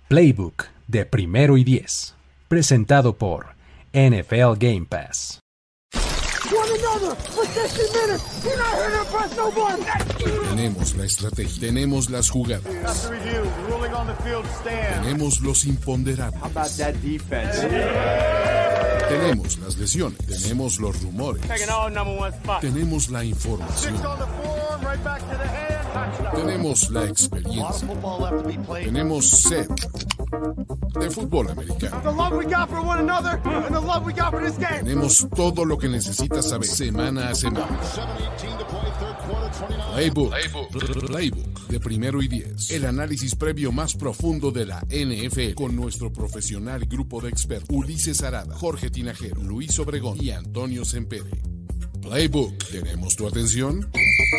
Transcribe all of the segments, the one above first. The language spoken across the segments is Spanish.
Playbook de Primero y 10, presentado por NFL Game Pass. Tenemos la estrategia, tenemos las jugadas, tenemos los imponderables, tenemos las lesiones, tenemos los rumores, tenemos la información, tenemos la experiencia, tenemos sed de fútbol americano. Tenemos todo lo que necesitas saber semana a semana. Playbook de Primero y 10. El análisis previo más profundo de la NFL con nuestro profesional grupo de expertos Ulises Arada, Jorge Tinajero, Luis Obregón y Antonio Sempere. Playbook. ¿Tenemos tu atención?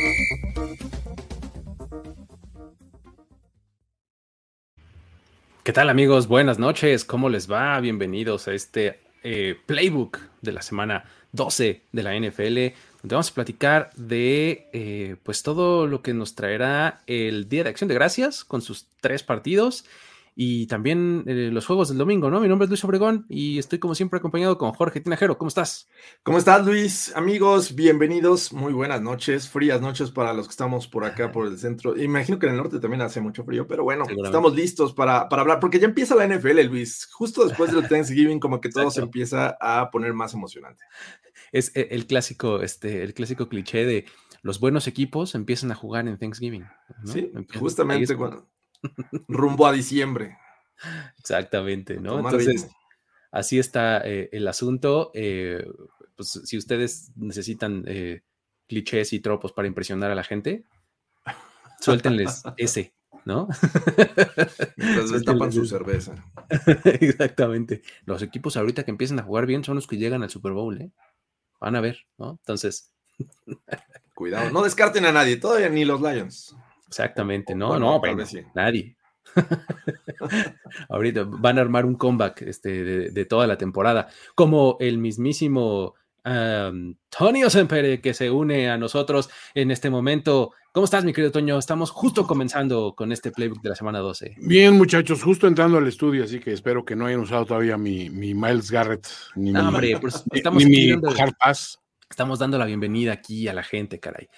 ¿Qué tal, amigos? Buenas noches. ¿Cómo les va? Bienvenidos a este Playbook de la semana 12 de la NFL, donde vamos a platicar de pues todo lo que nos traerá el Día de Acción de Gracias con sus 3 partidos y también los juegos del domingo, ¿no? Mi nombre es Luis Obregón y estoy como siempre acompañado con Jorge Tinajero. ¿Cómo estás? ¿Cómo estás, Luis? Amigos, bienvenidos. Muy buenas noches, frías noches para los que estamos por acá, por el centro. Imagino que en el norte también hace mucho frío, pero bueno, estamos listos para hablar, porque ya empieza la NFL, Luis. Justo después del Thanksgiving, como que todo se empieza a poner más emocionante. Es el clásico cliché de los buenos equipos empiezan a jugar en Thanksgiving, ¿no? Sí, justamente cuando rumbo a diciembre. Exactamente, ¿no? Entonces, así está el asunto. Pues si ustedes necesitan clichés y tropos para impresionar a la gente, suéltenles ese, ¿no? Mientras les tapan su cerveza. Exactamente. Los equipos ahorita que empiezan a jugar bien son los que llegan al Super Bowl, ¿eh? Van a ver, ¿no? Entonces... Cuidado, no descarten a nadie, todavía ni los Lions. Exactamente, no, bueno, bueno, sí. Nadie. Ahorita van a armar un comeback de toda la temporada, como el mismísimo Tonio Sempere, que se une a nosotros en este momento. ¿Cómo estás, mi querido Toño? Estamos justo comenzando con este Playbook de la semana 12. Bien, muchachos, justo entrando al estudio, así que espero que no hayan usado todavía mi Myles Garrett, ni pues estamos ni mi Hard Pass. Estamos dando la bienvenida aquí a la gente, caray.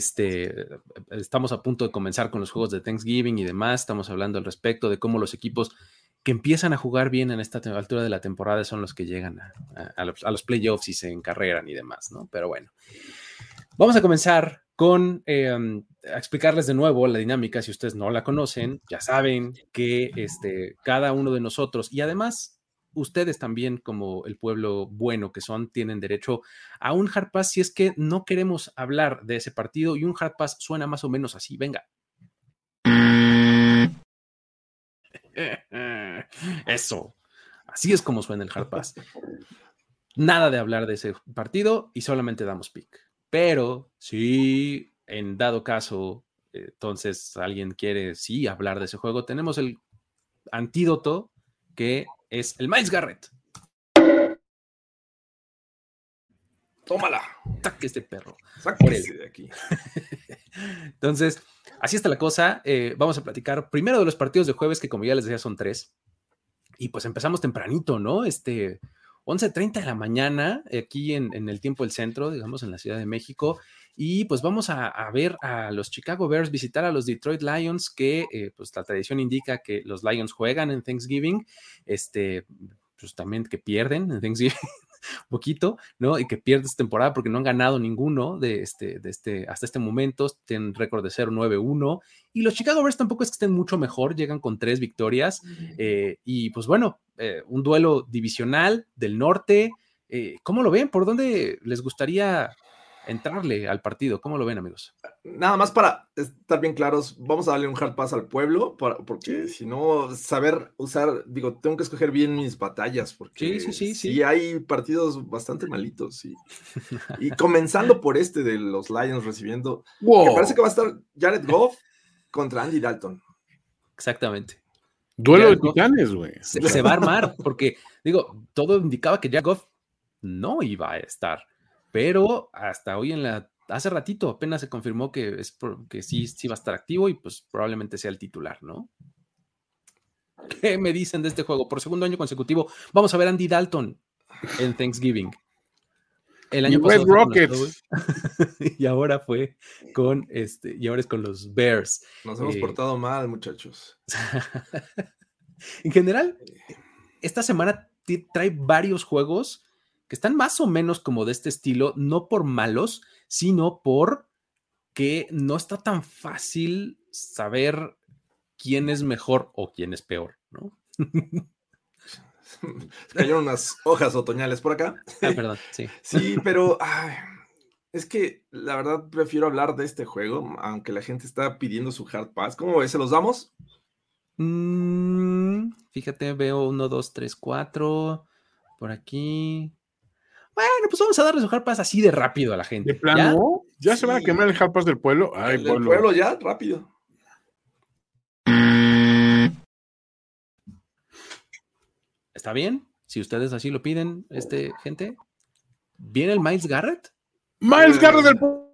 Estamos a punto de comenzar con los juegos de Thanksgiving y demás. Estamos hablando al respecto de cómo los equipos que empiezan a jugar bien en esta altura de la temporada son los que llegan a los playoffs y se encarreran y demás, ¿no? Pero bueno, vamos a comenzar con a explicarles de nuevo la dinámica. Si ustedes no la conocen, ya saben que cada uno de nosotros, y además ustedes también, como el pueblo bueno que son, tienen derecho a un Hard Pass si es que no queremos hablar de ese partido, y un Hard Pass suena más o menos así. Venga. Eso. Así es como suena el Hard Pass. Nada de hablar de ese partido y solamente damos pick. Pero si en dado caso, entonces alguien quiere sí hablar de ese juego, tenemos el antídoto, que es el Myles Garrett. Tómala. Saque este perro. Sáquese de aquí. Entonces, así está la cosa. Vamos a platicar primero de los partidos de jueves, que como ya les decía son 3. Y pues empezamos tempranito, ¿no? 11:30 de la mañana, aquí en el tiempo del centro, digamos, en la Ciudad de México. Y pues vamos a ver a los Chicago Bears visitar a los Detroit Lions, que pues la tradición indica que los Lions juegan en Thanksgiving, pues también que pierden en Thanksgiving un poquito, ¿no? Y que pierden esta temporada porque no han ganado ninguno hasta este momento. Tienen récord de 0-9-1, y los Chicago Bears tampoco es que estén mucho mejor, llegan con 3 victorias, y pues bueno, un duelo divisional del norte. ¿Cómo lo ven? ¿Por dónde les gustaría entrarle al partido? ¿Cómo lo ven, amigos? Nada más para estar bien claros, vamos a darle un hard pass al pueblo, porque si no, saber usar, tengo que escoger bien mis batallas, porque sí hay partidos bastante malitos, sí. Y comenzando por de los Lions recibiendo, que parece que va a estar Jared Goff contra Andy Dalton. Exactamente. Duelo de titanes, güey. Se va a armar, porque, todo indicaba que Jared Goff no iba a estar, pero hasta hoy hace ratito apenas se confirmó que sí va a estar activo, y pues probablemente sea el titular, ¿no? ¿Qué me dicen de este juego? Por segundo año consecutivo, vamos a ver a Andy Dalton en Thanksgiving. El año pasado Red Rockets. Y ahora fue con y ahora es con los Bears. Nos hemos portado mal, muchachos. En general, esta semana trae varios juegos que están más o menos como de este estilo, no por malos, sino por que no está tan fácil saber quién es mejor o quién es peor, ¿no? Cayeron unas hojas otoñales por acá. Perdón, sí. Sí, pero es que la verdad prefiero hablar de este juego, aunque la gente está pidiendo su Hard Pass. ¿Cómo ves? ¿Se los damos? Fíjate, veo 1, 2, 3, 4 por aquí. Bueno, pues vamos a darle su Hard Pass así de rápido a la gente. ¿De plano? ¿Ya se van a quemar el Hard Pass del pueblo? Ay, del pueblo ya, rápido. ¿Está bien? Si ustedes así lo piden, gente. ¿Viene el Myles Garrett? ¡Myles Garrett del pueblo!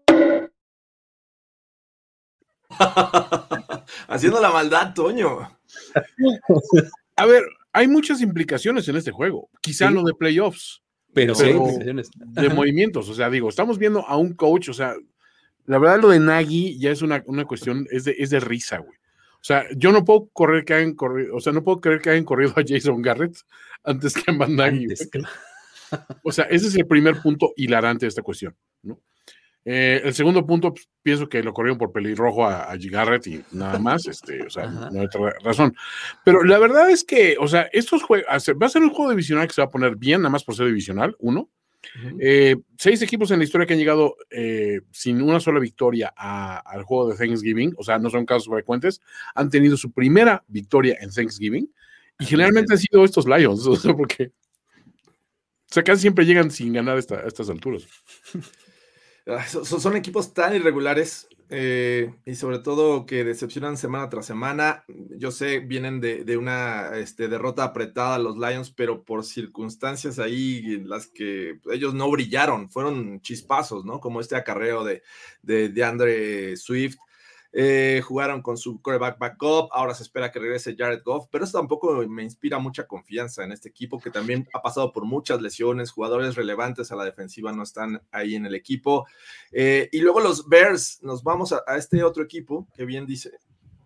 Haciendo la maldad, Toño. A ver, hay muchas implicaciones en este juego. Quizá no de playoffs. Pero sí hay implicaciones. De movimientos. O sea, digo, estamos viendo a un coach, o sea, la verdad lo de Nagy ya es una cuestión, es de risa, güey. O sea, yo no puedo creer que hayan corrido a Jason Garrett antes que a Matt Nagy. O sea, ese es el primer punto hilarante de esta cuestión, ¿no? El segundo punto, pues, pienso que lo corrieron por pelirrojo a Garrett y nada más, o sea, no hay otra razón. Pero la verdad es que, o sea, estos juegos, va a ser un juego divisional que se va a poner bien, nada más por ser divisional, 6 equipos en la historia que han llegado sin una sola victoria al juego de Thanksgiving, o sea, no son casos frecuentes, han tenido su primera victoria en Thanksgiving, y generalmente han sido estos Lions, o sea, porque casi siempre llegan sin ganar a estas alturas. Son equipos tan irregulares y sobre todo que decepcionan semana tras semana. Yo sé, vienen de una derrota apretada los Lions, pero por circunstancias ahí en las que ellos no brillaron, fueron chispazos, ¿no? Como este acarreo de Andre Swift. Jugaron con su quarterback backup, ahora se espera que regrese Jared Goff, pero eso tampoco me inspira mucha confianza en este equipo que también ha pasado por muchas lesiones, jugadores relevantes a la defensiva no están ahí en el equipo, y luego los Bears, nos vamos a este otro equipo, que bien dice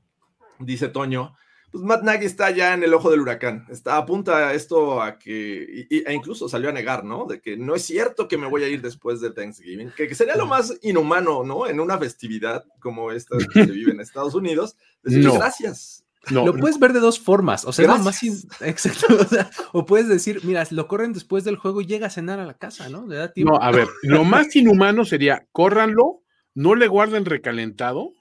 Toño, pues Matt Nagy está ya en el ojo del huracán, apunta esto a que, e incluso salió a negar, ¿no? De que no es cierto que me voy a ir después de Thanksgiving, que sería lo más inhumano, ¿no? En una festividad como esta que se vive en Estados Unidos, decir gracias. Lo puedes ver de dos formas, o sea, lo más exacto, o puedes decir, mira, lo corren después del juego y llega a cenar a la casa, ¿no? Le da tiempo. No, a ver, lo más inhumano sería, córranlo, no le guarden recalentado,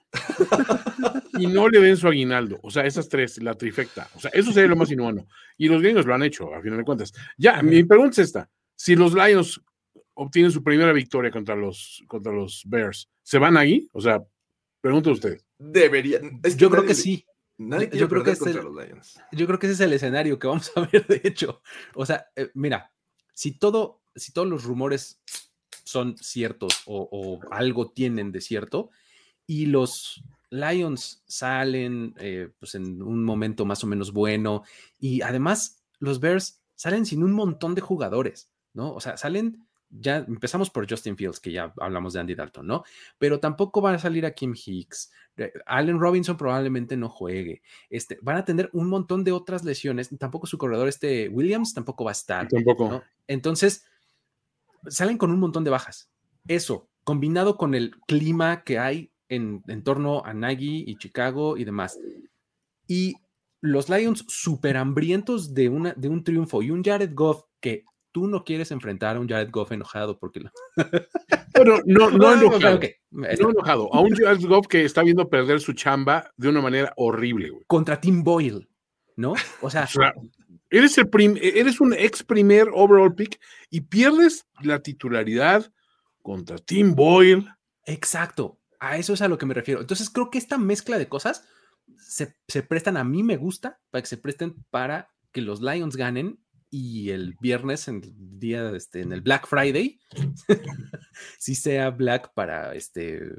y no le den su aguinaldo, o sea, esas tres, la trifecta, o sea, eso sería lo más inhumano, y los gringos lo han hecho, a final de cuentas. Ya, mi pregunta es esta, si los Lions obtienen su primera victoria contra los Bears, ¿se van ahí? O sea, pregunto a ustedes. Deberían. Yo creo que sí. Nadie quiere perder contra los Lions. Yo creo que ese es el escenario que vamos a ver, de hecho. O sea, mira, si todos los rumores son ciertos o algo tienen de cierto, y los Lions salen pues en un momento más o menos bueno, y además los Bears salen sin un montón de jugadores, ¿no? O sea, salen, ya empezamos por Justin Fields, que ya hablamos de Andy Dalton, ¿no? Pero tampoco van a salir a Kim Hicks, Allen Robinson probablemente no juegue, van a tener un montón de otras lesiones, tampoco su corredor Williams tampoco va a estar, tampoco, ¿no? Entonces salen con un montón de bajas. Eso, combinado con el clima que hay en torno a Nagy y Chicago y demás. Y los Lions súper hambrientos de un triunfo y un Jared Goff que tú no quieres enfrentar a un Jared Goff enojado porque Pero no enojado. Okay. No enojado. A un Jared Goff que está viendo perder su chamba de una manera horrible, güey. Contra Tim Boyle, ¿no? O sea eres un ex primer overall pick y pierdes la titularidad contra Tim Boyle. Exacto. A eso es a lo que me refiero. Entonces creo que esta mezcla de cosas se prestan, a mí me gusta, para que se presten para que los Lions ganen y el viernes, en el día, en el Black Friday, sí sea Black para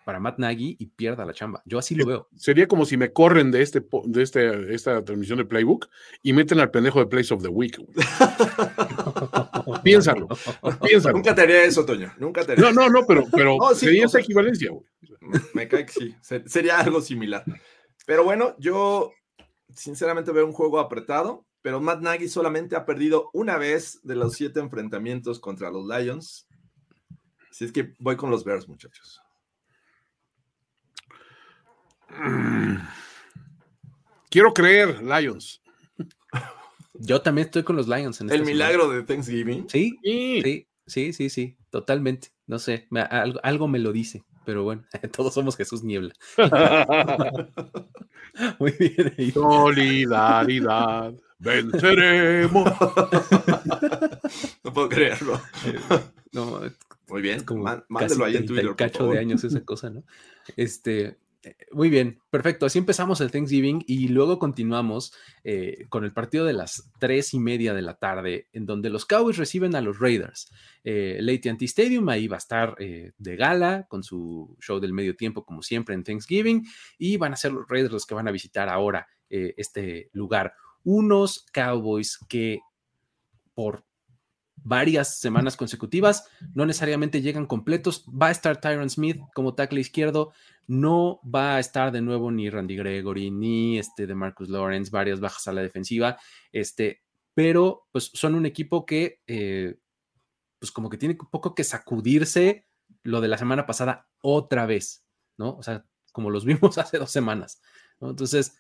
para Matt Nagy y pierda la chamba. Yo así lo veo. Sería como si me corren de esta transmisión de Playbook y meten al pendejo de Place of the Week. Piénsalo. Nunca te haría eso, Toño. Nunca te haría eso. No, pero sí, sería esa equivalencia, güey. Me cae que sí. Sería algo similar. Pero bueno, yo sinceramente veo un juego apretado, pero Matt Nagy solamente ha perdido una vez de los 7 enfrentamientos contra los Lions. Así es que voy con los Bears, muchachos. Quiero creer, Lions. Yo también estoy con los Lions. En el milagro de Thanksgiving. Sí, totalmente. No sé, algo me lo dice, pero bueno, todos somos Jesús Niebla. Muy bien. Solidaridad, venceremos. No puedo creerlo. No, muy bien, mándelo ahí en Twitter. El cacho de años esa cosa, ¿no? Muy bien, perfecto. Así empezamos el Thanksgiving y luego continuamos con el partido de las 3:30 de la tarde, en donde los Cowboys reciben a los Raiders. El AT&T Stadium, ahí va a estar de gala con su show del medio tiempo, como siempre en Thanksgiving, y van a ser los Raiders los que van a visitar ahora este lugar. Unos Cowboys que por varias semanas consecutivas, no necesariamente llegan completos. Va a estar Tyron Smith como tackle izquierdo, no va a estar de nuevo ni Randy Gregory, ni DeMarcus Lawrence, varias bajas a la defensiva, pero pues son un equipo que pues como que tiene un poco que sacudirse lo de la semana pasada otra vez, ¿no? O sea, como los vimos hace 2 semanas, ¿no? Entonces,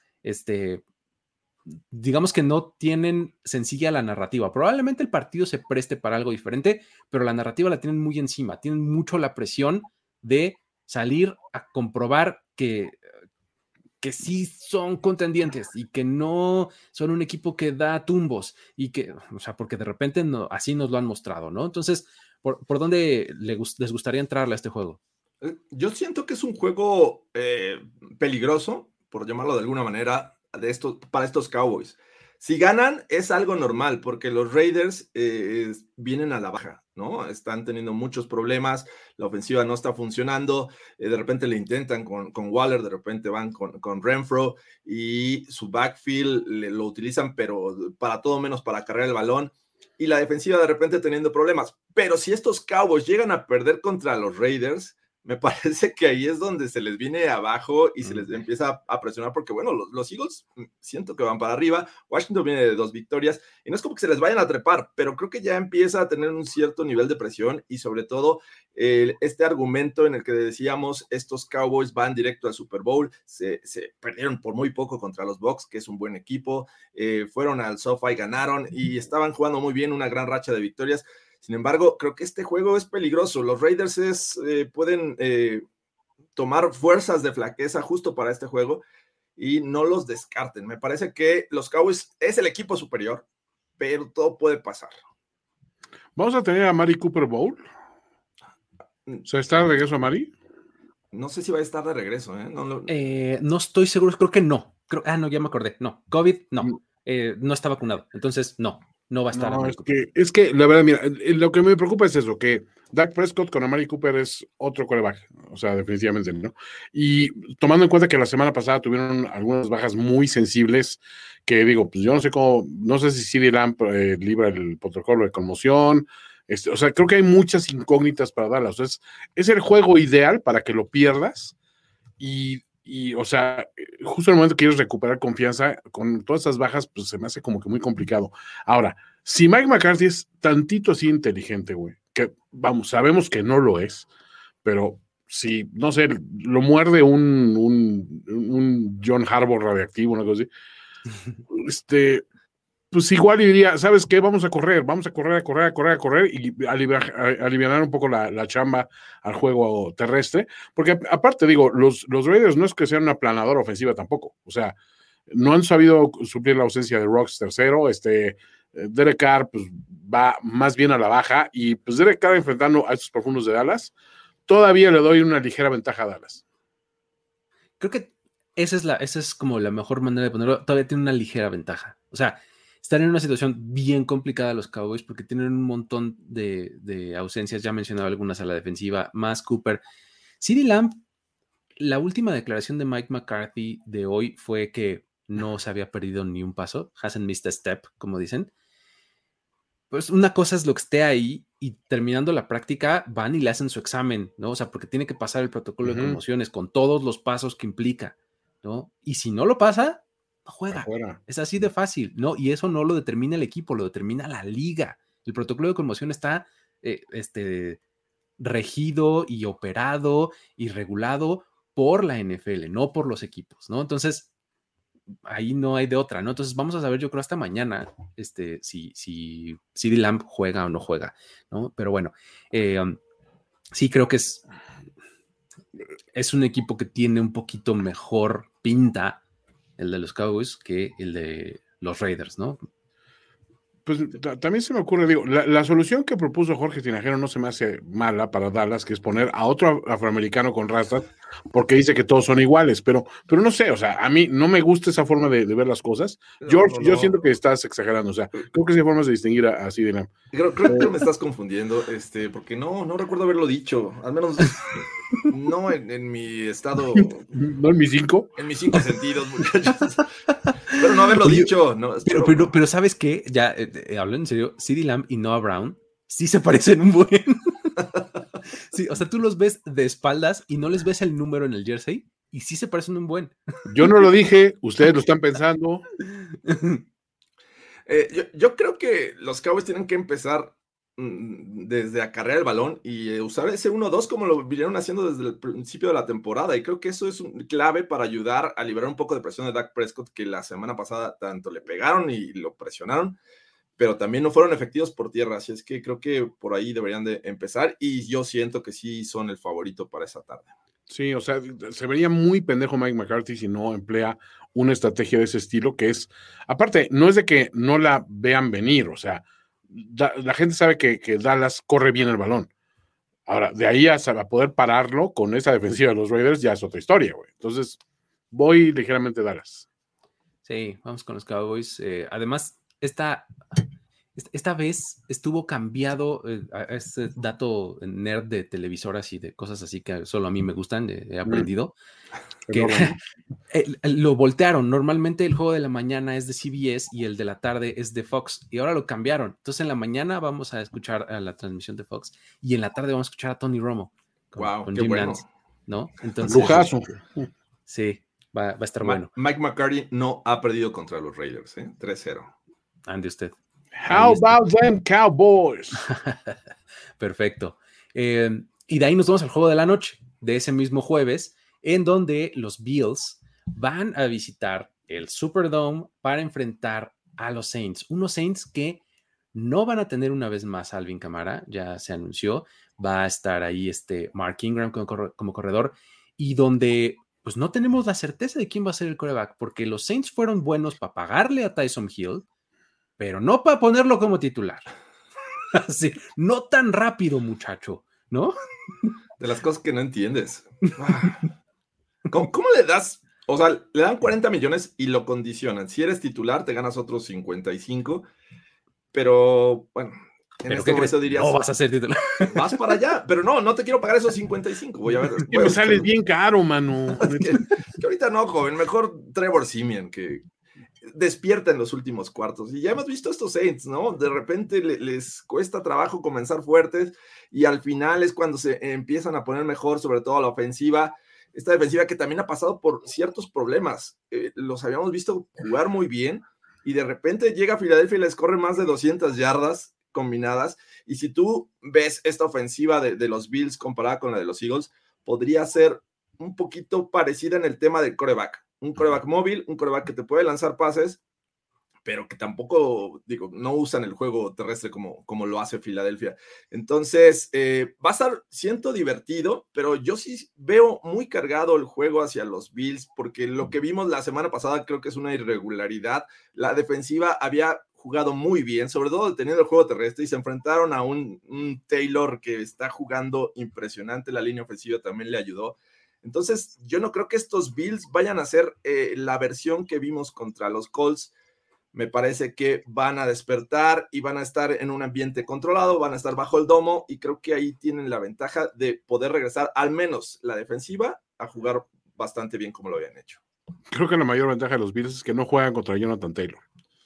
digamos que no tienen sencilla la narrativa. Probablemente el partido se preste para algo diferente, pero la narrativa la tienen muy encima. Tienen mucho la presión de salir a comprobar que sí son contendientes y que no son un equipo que da tumbos y que, o sea, porque de repente así nos lo han mostrado, ¿no? Entonces, ¿por dónde les gustaría entrarle a este juego? Yo siento que es un juego peligroso, por llamarlo de alguna manera, para estos Cowboys. Si ganan es algo normal porque los Raiders vienen a la baja, ¿no? Están teniendo muchos problemas, la ofensiva no está funcionando, de repente le intentan con Waller, de repente van con Renfro y su backfield lo utilizan pero para todo menos para cargar el balón y la defensiva de repente teniendo problemas. Pero si estos Cowboys llegan a perder contra los Raiders, me parece que ahí es donde se les viene abajo y se les empieza a presionar porque, bueno, los Eagles siento que van para arriba, Washington viene de 2 victorias y no es como que se les vayan a trepar, pero creo que ya empieza a tener un cierto nivel de presión y sobre todo este argumento en el que decíamos estos Cowboys van directo al Super Bowl, se perdieron por muy poco contra los Bucs, que es un buen equipo, fueron al SoFi, ganaron y estaban jugando muy bien, una gran racha de victorias. Sin embargo, creo que este juego es peligroso. Los Raiders pueden tomar fuerzas de flaqueza justo para este juego y no los descarten. Me parece que los Cowboys es el equipo superior, pero todo puede pasar. ¿Vamos a tener a Mari Cooper Bowl? O sea, ¿está de regreso a Mari? No sé si va a estar de regreso. No estoy seguro, creo que no. No, ya me acordé. No, COVID, no. No está vacunado, entonces no va a estar. No, es que la verdad, mira, lo que me preocupa es eso, que Dak Prescott con Amari Cooper es otro quarterback, o sea, definitivamente, ¿no? Y tomando en cuenta que la semana pasada tuvieron algunas bajas muy sensibles, que digo, pues yo no sé cómo, no sé si CeeDee Lamb libra el protocolo de conmoción, o sea, creo que hay muchas incógnitas para Dallas, o sea, es el juego ideal para que lo pierdas y, o sea, justo en el momento que quieres recuperar confianza, con todas esas bajas, pues se me hace como que muy complicado. Ahora, si Mike McCarthy es tantito así inteligente, güey, que vamos, sabemos que no lo es, pero si, no sé, lo muerde un John Harbaugh radiactivo, una cosa así, pues igual diría, ¿sabes qué? Vamos a correr y aliviar un poco la chamba al juego terrestre, porque aparte digo, los Raiders no es que sean una planadora ofensiva tampoco, o sea, no han sabido suplir la ausencia de Rocks tercero, Derek Carr pues va más bien a la baja y pues Derek Carr enfrentando a estos profundos de Dallas, todavía le doy una ligera ventaja a Dallas. Creo que esa es como la mejor manera de ponerlo, todavía tiene una ligera ventaja, o sea, están en una situación bien complicada los Cowboys porque tienen un montón de ausencias, ya mencionaba algunas a la defensiva, más Cooper. CeeDee Lamb la última declaración de Mike McCarthy de hoy fue que no se había perdido ni un paso, hasn't missed a step, como dicen. Pues una cosa es lo que esté ahí y terminando la práctica van y le hacen su examen, ¿no? O sea, porque tiene que pasar el protocolo de conmociones con todos los pasos que implica, ¿no? Y si no lo pasa, no juega. Afuera. Es así de fácil, ¿no? Y eso no lo determina el equipo, lo determina la liga. El protocolo de conmoción está regido y operado y regulado por la NFL, no por los equipos, ¿no? Entonces, ahí no hay de otra, ¿no? Entonces vamos a saber, yo creo, hasta mañana si CeeDee Lamb juega o no juega, ¿no? Pero bueno, sí creo que es un equipo que tiene un poquito mejor pinta, el de los Cowboys, que el de los Raiders, ¿no? Pues también se me ocurre, digo, la solución que propuso Jorge Tinajero no se me hace mala para Dallas, que es poner a otro afroamericano con razas, porque dice que todos son iguales, pero no sé, o sea, a mí no me gusta esa forma de ver las cosas. George, yo siento que estás exagerando, o sea, creo que sí hay formas de distinguir a CeeDee Lamb. Creo que me estás confundiendo, porque no recuerdo haberlo dicho, al menos no en mi estado. ¿No en mis 5? En mis 5 sentidos, muchachos. Pero no haberlo dicho. No, pero ¿sabes qué? Ya, hablo en serio, CeeDee Lamb y Noah Brown sí se parecen un buen. Sí, o sea, tú los ves de espaldas y no les ves el número en el jersey y sí se parecen un buen. Yo no lo dije, ustedes lo están pensando. Yo creo que los Cowboys tienen que empezar desde acarrear el balón y usar ese 1-2 como lo vinieron haciendo desde el principio de la temporada, y creo que eso es clave para ayudar a liberar un poco de presión de Dak Prescott, que la semana pasada tanto le pegaron y lo presionaron, pero también no fueron efectivos por tierra, así es que creo que por ahí deberían de empezar, y yo siento que sí son el favorito para esa tarde. Sí, o sea, se vería muy pendejo Mike McCarthy si no emplea una estrategia de ese estilo, que es, aparte, no es de que no la vean venir, o sea, la gente sabe que Dallas corre bien el balón. Ahora, de ahí a poder pararlo con esa defensiva de los Raiders ya es otra historia, güey. Entonces, voy ligeramente Dallas. Sí, vamos con los Cowboys. Además, esta vez estuvo cambiado este dato nerd de televisoras y de cosas así que solo a mí me gustan, he aprendido. Que lo voltearon. Normalmente el juego de la mañana es de CBS y el de la tarde es de Fox, y ahora lo cambiaron. Entonces en la mañana vamos a escuchar a la transmisión de Fox y en la tarde vamos a escuchar a Tony Romo con Jim Nantz, ¿no? Entonces, lujazo. Sí, va a estar bueno. Mike McCarthy no ha perdido contra los Raiders, 3-0. Ande usted. How about them Cowboys? Perfecto. Y de ahí nos vamos al juego de la noche de ese mismo jueves, en donde los Bills van a visitar el Superdome para enfrentar a los Saints. Unos Saints que no van a tener una vez más a Alvin Kamara, ya se anunció. Va a estar ahí Mark Ingram como corredor, y donde pues no tenemos la certeza de quién va a ser el quarterback, porque los Saints fueron buenos para pagarle a Taysom Hill, pero no para ponerlo como titular. Así, no tan rápido, muchacho, ¿no? De las cosas que no entiendes. ¿Cómo le das? O sea, le dan 40 millones y lo condicionan. Si eres titular, te ganas otros 55. Pero, bueno, en este momento dirías... No vas a ser titular. Vas para allá. Pero no te quiero pagar esos 55. Voy a ver. Que me sales bien caro, mano. que ahorita no, joven. Mejor Trevor Siemian, que despierta en los últimos cuartos. Y ya hemos visto estos Saints, ¿no? De repente les cuesta trabajo comenzar fuertes y al final es cuando se empiezan a poner mejor, sobre todo la ofensiva. Esta defensiva que también ha pasado por ciertos problemas. Los habíamos visto jugar muy bien y de repente llega a Filadelfia y les corre más de 200 yardas combinadas. Y si tú ves esta ofensiva de los Bills comparada con la de los Eagles, podría ser un poquito parecida en el tema del quarterback. Un quarterback móvil, un quarterback que te puede lanzar pases, pero que tampoco, no usan el juego terrestre como lo hace Filadelfia. Entonces, va a estar, siento, divertido, pero yo sí veo muy cargado el juego hacia los Bills, porque lo que vimos la semana pasada creo que es una irregularidad. La defensiva había jugado muy bien, sobre todo teniendo el juego terrestre, y se enfrentaron a un Taylor que está jugando impresionante. La línea ofensiva también le ayudó. Entonces, yo no creo que estos Bills vayan a ser la versión que vimos contra los Colts. Me parece que van a despertar y van a estar en un ambiente controlado, van a estar bajo el domo, y creo que ahí tienen la ventaja de poder regresar al menos la defensiva a jugar bastante bien como lo habían hecho. Creo que la mayor ventaja de los Bills es que no juegan contra Jonathan Taylor.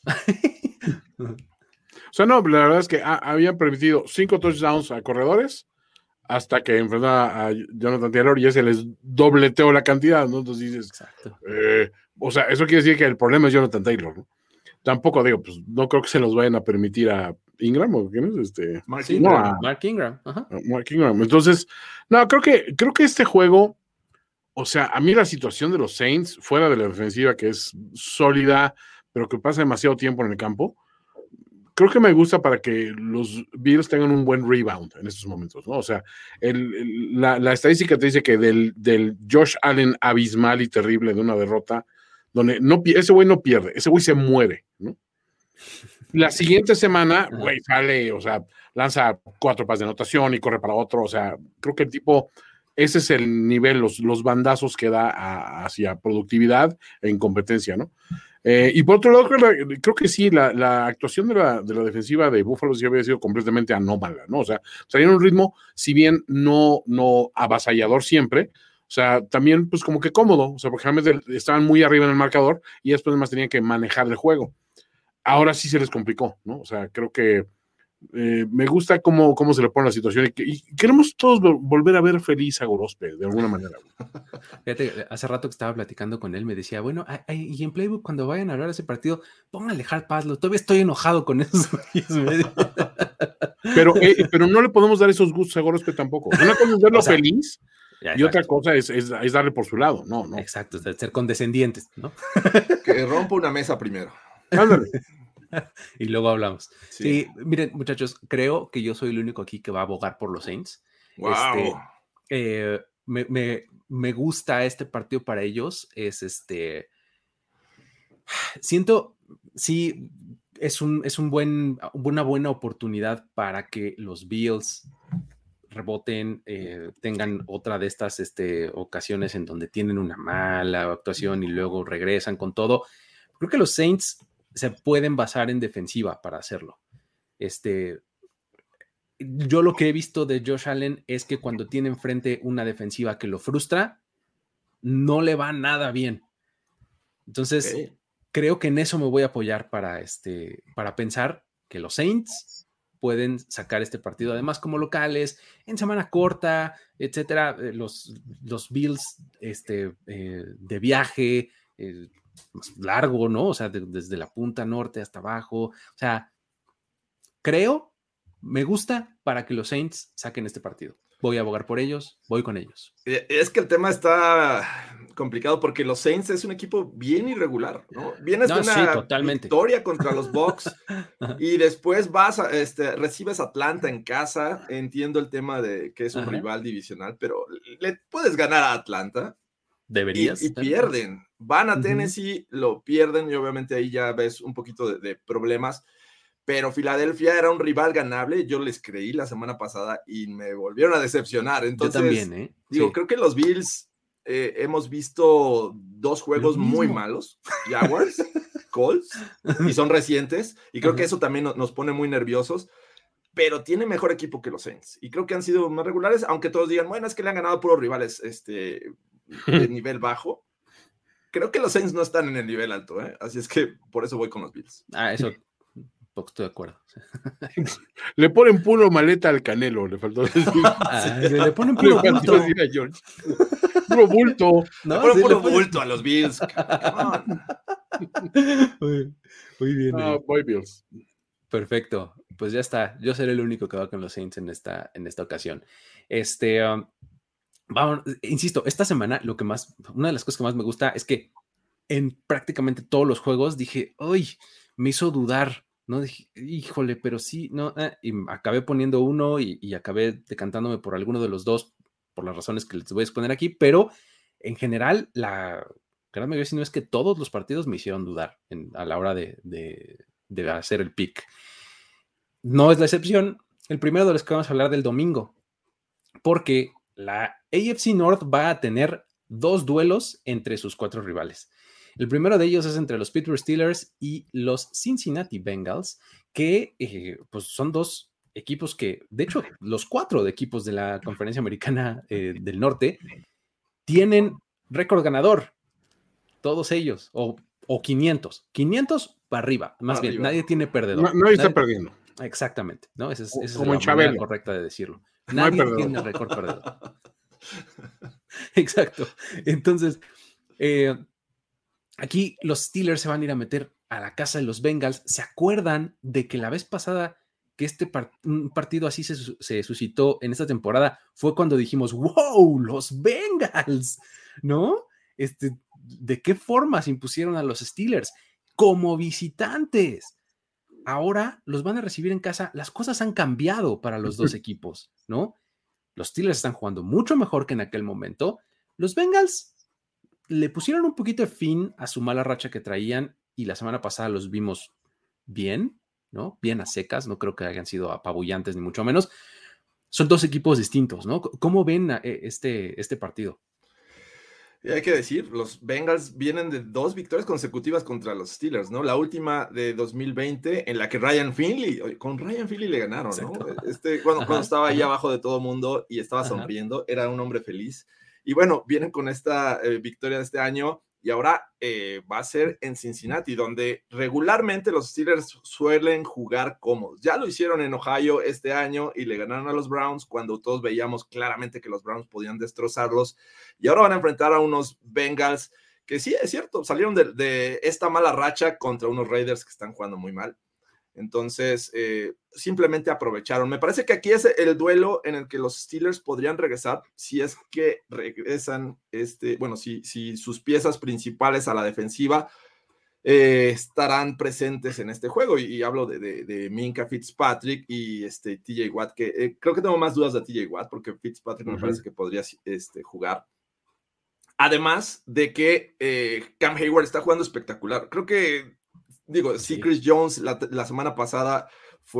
O sea, no, la verdad es que habían permitido 5 touchdowns a corredores hasta que enfrentaba a Jonathan Taylor y ese les dobleteó la cantidad, ¿no? Entonces dices, o sea, eso quiere decir que el problema es Jonathan Taylor, ¿no? Tampoco digo, pues no creo que se los vayan a permitir a Ingram, ¿o quién es? Mark Ingram. Mark Ingram. Ajá. Mark Ingram. Entonces, no, creo que este juego, o sea, a mí la situación de los Saints, fuera de la defensiva que es sólida, pero que pasa demasiado tiempo en el campo, creo que me gusta para que los Bills tengan un buen rebound en estos momentos, ¿no? O sea, la estadística te dice que del Josh Allen abismal y terrible de una derrota, donde ese güey no pierde, ese güey se muere, ¿no? La siguiente semana, güey, sale, o sea, lanza 4 pases de anotación y corre para otro, o sea, creo que el tipo, ese es el nivel, los bandazos que da hacia productividad e incompetencia, ¿no? Y por otro lado, creo que sí, la actuación de la defensiva de Buffalo sí había sido completamente anómala, ¿no? O sea, salía en un ritmo, si bien no avasallador siempre, o sea, también pues como que cómodo, o sea, porque realmente estaban muy arriba en el marcador y después además tenían que manejar el juego. Ahora sí se les complicó, ¿no? O sea, creo que me gusta cómo se le pone la situación y queremos todos volver a ver feliz a Gorospe, de alguna manera. Fíjate, hace rato que estaba platicando con él, me decía, bueno, y en Playbook cuando vayan a hablar de ese partido, pónganle hard pass, todavía estoy enojado con esos. pero no le podemos dar esos gustos a Gorospe tampoco. Una cosa es verlo feliz y otra cosa es darle por su lado, no. Exacto, ser condescendientes, ¿no? Que rompa una mesa primero. Ándale. Y luego hablamos. Sí, miren, muchachos, creo que yo soy el único aquí que va a abogar por los Saints. Wow. Me gusta este partido para ellos. Siento, sí, es una buena oportunidad para que los Bills reboten, tengan otra de estas ocasiones en donde tienen una mala actuación y luego regresan con todo. Creo que los Saints se pueden basar en defensiva para hacerlo. Yo lo que he visto de Josh Allen es que cuando tiene enfrente una defensiva que lo frustra, no le va nada bien. Entonces, creo que en eso me voy a apoyar para pensar que los Saints pueden sacar este partido, además como locales, en semana corta, etcétera. Los Bills de viaje, más largo, ¿no? O sea, desde la punta norte hasta abajo. O sea, me gusta para que los Saints saquen este partido. Voy a abogar por ellos, voy con ellos. Es que el tema está complicado porque los Saints es un equipo bien irregular, ¿no? Vienes de una victoria contra los Bucs y después recibes Atlanta en casa. Entiendo el tema de que es un rival divisional, pero le puedes ganar a Atlanta. Deberías. Y pierden. Van a Tennessee, lo pierden y obviamente ahí ya ves un poquito de problemas. Pero Filadelfia era un rival ganable. Yo les creí la semana pasada y me volvieron a decepcionar. Entonces, yo también, creo que los Bills hemos visto 2 juegos muy malos. Jaguars, Colts, y son recientes. Y creo que eso también nos pone muy nerviosos. Pero tiene mejor equipo que los Saints. Y creo que han sido más regulares, aunque todos digan, bueno, es que le han ganado puros rivales de nivel bajo. Creo que los Saints no están en el nivel alto, así es que por eso voy con los Bills. Eso poco estoy de acuerdo. Le ponen puro maleta al Canelo, le faltó decir. Le ponen puro bulto. Puro bulto. No, le ponen puro bulto a los Bills. Muy bien. Voy Bills. Perfecto. Pues ya está. Yo seré el único que va con los Saints en esta ocasión. Vamos, insisto, esta semana una de las cosas que más me gusta es que en prácticamente todos los juegos dije, ¡ay! Me hizo dudar, ¿no? Dije, híjole, pero sí, ¿no? Y acabé poniendo uno y acabé decantándome por alguno de los dos, por las razones que les voy a exponer aquí, pero en general, la gran mayoría, si no es que todos los partidos me hicieron dudar a la hora de hacer el pick. No es la excepción. El primero de los que vamos a hablar del domingo, porque la AFC North va a tener 2 duelos entre sus 4 rivales. El primero de ellos es entre los Pittsburgh Steelers y los Cincinnati Bengals, que pues son 2 equipos que, de hecho, los 4 equipos de la Conferencia Americana del Norte tienen récord ganador, todos ellos, o 500 para arriba, más bien, nadie tiene perdedor. Nadie está perdiendo. Exactamente, ¿no? Esa es como la manera correcta de decirlo. Nadie tiene récord perdedor. Exacto. Entonces, aquí los Steelers se van a ir a meter a la casa de los Bengals. ¿Se acuerdan de que la vez pasada que un partido así se suscitó en esta temporada fue cuando dijimos, wow, los Bengals, ¿no? ¿De qué forma se impusieron a los Steelers? Como visitantes. Ahora los van a recibir en casa. Las cosas han cambiado para los dos equipos, ¿no? Los Steelers están jugando mucho mejor que en aquel momento. Los Bengals le pusieron un poquito de fin a su mala racha que traían y la semana pasada los vimos bien, ¿no? Bien a secas, no creo que hayan sido apabullantes ni mucho menos. Son dos equipos distintos, ¿no? ¿Cómo ven este partido? Y hay que decir, los Bengals vienen de 2 victorias consecutivas contra los Steelers, ¿no? La última de 2020 en la que con Ryan Finley le ganaron, ¿no? Cuando estaba ahí abajo de todo mundo y estaba sonriendo, era un hombre feliz. Y bueno, vienen con esta victoria de este año y ahora va a ser en Cincinnati, donde regularmente los Steelers suelen jugar cómodos. Ya lo hicieron en Ohio este año y le ganaron a los Browns cuando todos veíamos claramente que los Browns podían destrozarlos. Y ahora van a enfrentar a unos Bengals que sí, es cierto, salieron de esta mala racha contra unos Raiders que están jugando muy mal. Entonces, simplemente aprovecharon. Me parece que aquí es el duelo en el que los Steelers podrían regresar si es que regresan, si sus piezas principales a la defensiva estarán presentes en este juego. Y hablo de Minkah Fitzpatrick y TJ Watt, que creo que tengo más dudas de TJ Watt porque Fitzpatrick me parece que podría jugar. Además de que Cam Hayward está jugando espectacular. Creo que sí, Chris Jones la semana pasada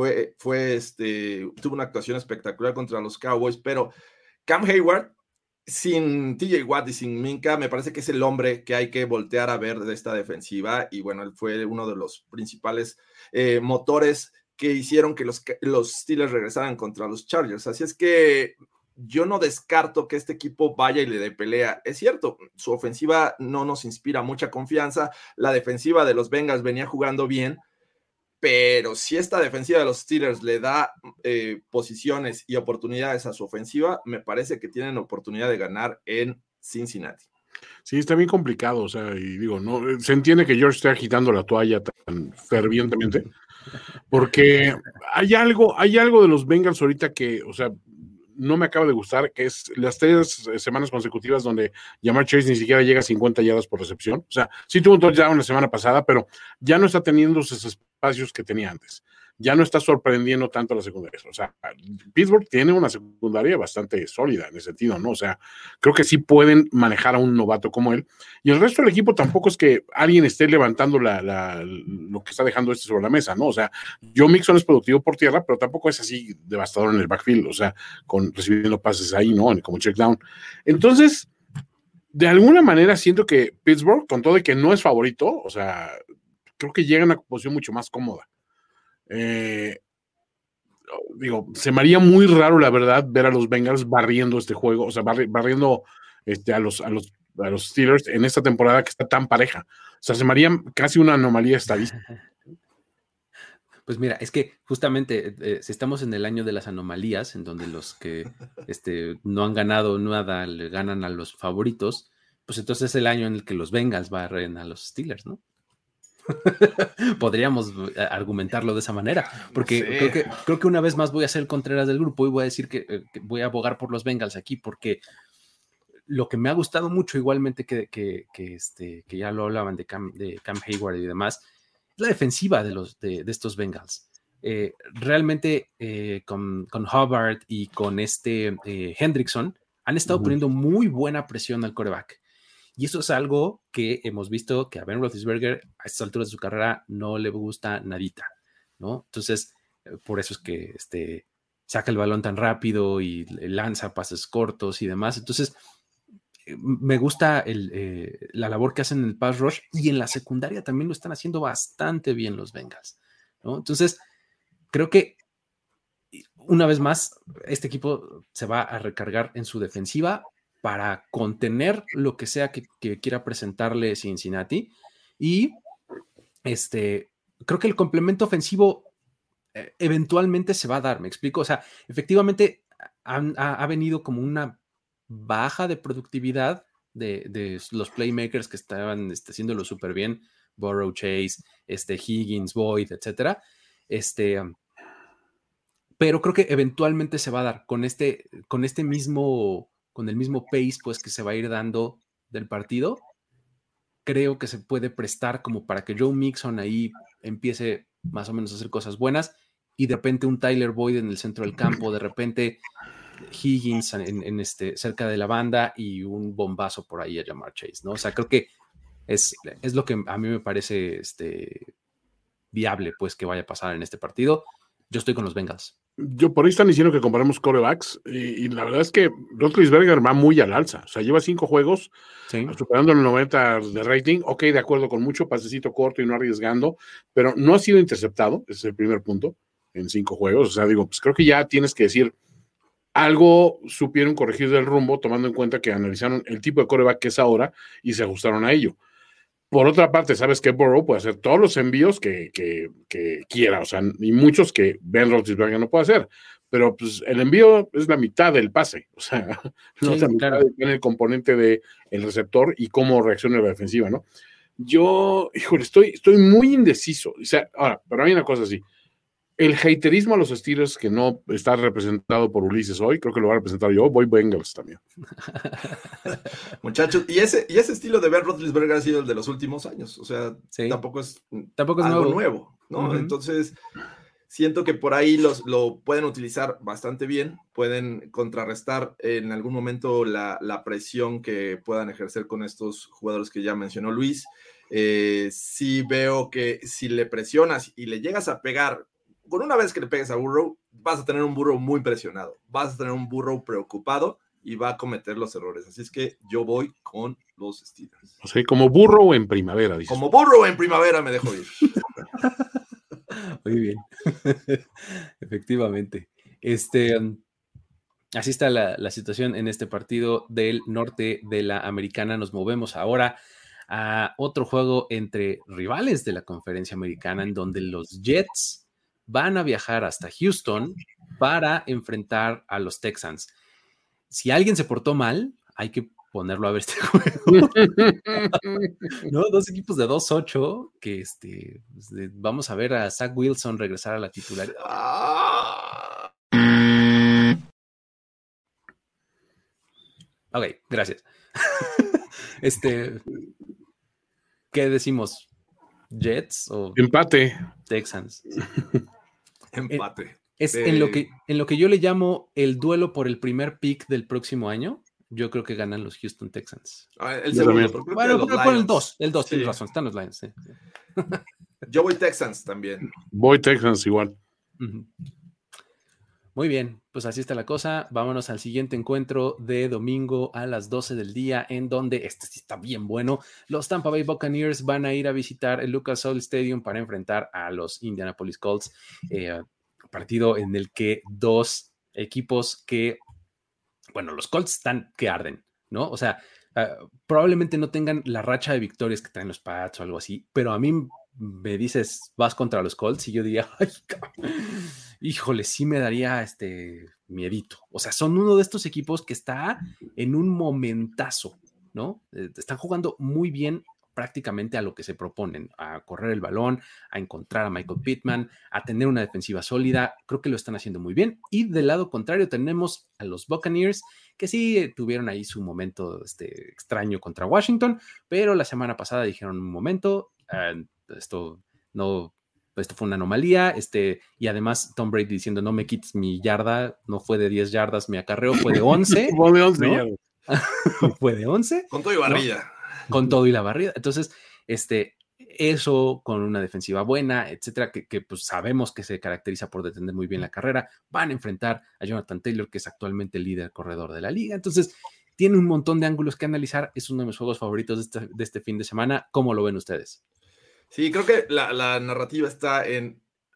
tuvo una actuación espectacular contra los Cowboys, pero Cam Hayward, sin TJ Watt y sin Minkah, me parece que es el hombre que hay que voltear a ver de esta defensiva, y bueno, él fue uno de los principales motores que hicieron que los Steelers regresaran contra los Chargers, así es que yo no descarto que este equipo vaya y le dé pelea. Es cierto, su ofensiva no nos inspira mucha confianza, la defensiva de los Bengals venía jugando bien, pero si esta defensiva de los Steelers le da posiciones y oportunidades a su ofensiva, me parece que tienen oportunidad de ganar en Cincinnati. Sí, está bien complicado, o sea, y no se entiende que George esté agitando la toalla tan fervientemente, porque hay algo de los Bengals ahorita que, o sea, no me acaba de gustar, que es las 3 semanas consecutivas donde Ja'Marr Chase ni siquiera llega a 50 yardas por recepción. O sea, sí tuvo un touchdown la semana pasada, pero ya no está teniendo esos espacios que tenía antes. Ya no está sorprendiendo tanto a la secundaria. O sea, Pittsburgh tiene una secundaria bastante sólida en ese sentido, ¿no? O sea, creo que sí pueden manejar a un novato como él. Y el resto del equipo tampoco es que alguien esté levantando lo que está dejando sobre la mesa, ¿no? O sea, Joe Mixon es productivo por tierra, pero tampoco es así devastador en el backfield, o sea, recibiendo pases ahí, ¿no? Como check down. Entonces, de alguna manera siento que Pittsburgh, con todo de que no es favorito, o sea, creo que llega a una posición mucho más cómoda. Se me haría muy raro, la verdad, ver a los Bengals barriendo este juego, o sea, barriendo a los Steelers en esta temporada que está tan pareja. O sea, se me haría casi una anomalía estadística. Pues mira, es que justamente si estamos en el año de las anomalías, en donde los que no han ganado nada le ganan a los favoritos, pues entonces es el año en el que los Bengals barren a los Steelers, ¿no? Podríamos argumentarlo de esa manera, porque no sé. creo que una vez más voy a ser el Contreras del grupo y voy a decir que voy a abogar por los Bengals aquí, porque lo que me ha gustado mucho, igualmente que ya lo hablaban de Cam Hayward y demás, es la defensiva de estos Bengals. Realmente con Hubbard y con Hendrickson han estado poniendo muy buena presión al quarterback. Y eso es algo que hemos visto que a Ben Roethlisberger a estas alturas de su carrera no le gusta nadita, ¿no? Entonces, por eso es que saca el balón tan rápido y lanza pases cortos y demás. Entonces, me gusta la labor que hacen en el pass rush, y en la secundaria también lo están haciendo bastante bien los Bengals, ¿no? Entonces, creo que una vez más este equipo se va a recargar en su defensiva. para contener lo que sea que quiera presentarle Cincinnati. Y creo que el complemento ofensivo eventualmente se va a dar, ¿me explico? O sea, efectivamente ha venido como una baja de productividad de los playmakers que estaban haciéndolo súper bien, Burrow, Chase, Higgins, Boyd, etcétera. Pero creo que eventualmente se va a dar con el mismo pace pues que se va a ir dando del partido. Creo que se puede prestar como para que Joe Mixon ahí empiece más o menos a hacer cosas buenas y de repente un Tyler Boyd en el centro del campo, de repente Higgins cerca de la banda y un bombazo por ahí a Ja'Marr Chase, ¿no? O sea, creo que es lo que a mí me parece viable pues que vaya a pasar en este partido. Yo estoy con los Bengals. Yo por ahí están diciendo que comparemos quarterbacks y la verdad es que Roethlisberger va muy al alza. O sea, lleva 5 juegos superando el 90 de rating. Ok, de acuerdo con mucho, pasecito corto y no arriesgando, pero no ha sido interceptado. Ese es el primer punto en 5 juegos. O sea, digo, pues creo que ya tienes que decir algo supieron corregir del rumbo tomando en cuenta que analizaron el tipo de quarterback que es ahora y se ajustaron a ello. Por otra parte, sabes que Burrow puede hacer todos los envíos que quiera, o sea, y muchos que Ben Roethlisberger no puede hacer, pero pues el envío es la mitad del pase, o sea, no es la mitad en el componente del receptor y cómo reacciona la defensiva, ¿no? Yo, híjole, estoy muy indeciso, o sea, ahora, pero hay una cosa así, el haterismo a los Steelers que no está representado por Ulises hoy, creo que lo va a representar yo, voy Bengals también. Muchachos, y ese estilo de Ben Roethlisberger ha sido el de los últimos años, o sea, tampoco es algo nuevo, ¿no? Uh-huh. Entonces, siento que por ahí lo pueden utilizar bastante bien, pueden contrarrestar en algún momento la presión que puedan ejercer con estos jugadores que ya mencionó Luis. Sí veo que si le presionas y le llegas a pegar, con una vez que le pegues a Burrow, vas a tener un Burrow muy presionado, vas a tener un Burrow preocupado y va a cometer los errores. Así es que yo voy con los Steelers. O sea, como Burrow en primavera, dices. Como Burrow en primavera me dejo ir. Muy bien. Efectivamente. Así está la situación en este partido del norte de la americana. Nos movemos ahora a otro juego entre rivales de la conferencia americana en donde los Jets van a viajar hasta Houston para enfrentar a los Texans. Si alguien se portó mal, hay que ponerlo a ver este juego. ¿No? 2 equipos de 2-8 que vamos a ver a Zach Wilson regresar a la titularidad. Ok, gracias. ¿Qué decimos? ¿Jets o empate? Texans. Empate. En lo que yo le llamo el duelo por el primer pick del próximo año. Yo creo que ganan los Houston Texans. El segundo. Bueno, por el 2. El 2, sí. Tienes razón. Están los Lions. Sí. Yo voy Texans también. Voy Texans igual. Uh-huh. Muy bien, pues así está la cosa. Vámonos al siguiente encuentro de domingo a las 12 del día, en donde sí está bien bueno. Los Tampa Bay Buccaneers van a ir a visitar el Lucas Oil Stadium para enfrentar a los Indianapolis Colts. Partido en el que 2 equipos que, bueno, los Colts están que arden, ¿no? O sea, probablemente no tengan la racha de victorias que traen los Pats o algo así, pero a mí me dices, vas contra los Colts y yo diría, ay, híjole, sí me daría miedito. O sea, son uno de estos equipos que está en un momentazo, ¿no? Están jugando muy bien prácticamente a lo que se proponen, a correr el balón, a encontrar a Michael Pittman, a tener una defensiva sólida. Creo que lo están haciendo muy bien. Y del lado contrario tenemos a los Buccaneers, que sí tuvieron ahí su momento extraño contra Washington, pero la semana pasada dijeron un momento, esto fue una anomalía, y además Tom Brady diciendo no me quites mi yarda, no fue de 10 yardas, mi acarreo fue de 11. Fue de 11 ¿no? Fue de 11. Con todo y barrida. ¿No? Con todo y la barrida. Entonces, eso con una defensiva buena, etcétera, que pues sabemos que se caracteriza por detener muy bien la carrera, van a enfrentar a Jonathan Taylor, que es actualmente el líder corredor de la liga. Entonces, tiene un montón de ángulos que analizar. Es uno de mis juegos favoritos de este fin de semana. ¿Cómo lo ven ustedes? Sí, creo que la narrativa está en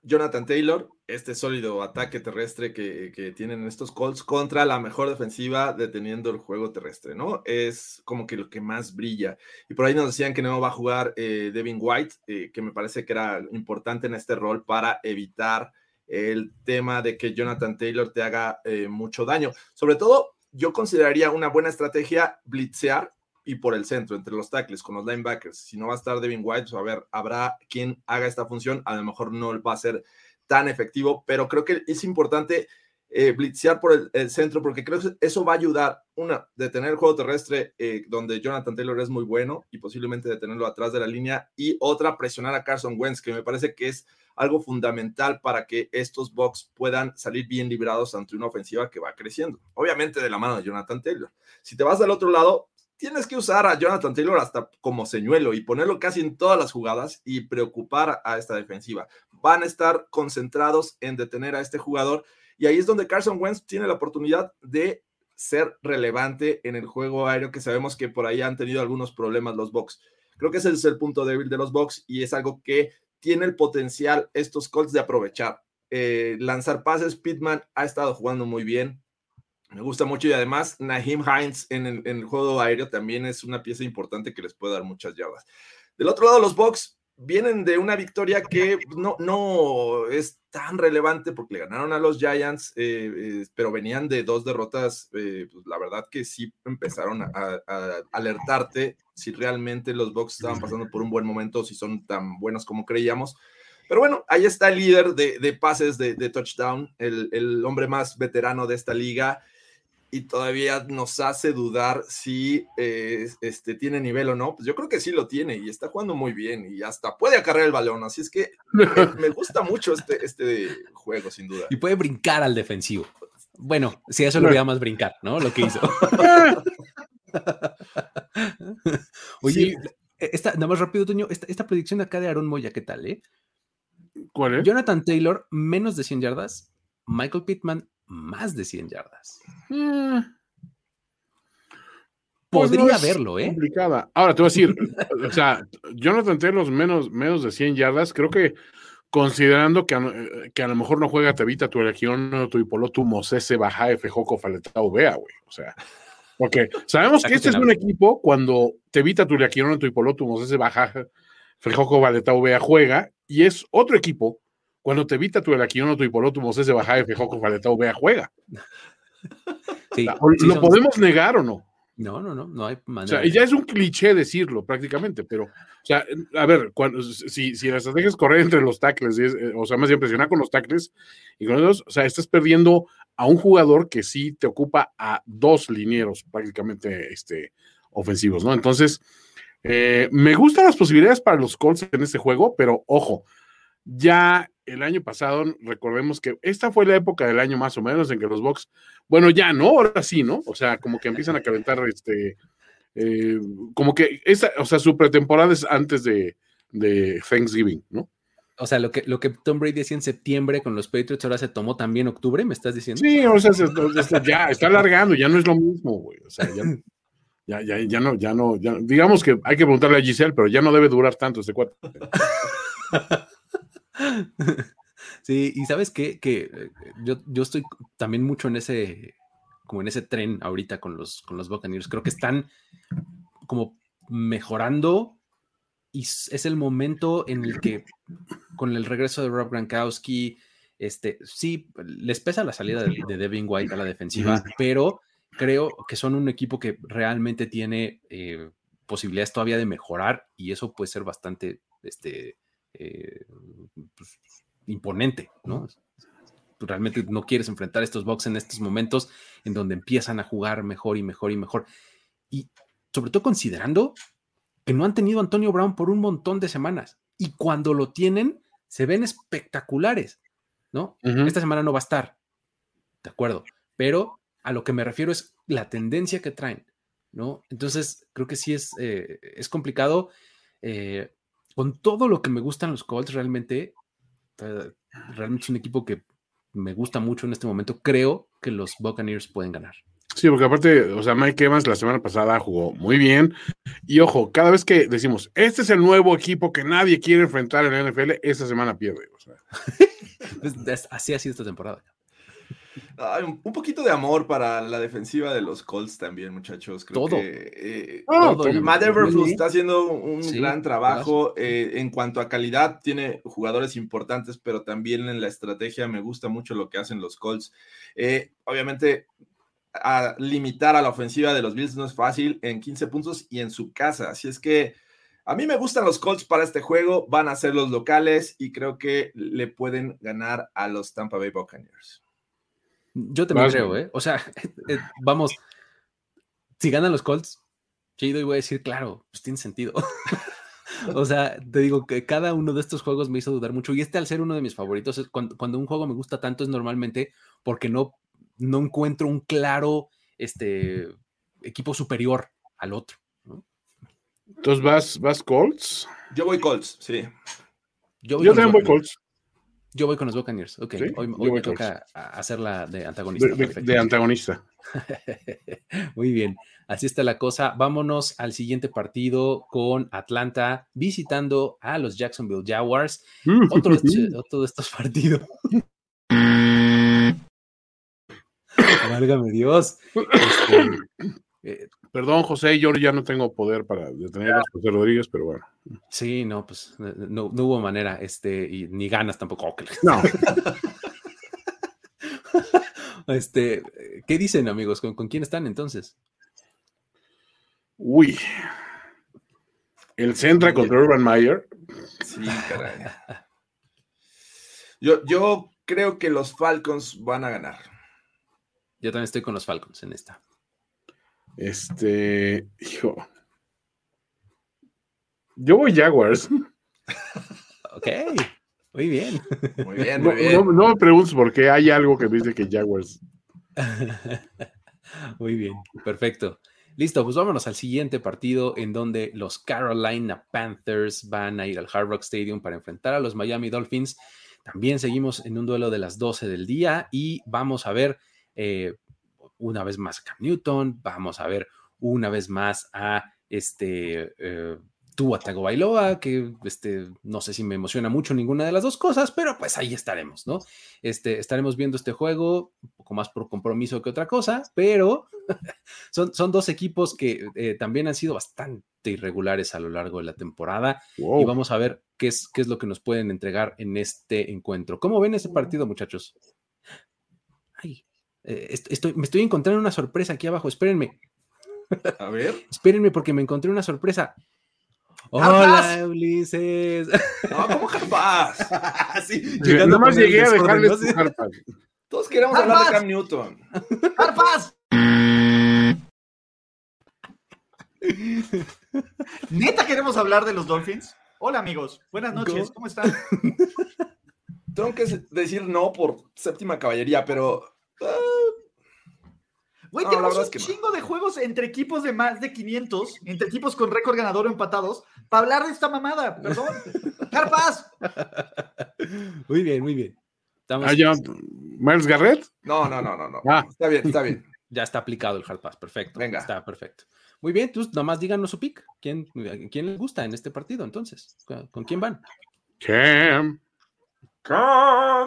Jonathan Taylor, este sólido ataque terrestre que tienen estos Colts contra la mejor defensiva deteniendo el juego terrestre, ¿no? Es como que lo que más brilla. Y por ahí nos decían que no va a jugar Devin White, que me parece que era importante en este rol para evitar el tema de que Jonathan Taylor te haga mucho daño. Sobre todo, yo consideraría una buena estrategia blitzear y por el centro, entre los tackles, con los linebackers. Si no va a estar Devin White, pues a ver, habrá quien haga esta función, a lo mejor no va a ser tan efectivo, pero creo que es importante blitzear por el centro, porque creo que eso va a ayudar, una, detener el juego terrestre, donde Jonathan Taylor es muy bueno, y posiblemente detenerlo atrás de la línea, y otra, presionar a Carson Wentz, que me parece que es algo fundamental para que estos Bucs puedan salir bien librados ante una ofensiva que va creciendo. Obviamente de la mano de Jonathan Taylor. Si te vas al otro lado, tienes que usar a Jonathan Taylor hasta como señuelo y ponerlo casi en todas las jugadas y preocupar a esta defensiva. Van a estar concentrados en detener a este jugador y ahí es donde Carson Wentz tiene la oportunidad de ser relevante en el juego aéreo, que sabemos que por ahí han tenido algunos problemas los Bucs. Creo que ese es el punto débil de los Bucs y es algo que tiene el potencial estos Colts de aprovechar. Lanzar pases, Pittman ha estado jugando muy bien. Me gusta mucho y además Nyheim Hines en el juego aéreo también es una pieza importante que les puede dar muchas yardas. Del otro lado, los Bucs vienen de una victoria que no es tan relevante porque le ganaron a los Giants, pero venían de 2 derrotas. Pues la verdad que sí empezaron a alertarte si realmente los Bucs estaban pasando por un buen momento, si son tan buenos como creíamos. Pero bueno, ahí está el líder de pases de touchdown, el hombre más veterano de esta liga, y todavía nos hace dudar si tiene nivel o no. Pues yo creo que sí lo tiene y está jugando muy bien y hasta puede acarrear el balón, así es que me gusta mucho este juego, sin duda. Y puede brincar al defensivo. Bueno, si eso lo llamas brincar, ¿no? Lo que hizo. Oye, sí. Nada más rápido, Toño, esta predicción acá de Aaron Moya, ¿qué tal, ¿Cuál es? Jonathan Taylor, menos de 100 yardas. Michael Pittman, más de 100 yardas. Podría pues no verlo, complicada. Ahora te voy a decir, o sea, Jonathan Taylor menos de 100 yardas, creo que considerando que a lo mejor no juega Tevita, tu Legión, tu Hipolotu, Mosese, Baja, Fejoco, Faletao, Vea, güey. O sea, porque sabemos que este es un equipo cuando Tevita, tu Legión, tu Hipolotu, Mosese, Baja, Fejoco, Faletao, Vea juega, y es otro equipo cuando Tevita, tu Legión, tu Hipolotu, Mosese, Baja, Fejoco, Faletao, Vea juega. Sí, ¿lo podemos negar o no? No hay manera. O sea, ya es un cliché decirlo prácticamente, pero, o sea, a ver, si la estrategia es correr entre los tackles, o sea, más bien presionar con los tackles y con ellos, o sea, estás perdiendo a un jugador que sí te ocupa a 2 linieros prácticamente ofensivos, ¿no? Entonces, me gustan las posibilidades para los Colts en este juego, pero ojo, ya el año pasado, recordemos que esta fue la época del año más o menos en que los Bucs, bueno, ya no, ahora sí, ¿no? O sea, como que empiezan a calentar, como que o sea, su pretemporada es antes de Thanksgiving, ¿no? O sea, lo que Tom Brady hacía en septiembre con los Patriots ahora se tomó también octubre, ¿me estás diciendo? Sí, o sea, ya está alargando, ya no es lo mismo, güey. O sea, ya no, digamos que hay que preguntarle a Giselle, pero ya no debe durar tanto este cuate. Sí, y sabes qué, que yo estoy también mucho en ese tren ahorita con los Buccaneers. Creo que están como mejorando y es el momento en el que con el regreso de Rob Gronkowski, sí, les pesa la salida de Devin White a la defensiva, pero creo que son un equipo que realmente tiene posibilidades todavía de mejorar y eso puede ser bastante pues, imponente, ¿no? Tú realmente no quieres enfrentar estos Bucs en estos momentos en donde empiezan a jugar mejor y mejor y mejor. Y sobre todo considerando que no han tenido a Antonio Brown por un montón de semanas y cuando lo tienen se ven espectaculares, ¿no? Uh-huh. Esta semana no va a estar, de acuerdo, pero a lo que me refiero es la tendencia que traen, ¿no? Entonces creo que sí es complicado. Con todo lo que me gustan los Colts, realmente es un equipo que me gusta mucho en este momento. Creo que los Buccaneers pueden ganar. Sí, porque aparte, o sea, Mike Evans la semana pasada jugó muy bien. Y ojo, cada vez que decimos, este es el nuevo equipo que nadie quiere enfrentar en la NFL, esta semana pierde. O sea, Así ha sido esta temporada. Un poquito de amor para la defensiva de los Colts también, muchachos. Creo que Matt Eberflus está haciendo un gran trabajo. En cuanto a calidad, tiene jugadores importantes, pero también en la estrategia me gusta mucho lo que hacen los Colts. Obviamente, a limitar a la ofensiva de los Bills no es fácil en 15 puntos y en su casa. Así es que a mí me gustan los Colts para este juego. Van a ser los locales y creo que le pueden ganar a los Tampa Bay Buccaneers. Yo también creo, o sea, vamos, si ganan los Colts, chido, y voy a decir, claro, pues tiene sentido. O sea, te digo que cada uno de estos juegos me hizo dudar mucho, y al ser uno de mis favoritos, cuando un juego me gusta tanto es normalmente porque no encuentro un claro equipo superior al otro, ¿no? Entonces, ¿vas Colts? Yo voy Colts, sí. Yo también voy Colts. Yo voy con los Buccaneers. Ok, ¿sí? Hoy me toca hacerla de antagonista. De antagonista. Muy bien, así está la cosa. Vámonos al siguiente partido con Atlanta visitando a los Jacksonville Jaguars. Otro de estos partidos. Válgame Dios. Perdón, José, yo ya no tengo poder para detener a José Rodríguez, pero bueno. Sí, no, pues no hubo manera, y ni ganas tampoco. No. ¿Qué dicen, amigos? ¿Con quién están entonces? Uy. El Centra contra Urban Meyer. Sí, caray. Yo creo que los Falcons van a ganar. Yo también estoy con los Falcons en esta. Hijo. Yo voy Jaguars. Ok, muy bien. Muy bien, muy bien. No me preguntes por qué hay algo que me dice que Jaguars. Muy bien, perfecto. Listo, pues vámonos al siguiente partido en donde los Carolina Panthers van a ir al Hard Rock Stadium para enfrentar a los Miami Dolphins. También seguimos en un duelo de las 12 del día y vamos a ver una vez más a Cam Newton, vamos a ver una vez más a Tua Tagovailoa, que no sé si me emociona mucho ninguna de las dos cosas, pero pues ahí estaremos, ¿no? Estaremos viendo este juego un poco más por compromiso que otra cosa, pero son dos equipos que también han sido bastante irregulares a lo largo de la temporada. Wow. Y vamos a ver qué es lo que nos pueden entregar en este encuentro. ¿Cómo ven ese partido, muchachos? Ay, me estoy encontrando una sorpresa aquí abajo, espérenme. A ver. Espérenme porque me encontré una sorpresa. Hola, Ulises. No, ¿cómo Harpas? Sí, nomás llegué a dejarles tu Harpas. Todos queremos hablar de Cam Newton. ¡Harpas! ¿Neta queremos hablar de los Dolphins? Hola, amigos. Buenas noches. ¿Cómo están? Tengo que decir no por séptima caballería, pero... Güey, tenemos un chingo de juegos entre equipos de más de 500, entre equipos con récord ganador o empatados, para hablar de esta mamada. Perdón. ¡Harpas! Muy bien, muy bien. ¿Ya Miles Garrett? No. Está bien. Ya está aplicado el Hard Pass, perfecto. Venga. Está perfecto. Muy bien, tú nomás díganos su pick. ¿Quién les gusta en este partido entonces? ¿Con quién van? Cam. Va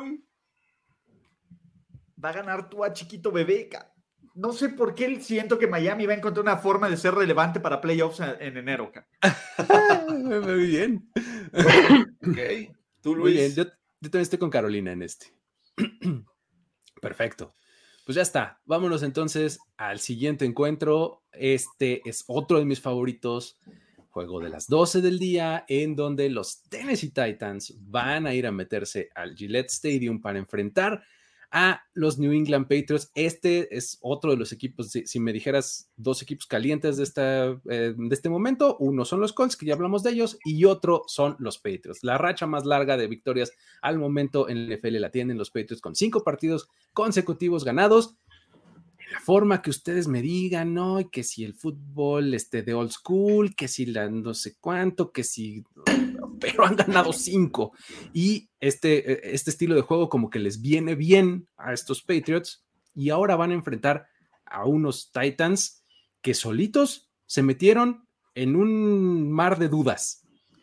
a ganar Tua chiquito bebé. No sé por qué siento que Miami va a encontrar una forma de ser relevante para playoffs en enero. Muy bien. Ok. Tú, Luis. Muy bien, yo también estoy con Carolina en este. Perfecto. Pues ya está. Vámonos entonces al siguiente encuentro. Este es otro de mis favoritos. Juego de las 12 del día en donde los Tennessee Titans van a ir a meterse al Gillette Stadium para enfrentar a los New England Patriots. Este es otro de los equipos, si me dijeras dos equipos calientes de este momento, uno son los Colts, que ya hablamos de ellos, y otro son los Patriots. La racha más larga de victorias al momento en el NFL la tienen los Patriots con 5 partidos consecutivos ganados. En la forma que ustedes me digan, ¿no? Y que si el fútbol de old school, que si la no sé cuánto, que si... pero han ganado 5 y este estilo de juego como que les viene bien a estos Patriots y ahora van a enfrentar a unos Titans que solitos se metieron en un mar de dudas,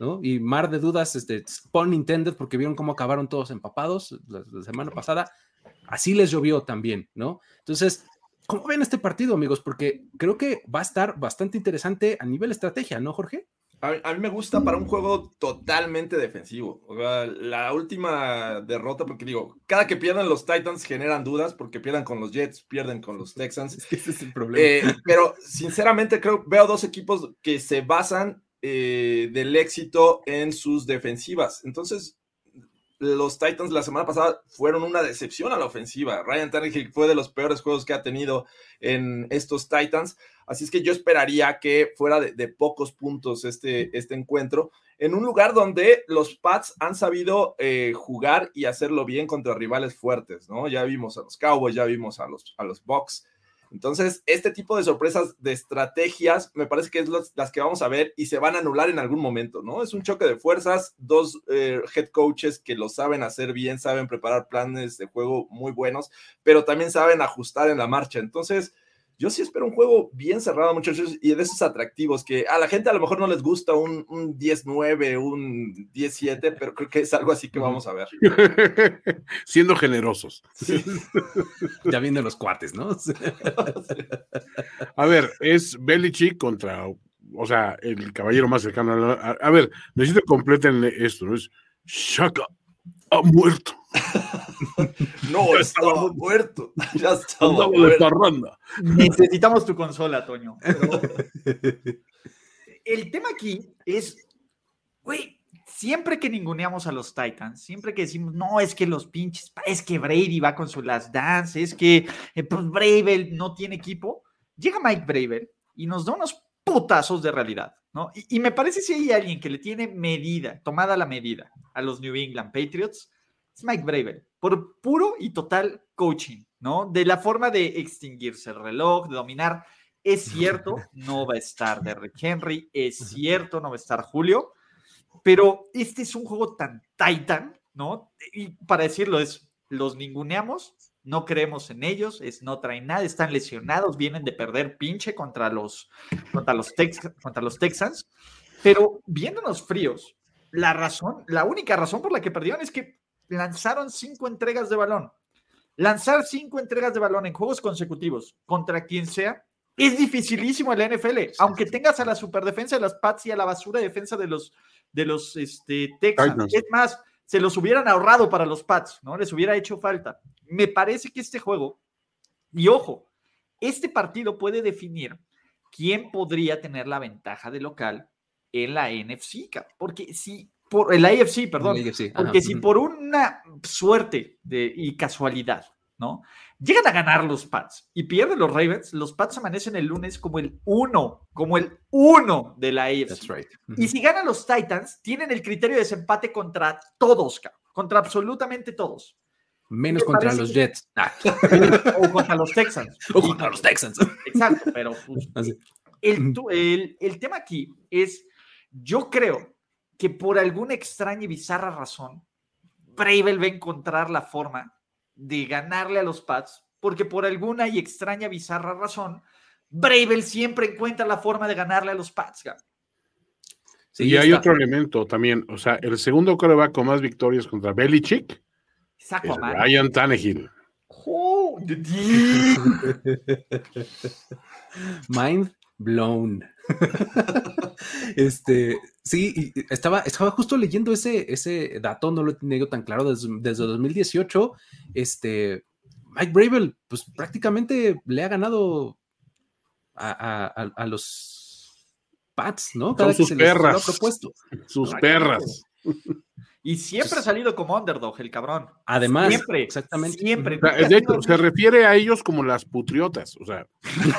¿no? Y mar de dudas, pun intended, porque vieron cómo acabaron todos empapados la semana pasada. Así les llovió también, ¿no? Entonces, ¿cómo ven este partido, amigos? Porque creo que va a estar bastante interesante a nivel estrategia, ¿no, Jorge? A mí me gusta para un juego totalmente defensivo. O sea, la última derrota, porque digo, cada que pierden los Titans generan dudas, porque pierden con los Jets, pierden con los Texans. Es que ese es el problema. Pero sinceramente veo dos equipos que se basan del éxito en sus defensivas. Entonces, los Titans la semana pasada fueron una decepción a la ofensiva. Ryan Tannehill fue de los peores juegos que ha tenido en estos Titans. Así es que yo esperaría que fuera de pocos puntos este encuentro, en un lugar donde los Pats han sabido jugar y hacerlo bien contra rivales fuertes, ¿no? Ya vimos a los Cowboys, ya vimos a los Bucs. Entonces, este tipo de sorpresas de estrategias me parece que es las que vamos a ver y se van a anular en algún momento, ¿no? Es un choque de fuerzas, dos head coaches que lo saben hacer bien, saben preparar planes de juego muy buenos, pero también saben ajustar en la marcha. Entonces, yo sí espero un juego bien cerrado, muchachos, y de esos atractivos que a la gente a lo mejor no les gusta un 10-9, un 10-7, pero creo que es algo así que vamos a ver. Siendo generosos. Sí. Ya vienen los cuates, ¿no? A ver, es Belichick contra, o sea, el caballero más cercano. A ver, necesito que completen esto, ¿no? Es Shaka ha muerto. No, estaba muerto. Ya estaba Andaba muerto. de parranda. Necesitamos tu consola, Toño. Pero el tema aquí es, güey, siempre que ninguneamos a los Titans, siempre que decimos, no, es que los pinches, es que Brady va con su last dance, es que pues, Bravel no tiene equipo, llega Mike Bravel y nos da unos putazos de realidad, ¿no? Y me parece si hay alguien que le tiene tomada la medida a los New England Patriots, es Mike Bravel, por puro y total coaching, ¿no? De la forma de extinguirse el reloj, de dominar. Es cierto, no va a estar Derrick Henry, es cierto, no va a estar Julio, pero este es un juego tan Titan, ¿no? Y para decirlo los ninguneamos, no creemos en ellos, no traen nada, están lesionados, vienen de perder pinche contra los Texans, pero viéndonos fríos, la única razón por la que perdieron es que lanzaron 5 entregas de balón. Lanzar 5 entregas de balón en juegos consecutivos contra quien sea es dificilísimo en la NFL, aunque tengas a la superdefensa de los Pats y a la basura defensa de los Texans. Es más, se los hubieran ahorrado para los Pats, ¿no? Les hubiera hecho falta. Me parece que este juego, y ojo, este partido puede definir quién podría tener la ventaja de local en la NFC, porque si por el AFC, perdón, porque si por una suerte y casualidad, ¿no? Llegan a ganar los Pats y pierden los Ravens, los Pats amanecen el lunes como el 1 de la AFC. That's right. Y si ganan los Titans, tienen el criterio de desempate contra todos, contra absolutamente todos. Menos contra los Jets. O contra los Texans. O contra los Texans. Exacto, pero pues, el tema aquí es, yo creo que por alguna extraña y bizarra razón, Bravel va a encontrar la forma de ganarle a los Pats, porque por alguna y extraña bizarra razón, Bravel siempre encuentra la forma de ganarle a los Pats. Sí, y hay otro elemento también, o sea, el segundo quarterback con más victorias contra Belichick es Ryan Tannehill. Oh, Mind blown. Sí, estaba justo leyendo ese dato, no lo he tenido tan claro desde 2018. Mike Bravel, pues prácticamente le ha ganado a los Pats, ¿no? Cada sus perras. Se lo ha propuesto. Sus perras. Y siempre ha salido como underdog, el cabrón. Además, siempre, exactamente. Siempre. O sea, de hecho, se refiere a ellos como las putriotas, o sea.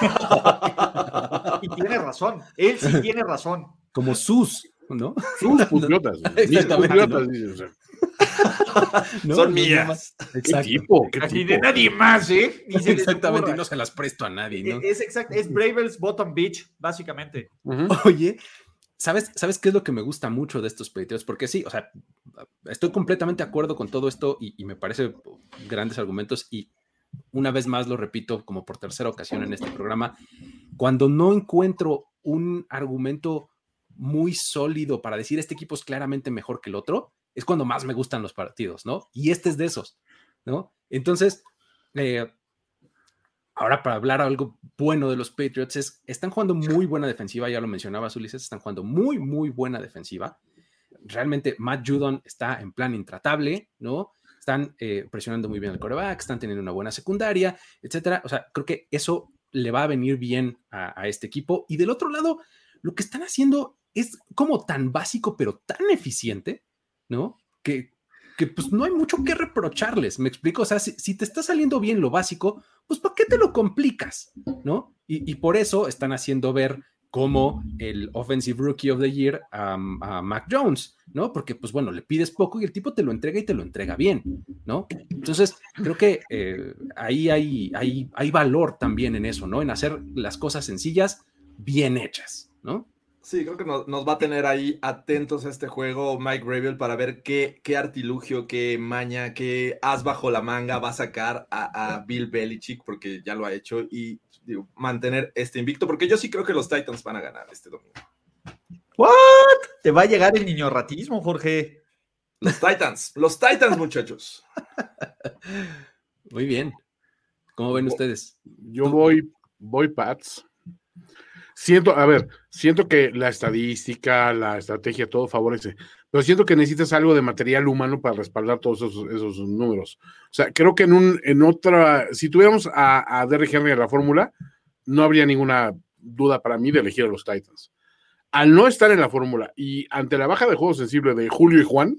Y tiene razón, él sí tiene razón. Como sus, ¿no? Sus putriotas. Mis putriotas, ¿no? O sea. ¿No? Son mías. ¿Qué tipo? Así de nadie más, ¿eh? Exactamente, y no se las presto a nadie, ¿no? Es Bravel's bottom bitch, básicamente. Oye, ¿Sabes qué es lo que me gusta mucho de estos Patriots? Porque sí, o sea, estoy completamente de acuerdo con todo esto y me parece grandes argumentos y una vez más lo repito como por tercera ocasión en este programa, cuando no encuentro un argumento muy sólido para decir este equipo es claramente mejor que el otro, es cuando más me gustan los partidos, ¿no? Y este es de esos, ¿no? Entonces, ahora para hablar algo bueno de los Patriots están jugando muy buena defensiva, ya lo mencionabas, Ulises, están jugando muy, muy buena defensiva. Realmente Matt Judon está en plan intratable, ¿no? Están presionando muy bien al quarterback, están teniendo una buena secundaria, etcétera. O sea, creo que eso le va a venir bien a este equipo. Y del otro lado, lo que están haciendo es como tan básico, pero tan eficiente, ¿no? Que pues no hay mucho que reprocharles, ¿me explico? O sea, si te está saliendo bien lo básico, pues ¿para qué te lo complicas? ¿No? Y por eso están haciendo ver como el Offensive Rookie of the Year a Mac Jones, ¿no? Porque, pues bueno, le pides poco y el tipo te lo entrega y te lo entrega bien, ¿no? Entonces, creo que ahí hay valor también en eso, ¿no? En hacer las cosas sencillas bien hechas, ¿no? Sí, creo que nos va a tener ahí atentos a este juego Mike Vrabel para ver qué artilugio, qué maña, qué as bajo la manga va a sacar a Bill Belichick, porque ya lo ha hecho, y digo, mantener este invicto, porque yo sí creo que los Titans van a ganar este domingo. ¿What? Te va a llegar el niño ratismo, Jorge. Los Titans, muchachos. Muy bien. ¿Cómo ven ustedes? Yo voy Pats. Siento que la estadística, la estrategia, todo favorece, pero siento que necesitas algo de material humano para respaldar todos esos números. O sea, creo que en otra, si tuviéramos a Derrick Henry en la fórmula, no habría ninguna duda para mí de elegir a los Titans. Al no estar en la fórmula y ante la baja de juego sensible de Julio y Juan,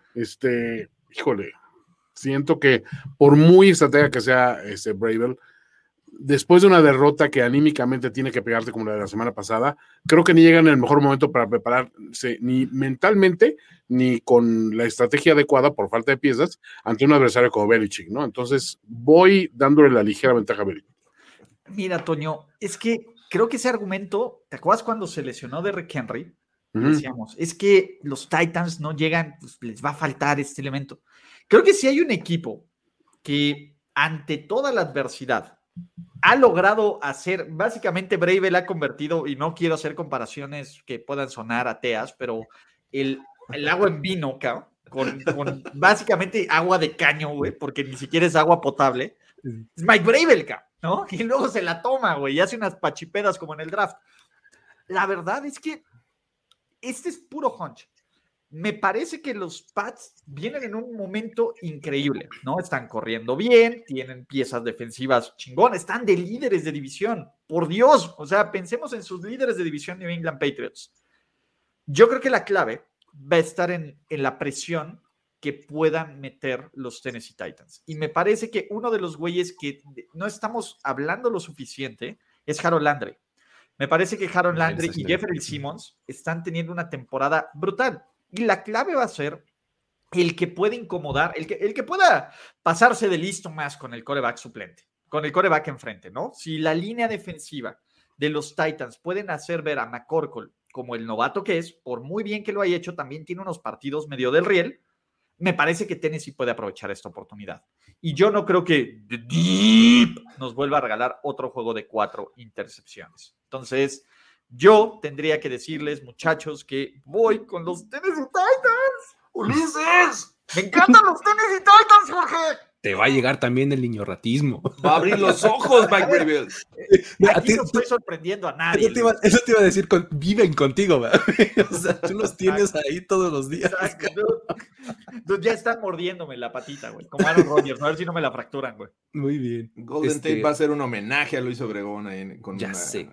híjole, siento que por muy estratega que sea Vrabel, después de una derrota que anímicamente tiene que pegarse como la de la semana pasada, creo que ni llegan en el mejor momento para prepararse ni mentalmente ni con la estrategia adecuada por falta de piezas ante un adversario como Belichick, ¿no? Entonces voy dándole la ligera ventaja a Belichick. Mira, Toño, es que creo que ese argumento, ¿te acuerdas cuando se lesionó Derrick Henry? Decíamos, es que los Titans no llegan, pues les va a faltar este elemento. Creo que si hay un equipo que ante toda la adversidad ha logrado hacer, básicamente Vrabel ha convertido, y no quiero hacer comparaciones que puedan sonar ateas, pero el agua en vino, cabrón, con básicamente agua de caño, güey, porque ni siquiera es agua potable, es Mike Vrabel, cabrón, ¿no? Y luego se la toma, güey, y hace unas pachipedas como en el draft. La verdad es que este es puro hunch. Me parece que los Pats vienen en un momento increíble, ¿no? Están corriendo bien, tienen piezas defensivas chingonas, están de líderes de división, por Dios, o sea, pensemos en sus líderes de división New England Patriots. Yo creo que la clave va a estar en la presión que puedan meter los Tennessee Titans. Y me parece que uno de los güeyes que no estamos hablando lo suficiente es Harold Landry. Me parece que Harold Landry y Jeffrey Simmons están teniendo una temporada brutal. Y la clave va a ser el que puede incomodar, el que pueda pasarse de listo más con el quarterback suplente, con el quarterback enfrente, ¿no? Si la línea defensiva de los Titans pueden hacer ver a McCorkle como el novato que es, por muy bien que lo haya hecho, también tiene unos partidos medio del riel, me parece que Tennessee puede aprovechar esta oportunidad. Y yo no creo que The Deep nos vuelva a regalar otro juego de 4 intercepciones. Entonces, yo tendría que decirles, muchachos, que voy con los Tennessee Titans. ¡Ulises! ¡Me encantan los Tennessee Titans, Jorge! Te va a llegar también el niño ratismo. Va a abrir los ojos, Mike Vrabel. Aquí no estoy sorprendiendo a nadie. Eso te iba a decir, viven contigo, ¿verdad? O sea, tú los tienes ahí todos los días. Ya están mordiéndome la patita, güey. Como Aaron Rodgers, a ver si no me la fracturan, güey. Muy bien. Golden Tate va a hacer un homenaje a Luis Obregón ahí con ya sé,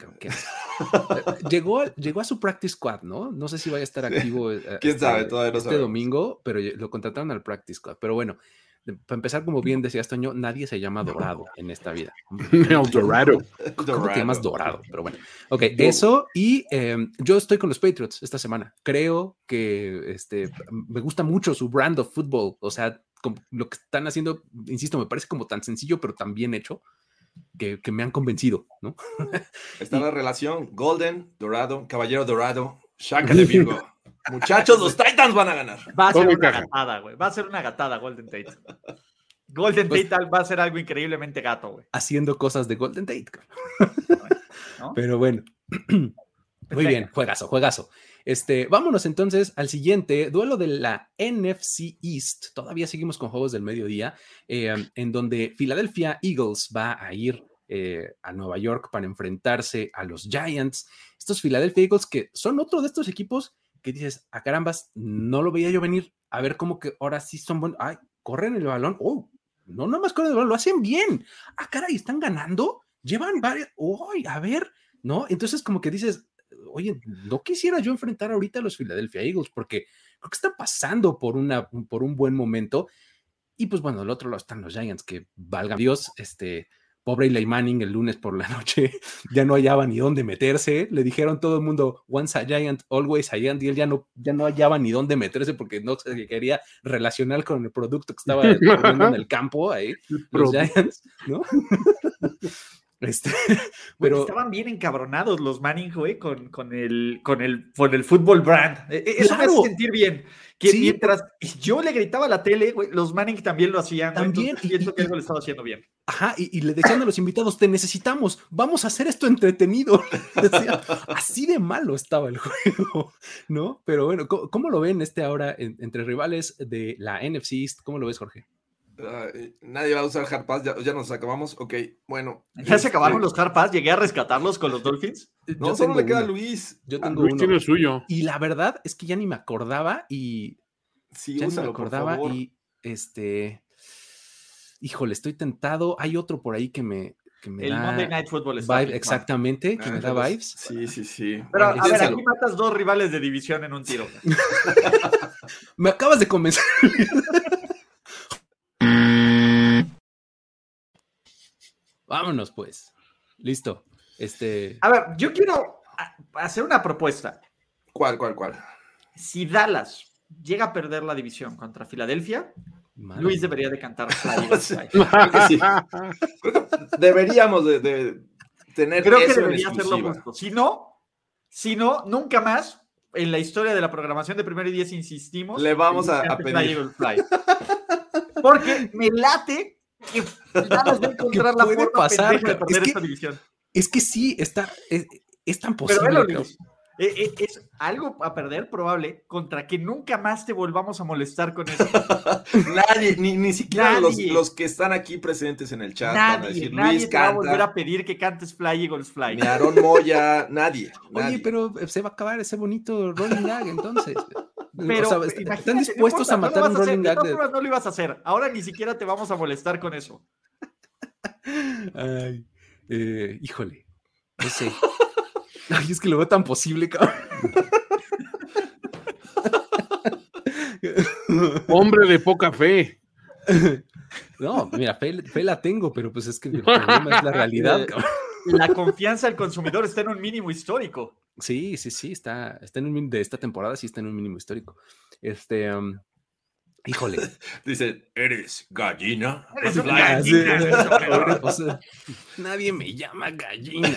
llegó a su practice squad, ¿no? No sé si vaya a estar activo ¿Quién sabe? Todavía no este domingo, pero lo contrataron al practice squad. Pero bueno, para empezar, como bien decías, Toño, nadie se llama Dorado en esta vida. El Dorado. ¿Cómo te llamas Dorado? Pero bueno, ok, eso. Y yo estoy con los Patriots esta semana. Creo que me gusta mucho su brand of football. O sea, lo que están haciendo, insisto, me parece como tan sencillo, pero tan bien hecho, que me han convencido, ¿no? Está la relación Golden, Dorado, Caballero Dorado, Shaka de Virgo. Muchachos, los Titans van a ganar. Va a ser una gatada, güey. Va a ser una gatada Golden Tate. Golden Tate va a ser algo increíblemente gato, güey. Haciendo cosas de Golden Tate. ¿No? Pero bueno. Muy bien, juegazo. Vámonos entonces al siguiente duelo de la NFC East. Todavía seguimos con juegos del mediodía, en donde Philadelphia Eagles va a ir a Nueva York para enfrentarse a los Giants. Estos Philadelphia Eagles que son otro de estos equipos que dices, a carambas, no lo veía yo venir. A ver cómo que ahora sí son buenos. Ay, corren el balón. Oh, no, nada más corren el balón, lo hacen bien. Ah, caray, están ganando. Llevan varias. Uy, a ver, ¿no? Entonces, como que dices, oye, no quisiera yo enfrentar ahorita a los Philadelphia Eagles porque creo que están pasando por un buen momento. Y pues bueno, del otro lado están los Giants, que valga Dios, pobre Eli Manning el lunes por la noche ya no hallaba ni dónde meterse. Le dijeron todo el mundo, once a Giant, always a Giant, y él ya no hallaba ni dónde meterse porque no se quería relacionar con el producto que estaba poniendo en el campo ahí, los Giants, ¿no? Pero estaban bien encabronados los Manning, güey, con el fútbol brand. Eso me hace sentir bien. Que sí, mientras yo le gritaba a la tele, güey, los Manning también lo hacían. También. Pienso que algo le estaba haciendo bien. Ajá, y le decían a los invitados, te necesitamos, vamos a hacer esto entretenido. Decían, así de malo estaba el juego, ¿no? Pero bueno, ¿cómo lo ven ahora entre rivales de la NFC East? ¿Cómo lo ves, Jorge? Nadie va a usar Hard Pass, ya nos acabamos. Ok, bueno. ¿Ya se acabaron los Hard Pass? ¿Llegué a rescatarlos con los Dolphins? No, solo le queda a Luis. Yo tengo Luis uno. Tiene el suyo. Y la verdad es que ya ni me acordaba sí, ya úsalo, ni me acordaba por favor. y híjole, estoy tentado. Hay otro por ahí que me el da Monday Night Football está vibe, exactamente, que me da vibes. Sí. Pero a ver, aquí matas dos rivales de división en un tiro. Me acabas de convencer. Vámonos, pues. Listo. A ver, yo quiero hacer una propuesta. ¿Cuál? Si Dallas llega a perder la división contra Filadelfia, Madre Luis mía. debería de cantar Fly Eagles Fly. Creo que sí. Deberíamos de tener Creo que eso debería en hacerlo exclusiva. justo. Si no, nunca más en la historia de la programación de Primero y 10 insistimos. Le vamos a cante pedir. Fly Eagles Fly. Porque me late que Dallas va a encontrar la puede forma pasar, pendeja de cabrón. perder Es que- esta división. Es que sí, es tan Pero posible. velo, cabrón. Luis. Es algo a perder probable contra que nunca más te volvamos a molestar con eso. Nadie, ni siquiera Nadie. los que están aquí presentes en el chat van a decir, Nadie Luis te va a volver canta, a pedir que cantes Fly Eagles Fly. ni Aarón Moya, nadie. Oye, pero se va a acabar ese bonito rolling gag, entonces. Pero O sea, imagínate, ¿están dispuestos no a importa, matar no un lo vas a hacer, rolling de gag? todas formas no lo ibas a hacer. Ahora ni siquiera te vamos a molestar con eso. Ay, híjole, no sé. Ay, es que lo veo tan posible, cabrón. Hombre de poca fe. No, mira, fe la tengo, pero pues es que el problema es la realidad, cabrón. La confianza del consumidor está en un mínimo histórico. Sí, está en un mínimo de esta temporada, sí está en un mínimo histórico. Híjole. Dice, ¿eres gallina? Eres una Ah, gallina. sí. O sea, nadie me llama gallina.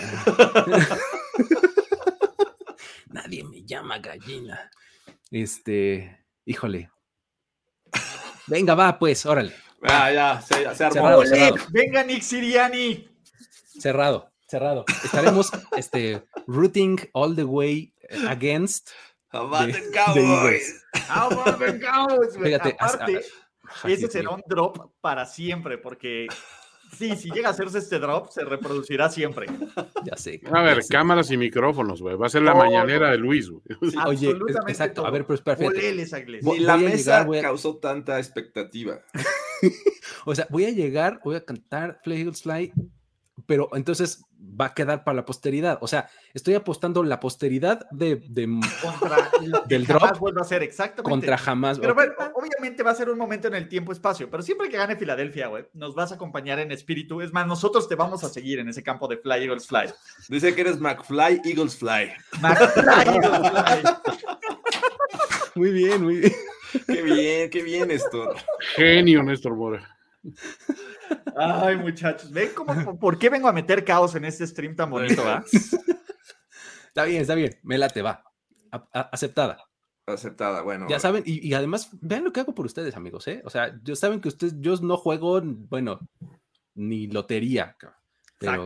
Nadie me llama gallina. Híjole. Venga, va, pues, órale. Ya, se armó. Cerrado, ¡Ole! cerrado. Venga, Nick Sirianni. Cerrado. Estaremos rooting all the way against Abaten the Cowboys. Eagles. Fíjate, Aparte, ay, ese Dios será mío. un drop para siempre, porque sí, si llega a hacerse este drop, se reproducirá siempre. Ya sé. A ver, ya sé. cámaras y micrófonos, güey. Va a ser la Todo. mañanera de Luis, güey. Oye, Absolutamente exacto. todo. A ver, pero espera, fíjate. Oleles a inglés. Voy Ni la a mesa llegar, causó tanta expectativa. O sea, voy a cantar Fly Eagles Fly, pero entonces va a quedar para la posteridad. O sea, estoy apostando la posteridad Contra lo que del jamás drop vuelva a ser, exactamente. contra jamás. Pero Ok. bueno, obviamente va a ser un momento en el tiempo-espacio, pero siempre que gane Filadelfia, güey, nos vas a acompañar en espíritu. Es más, nosotros te vamos a seguir en ese campo de Fly Eagles Fly. Dice que eres McFly, Eagles Fly. Fly Eagles Fly. Muy bien, muy bien. Qué bien esto. Genio, Néstor Mora. Ay, muchachos, ¿ven por qué vengo a meter caos en este stream tan bonito, va? Está bien, me late, va. Aceptada. Aceptada, bueno. Ya saben, y además, vean lo que hago por ustedes, amigos, ¿eh? O sea, saben que yo no juego, bueno, ni lotería, cabrón, pero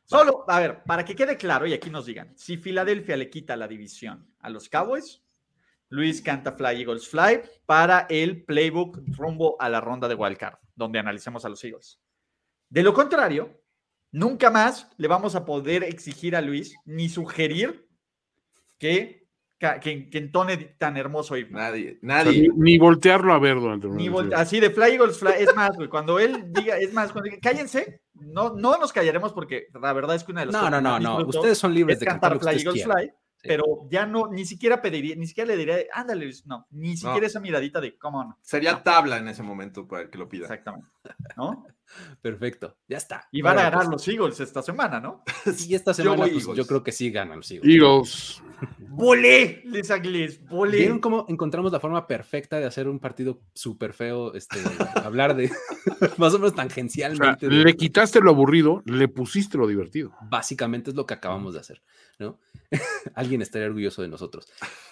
Solo, a ver, para que quede claro y aquí nos digan, si Filadelfia le quita la división a los Cowboys, Luis canta Fly Eagles Fly para el playbook rumbo a la ronda de Wildcard, donde analicemos a los Eagles. De lo contrario, nunca más le vamos a poder exigir a Luis ni sugerir que entone tan hermoso himno. Nadie. O sea, ni voltearlo a ver durante así de Fly Eagles Fly. Es más, güey, cuando él diga, cuando diga, cállense, no nos callaremos porque la verdad es que una de las No. Ustedes son libres de cantar Fly Eagles Fly. Sí. Pero ya no, ni siquiera le diría, ándale, no, ni siquiera esa miradita de, come on. Sería tabla en ese momento para que lo pida. Exactamente, ¿no? Perfecto, ya está. Y van a ganar los Eagles esta semana, ¿no? Y esta semana yo creo que sí ganan los Eagles. Eagles. ¡Volé! Les Agles, volé. ¿Vieron cómo encontramos la forma perfecta de hacer un partido súper feo? Hablar de más o menos tangencialmente. O sea, le quitaste lo aburrido, le pusiste lo divertido. Básicamente es lo que acabamos de hacer, ¿no? Alguien estaría orgulloso de nosotros.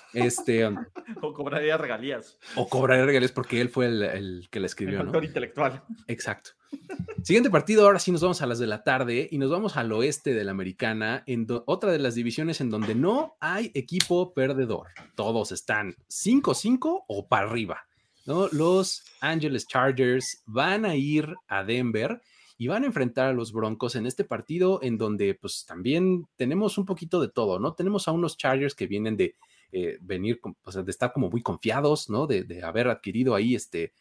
O cobraría regalías. O cobraría regalías porque él fue el que la escribió, el factor ¿no? intelectual. Exacto. Siguiente partido, ahora sí nos vamos a las de la tarde y nos vamos al oeste de la Americana, otra de las divisiones en donde no hay equipo perdedor. Todos están 5-5 o para arriba, ¿no? Los Angeles Chargers van a ir a Denver y van a enfrentar a los Broncos en este partido en donde pues también tenemos un poquito de todo, ¿no? Tenemos a unos Chargers que vienen de venir, o sea, de estar como muy confiados, ¿no? De haber adquirido ahí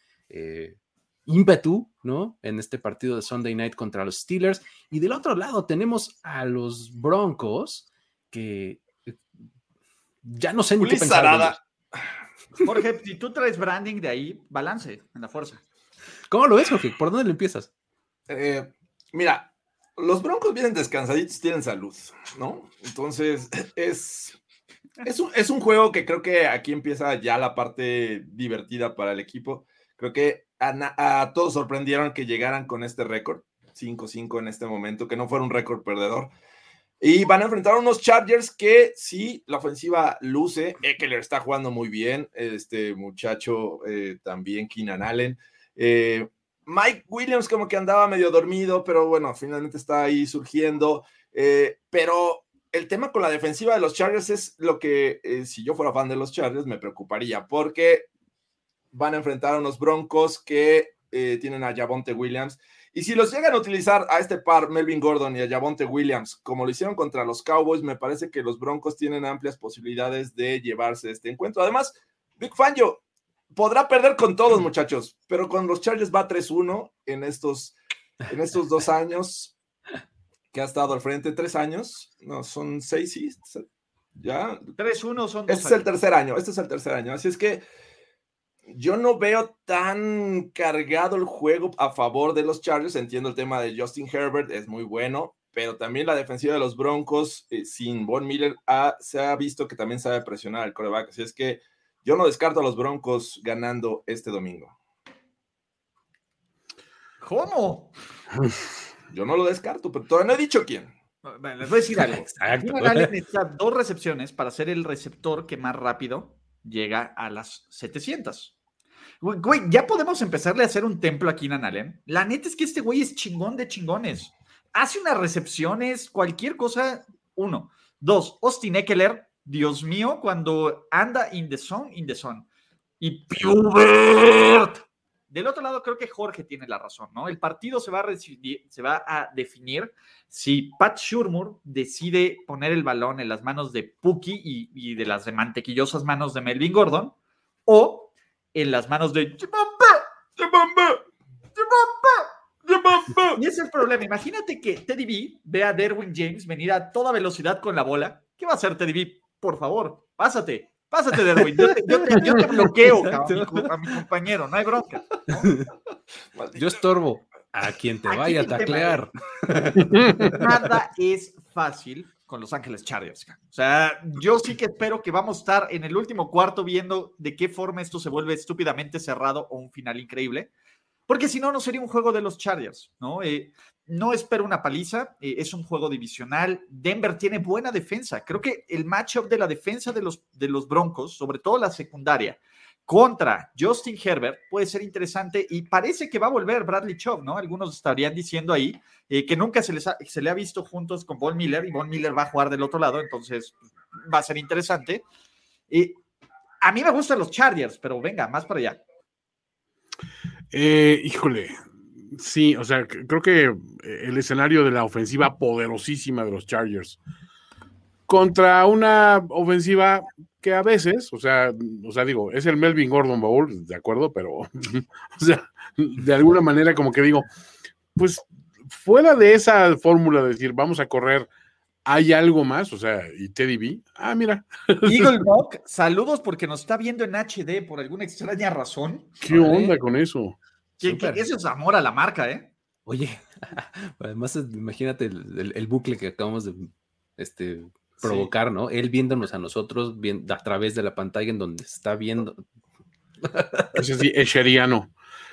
ímpetu, ¿no? En este partido de Sunday Night contra los Steelers. Y del otro lado tenemos a los Broncos que ya no sé ni qué pensar de ellos. Jorge, si tú traes branding de ahí, balance en la fuerza. ¿Cómo lo ves, Jorge? ¿Por dónde le empiezas? Mira, los Broncos vienen descansaditos, tienen salud, ¿no? Entonces, es un juego que creo que aquí empieza ya la parte divertida para el equipo. Creo que a todos sorprendieron que llegaran con este récord, 5-5 en este momento, que no fuera un récord perdedor. Y van a enfrentar a unos Chargers que sí, la ofensiva luce. Ekeler está jugando muy bien. Este muchacho también, Keenan Allen. Mike Williams como que andaba medio dormido, pero bueno, finalmente está ahí surgiendo. Pero el tema con la defensiva de los Chargers es lo que, si yo fuera fan de los Chargers, me preocuparía, porque van a enfrentar a unos Broncos que tienen a Javonte Williams. Y si los llegan a utilizar a este par, Melvin Gordon y a Javonte Williams, como lo hicieron contra los Cowboys, me parece que los Broncos tienen amplias posibilidades de llevarse este encuentro. Además, Vic Fangio podrá perder con todos, muchachos, pero con los Chargers va 3-1 en estos 2 años que ha estado al frente. 3 años, no, son 6, sí, ya. 3-1 son 2 Este es el tercer año, así es que yo no veo tan cargado el juego a favor de los Chargers. Entiendo el tema de Justin Herbert, es muy bueno, pero también la defensiva de los Broncos, sin Von Miller, se ha visto que también sabe presionar al quarterback. Así es que yo no descarto a los Broncos ganando este domingo. ¿Cómo? Yo no lo descarto, pero todavía no he dicho quién. Bueno, les voy a decir algo. Exacto. Allen necesita 2 recepciones para ser el receptor que más rápido llega a las 700. Güey, ya podemos empezarle a hacer un templo a Keenan Allen. La neta es que este güey es chingón de chingones. Hace unas recepciones, cualquier cosa. 1. 2. Austin Ekeler, Dios mío, cuando anda in the zone. Y Pubert. Del otro lado, creo que Jorge tiene la razón, ¿no? El partido se va a definir si Pat Shurmur decide poner el balón en las manos de Pookie y de las mantequillosas manos de Melvin Gordon, o en las manos de Y ese es el problema. Imagínate que Teddy B ve a Derwin James venir a toda velocidad con la bola. ¿Qué va a hacer Teddy B? Por favor, pásate, Derwin. Yo te bloqueo a mi compañero, no hay bronca, ¿no? Yo estorbo a quien te vaya a taclear. Nada es fácil con Los Ángeles Chargers. O sea, yo sí que espero que vamos a estar en el último cuarto viendo de qué forma esto se vuelve estúpidamente cerrado o un final increíble. Porque si no, no sería un juego de los Chargers, ¿no? No espero una paliza, es un juego divisional. Denver tiene buena defensa. Creo que el matchup de la defensa de los Broncos, sobre todo la secundaria, contra Justin Herbert puede ser interesante y parece que va a volver Bradley Chubb, ¿no? Algunos estarían diciendo ahí que nunca se le ha visto juntos con Von Miller y Von Miller va a jugar del otro lado, entonces va a ser interesante. A mí me gustan los Chargers, pero venga, más para allá. Híjole, sí, o sea, creo que el escenario de la ofensiva poderosísima de los Chargers contra una ofensiva que a veces, o sea, digo, es el Melvin Gordon Bowl, de acuerdo, pero, o sea, de alguna manera como que digo, pues, fuera de esa fórmula de decir, vamos a correr, ¿hay algo más? O sea, y Teddy B, mira. Eagle Rock, saludos porque nos está viendo en HD por alguna extraña razón. ¿Qué onda con eso? Que eso es amor a la marca, ¿eh? Oye, además imagínate el bucle que acabamos de provocar, ¿no? Él viéndonos a nosotros a través de la pantalla en donde está viendo. Ese sí, esheriano.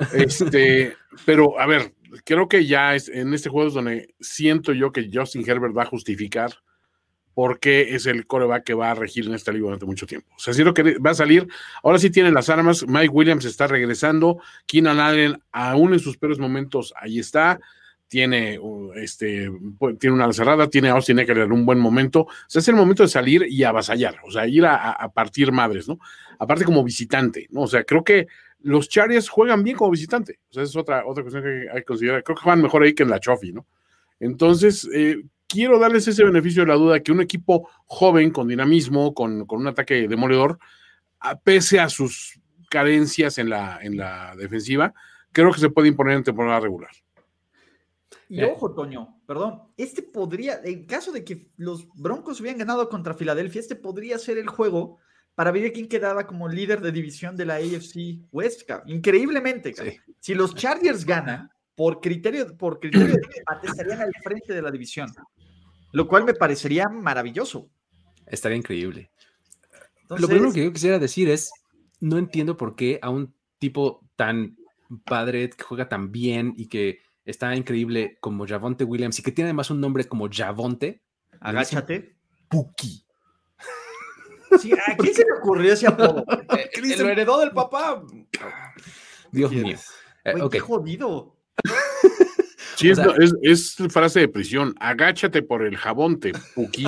Pero, a ver, creo que ya en este juego es donde siento yo que Justin Herbert va a justificar por qué es el quarterback que va a regir en esta liga durante mucho tiempo. O sea, siento que va a salir, ahora sí tiene las armas, Mike Williams está regresando, Keenan Allen, aún en sus peores momentos, ahí está, tiene una ala cerrada, tiene a Austin Eckler en un buen momento, o sea, es el momento de salir y avasallar, o sea, ir a partir madres, ¿no? Aparte como visitante, ¿no? O sea, creo que los Chargers juegan bien como visitante, o sea, es otra cuestión que hay que considerar, creo que juegan mejor ahí que en la Trophy, ¿no? Entonces, quiero darles ese beneficio de la duda que un equipo joven, con dinamismo, con un ataque demoledor, pese a sus carencias en la defensiva, creo que se puede imponer en temporada regular. Y ojo, Toño, perdón, podría, en caso de que los Broncos hubieran ganado contra Filadelfia, podría ser el juego para ver quién quedaba como líder de división de la AFC West, cabrón. Increíblemente, cabrón. Sí. Si los Chargers ganan, por criterio de empate, estarían al frente de la división, lo cual me parecería maravilloso. Estaría increíble. Entonces, lo primero que yo quisiera decir es, no entiendo por qué a un tipo tan padre, que juega tan bien y que está increíble como Javonte Williams y que tiene además un nombre como Javonte. Agáchate. Puki. Sí, ¿a quién se le ocurrió ese apodo? ¿Lo heredó del papá? Dios mío. Qué jodido. Sí, es frase de prisión. Agáchate por el Javonte, Puki.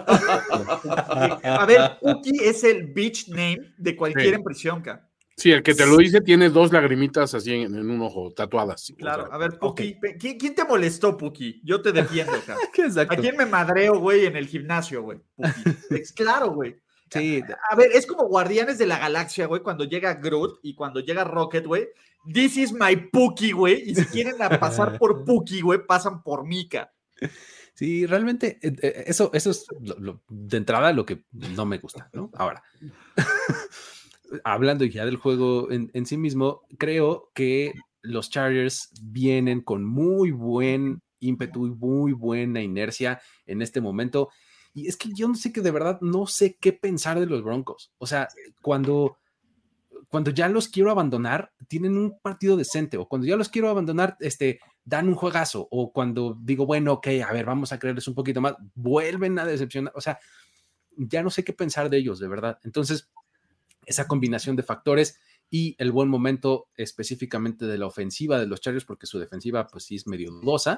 A ver, Puki es el bitch name de cualquier en prisión, ca. Sí, el que te lo dice tiene 2 lagrimitas así en un ojo, tatuadas. Claro, a ver, Puki, okay. ¿Quién te molestó, Puki? Yo te defiendo, ca. ¿A quién me madreo, güey, en el gimnasio, güey? Es claro, güey. Sí. A ver, es como Guardianes de la Galaxia, güey, cuando llega Groot y cuando llega Rocket, güey. This is my Puki, güey. Y si quieren pasar por Puki, güey, pasan por Mika. Sí, realmente eso es de entrada lo que no me gusta, ¿no? Ahora, hablando ya del juego en sí mismo, creo que los Chargers vienen con muy buen ímpetu y muy buena inercia en este momento. Y es que yo no sé, que de verdad no sé qué pensar de los Broncos. O sea, cuando ya los quiero abandonar, tienen un partido decente, o cuando ya los quiero abandonar, dan un juegazo, o cuando digo, bueno, ok, a ver, vamos a creerles un poquito más, vuelven a decepcionar. O sea, ya no sé qué pensar de ellos, de verdad. Entonces, esa combinación de factores y el buen momento específicamente de la ofensiva de los Chargers, porque su defensiva pues sí es medio dudosa,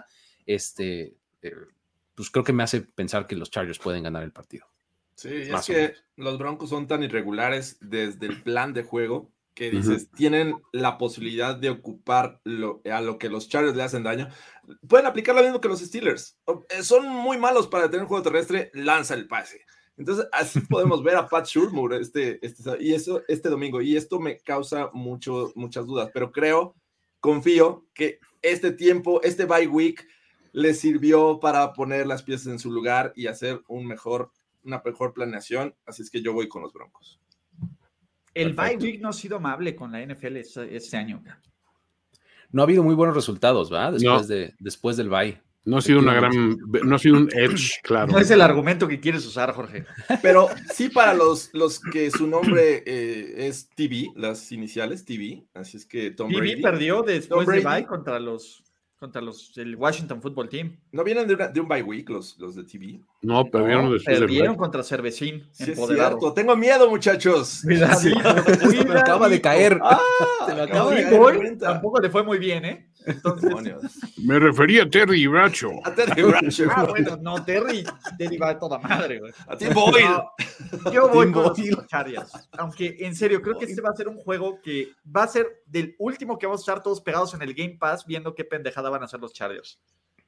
pues creo que me hace pensar que los Chargers pueden ganar el partido. Sí, es que los Broncos son tan irregulares desde el plan de juego que dices, tienen la posibilidad de ocupar a lo que los Chargers le hacen daño. Pueden aplicar lo mismo que los Steelers. Son muy malos para tener un juego terrestre, lanza el pase. Entonces, así podemos ver a Pat Shurmur este domingo. Y esto me causa muchas dudas, pero confío que este tiempo, este bye week, les sirvió para poner las piezas en su lugar y hacer una mejor planeación. Así es que yo voy con los Broncos. El bye week no ha sido amable con la NFL este año. No ha habido muy buenos resultados, ¿va? Después del bye. No ha sido no ha sido un edge, claro. No es el argumento que quieres usar, Jorge. Pero sí, para los que su nombre es TV, las iniciales TV, así es que Tom Brady. TV perdió después de bye contra los Contra el Washington Football Team. ¿No vienen de un bye week los de TV? No, perdieron contra Cervecín. Sí, es cierto. Tengo miedo, muchachos. Se me acaba de caer. Se me acaba de caer. Tampoco le fue muy bien, ¿eh? Entonces, me refería a Terry Bradshaw. A Terry Bradshaw. Bueno, no, Terry va de toda madre, güey. A Tim Boyle. Yo voy con los Chargers. Aunque, en serio, creo que este va a ser un juego que va a ser del último que vamos a estar todos pegados en el Game Pass viendo qué pendejada van a hacer los Chargers.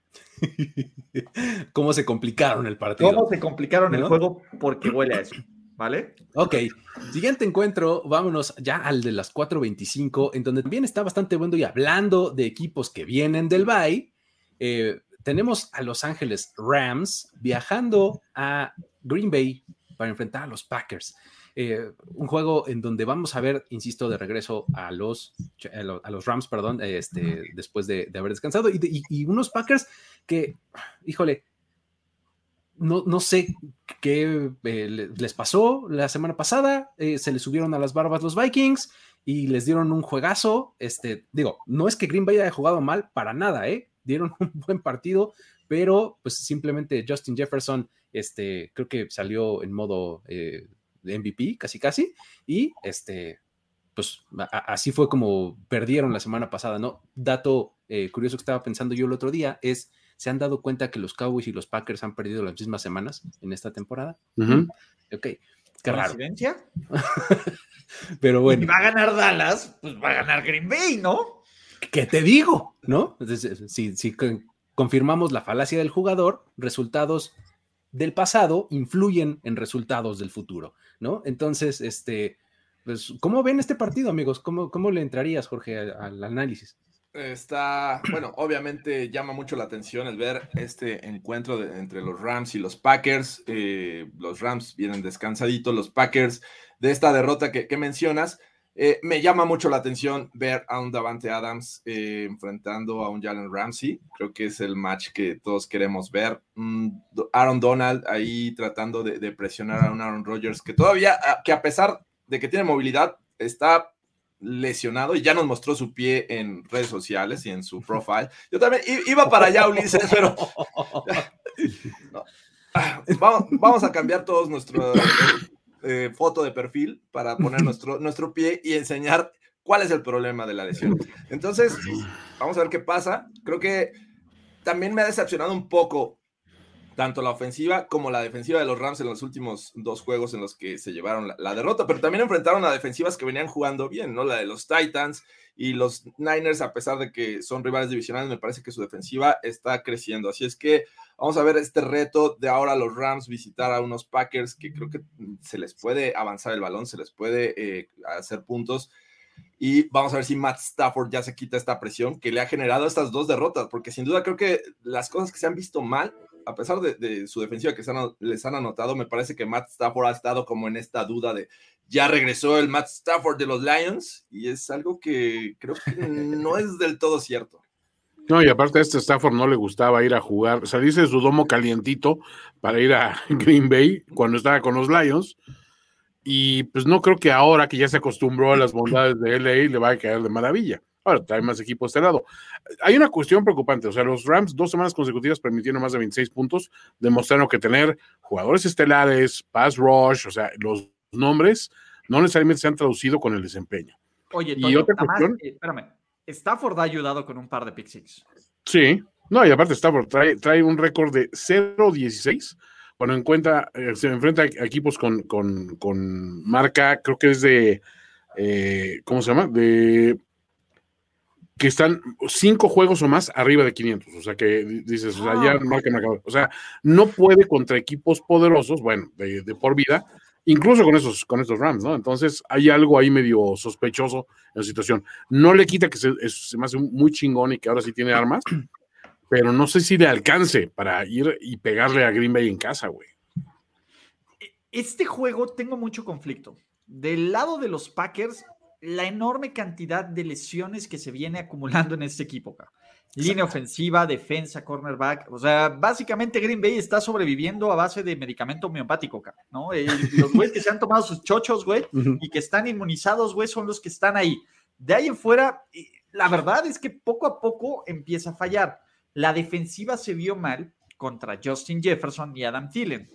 ¿Cómo se complicaron el partido? ¿Cómo se complicaron el juego? Porque huele a eso. ¿Vale? Ok, siguiente encuentro, vámonos ya al de las 4:25, en donde también está bastante bueno y hablando de equipos que vienen del bye, tenemos a Los Ángeles Rams viajando a Green Bay para enfrentar a los Packers. Un juego en donde vamos a ver, insisto, de regreso a los Rams, perdón, después de haber descansado, y unos Packers que, híjole, no sé qué les pasó la semana pasada, se les subieron a las barbas los Vikings y les dieron un juegazo. No es que Green Bay haya jugado mal para nada, dieron un buen partido, pero pues simplemente Justin Jefferson creo que salió en modo de MVP casi, y pues así fue como perdieron la semana pasada, ¿no? Dato curioso que estaba pensando yo el otro día es: ¿se han dado cuenta que los Cowboys y los Packers han perdido las mismas semanas en esta temporada? Uh-huh. Ok, qué raro. ¿Coincidencia? Pero bueno. Si va a ganar Dallas, pues va a ganar Green Bay, ¿no? ¿Qué te digo? ¿No? Si confirmamos la falacia del jugador, resultados del pasado influyen en resultados del futuro, ¿no? Entonces, pues, ¿cómo ven este partido, amigos? ¿Cómo le entrarías, Jorge, al análisis? Bueno, obviamente llama mucho la atención el ver este encuentro entre los Rams y los Packers. Los Rams vienen descansaditos, los Packers de esta derrota que mencionas. Me llama mucho la atención ver a un Davante Adams enfrentando a un Jalen Ramsey. Creo que es el match que todos queremos ver. Aaron Donald ahí tratando de presionar a un Aaron Rodgers que todavía, que a pesar de que tiene movilidad, está lesionado y ya nos mostró su pie en redes sociales y en su profile. Yo también iba para allá, Ulises, pero no. Vamos a cambiar todos nuestro foto de perfil para poner nuestro pie y enseñar cuál es el problema de la lesión. Entonces, vamos a ver qué pasa. Creo que también me ha decepcionado un poco tanto la ofensiva como la defensiva de los Rams en los últimos 2 juegos en los que se llevaron la derrota, pero también enfrentaron a defensivas que venían jugando bien, ¿no? La de los Titans y los Niners, a pesar de que son rivales divisionales, me parece que su defensiva está creciendo. Así es que vamos a ver este reto de ahora los Rams visitar a unos Packers que creo que se les puede avanzar el balón, se les puede hacer puntos. Y vamos a ver si Matt Stafford ya se quita esta presión que le ha generado estas 2 derrotas, porque sin duda creo que las cosas que se han visto mal, a pesar de su defensiva que les han anotado, me parece que Matt Stafford ha estado como en esta duda de ya regresó el Matt Stafford de los Lions, y es algo que creo que no es del todo cierto. No, y aparte a Stafford no le gustaba ir a jugar, salirse de su domo calientito para ir a Green Bay cuando estaba con los Lions, y pues no creo que ahora que ya se acostumbró a las bondades de LA le va a caer de maravilla. Ahora, trae más equipo a este lado. Hay una cuestión preocupante, o sea, los Rams 2 semanas consecutivas permitieron más de 26 puntos, demostraron que tener jugadores estelares, pass rush, o sea, los nombres no necesariamente se han traducido con el desempeño. Oye, y otra cuestión, más, espérame, Stafford ha ayudado con un par de pick six. Sí, no, y aparte Stafford trae un récord de 0-16 cuando se enfrenta a equipos con marca, creo que es de, ¿cómo se llama? Que están 5 juegos o más arriba de 500, o sea que dices, o sea, ya marca marcador, o sea, no puede contra equipos poderosos, bueno, de por vida, incluso con estos Rams, ¿no? Entonces hay algo ahí medio sospechoso en la situación. No le quita que se me hace muy chingón y que ahora sí tiene armas, pero no sé si le alcance para ir y pegarle a Green Bay en casa, güey. Este juego tengo mucho conflicto. Del lado de los Packers, la enorme cantidad de lesiones que se viene acumulando en este equipo. Línea ofensiva, defensa, cornerback. O sea, básicamente Green Bay está sobreviviendo a base de medicamento homeopático, ¿no? Los güeyes que se han tomado sus chochos, güey, y que están inmunizados, güey, son los que están ahí. De ahí en fuera, la verdad es que poco a poco empieza a fallar. La defensiva se vio mal contra Justin Jefferson y Adam Thielen.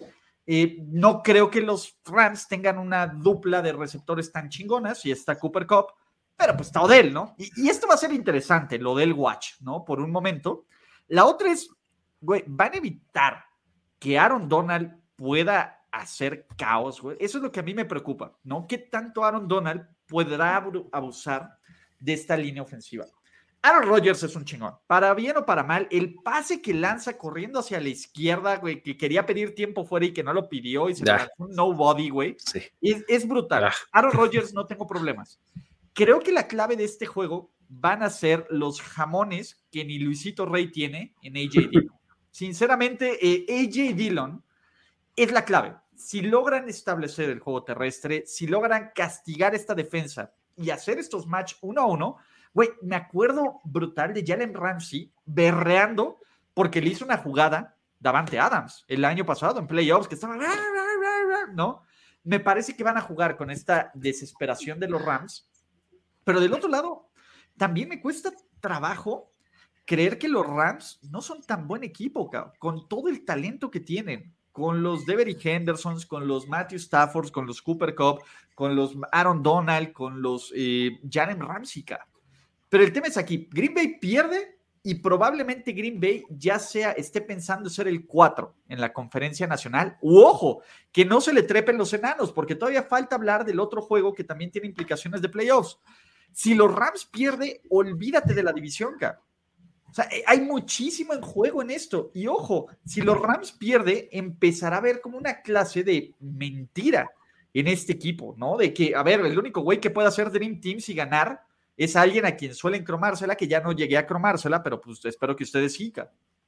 No creo que los Rams tengan una dupla de receptores tan chingonas, y está Cooper Kupp, pero pues está Odell, ¿no? Y esto va a ser interesante, lo del watch, ¿no? Por un momento. La otra es, güey, van a evitar que Aaron Donald pueda hacer caos, güey. Eso es lo que a mí me preocupa, ¿no? ¿Qué tanto Aaron Donald podrá abusar de esta línea ofensiva? Aaron Rodgers es un chingón. Para bien o para mal, el pase que lanza corriendo hacia la izquierda, güey, que quería pedir tiempo fuera y que no lo pidió y se lanzó un nobody, güey, sí. es brutal. Aaron Rodgers, no tengo problemas. Creo que la clave de este juego van a ser los jamones que ni Luisito Rey tiene en A.J. Dillon. Sinceramente, A.J. Dillon es la clave. Si logran establecer el juego terrestre, si logran castigar esta defensa y hacer estos match 1-1, güey, me acuerdo brutal de Jalen Ramsey berreando porque le hizo una jugada Davante Adams el año pasado en playoffs que estaba, ¿no? Me parece que van a jugar con esta desesperación de los Rams, pero del otro lado también me cuesta trabajo creer que los Rams no son tan buen equipo, cabrón, con todo el talento que tienen, con los Devery Hendersons, con los Matthew Staffords, con los Cooper Kupp, con los Aaron Donald, con los Jalen Ramsey, cabrón. Pero el tema es aquí, Green Bay pierde y probablemente Green Bay ya esté pensando ser el 4 en la conferencia nacional. ¡Ojo! Que no se le trepen los enanos, porque todavía falta hablar del otro juego que también tiene implicaciones de playoffs. Si los Rams pierde, olvídate de la división, cara. O sea, hay muchísimo en juego en esto. Y ojo, si los Rams pierde, empezará a ver como una clase de mentira en este equipo, ¿no? De que, a ver, el único güey que puede hacer Dream Teams y ganar es alguien a quien suelen cromársela, que ya no llegué a cromársela, pero pues espero que ustedes sigan.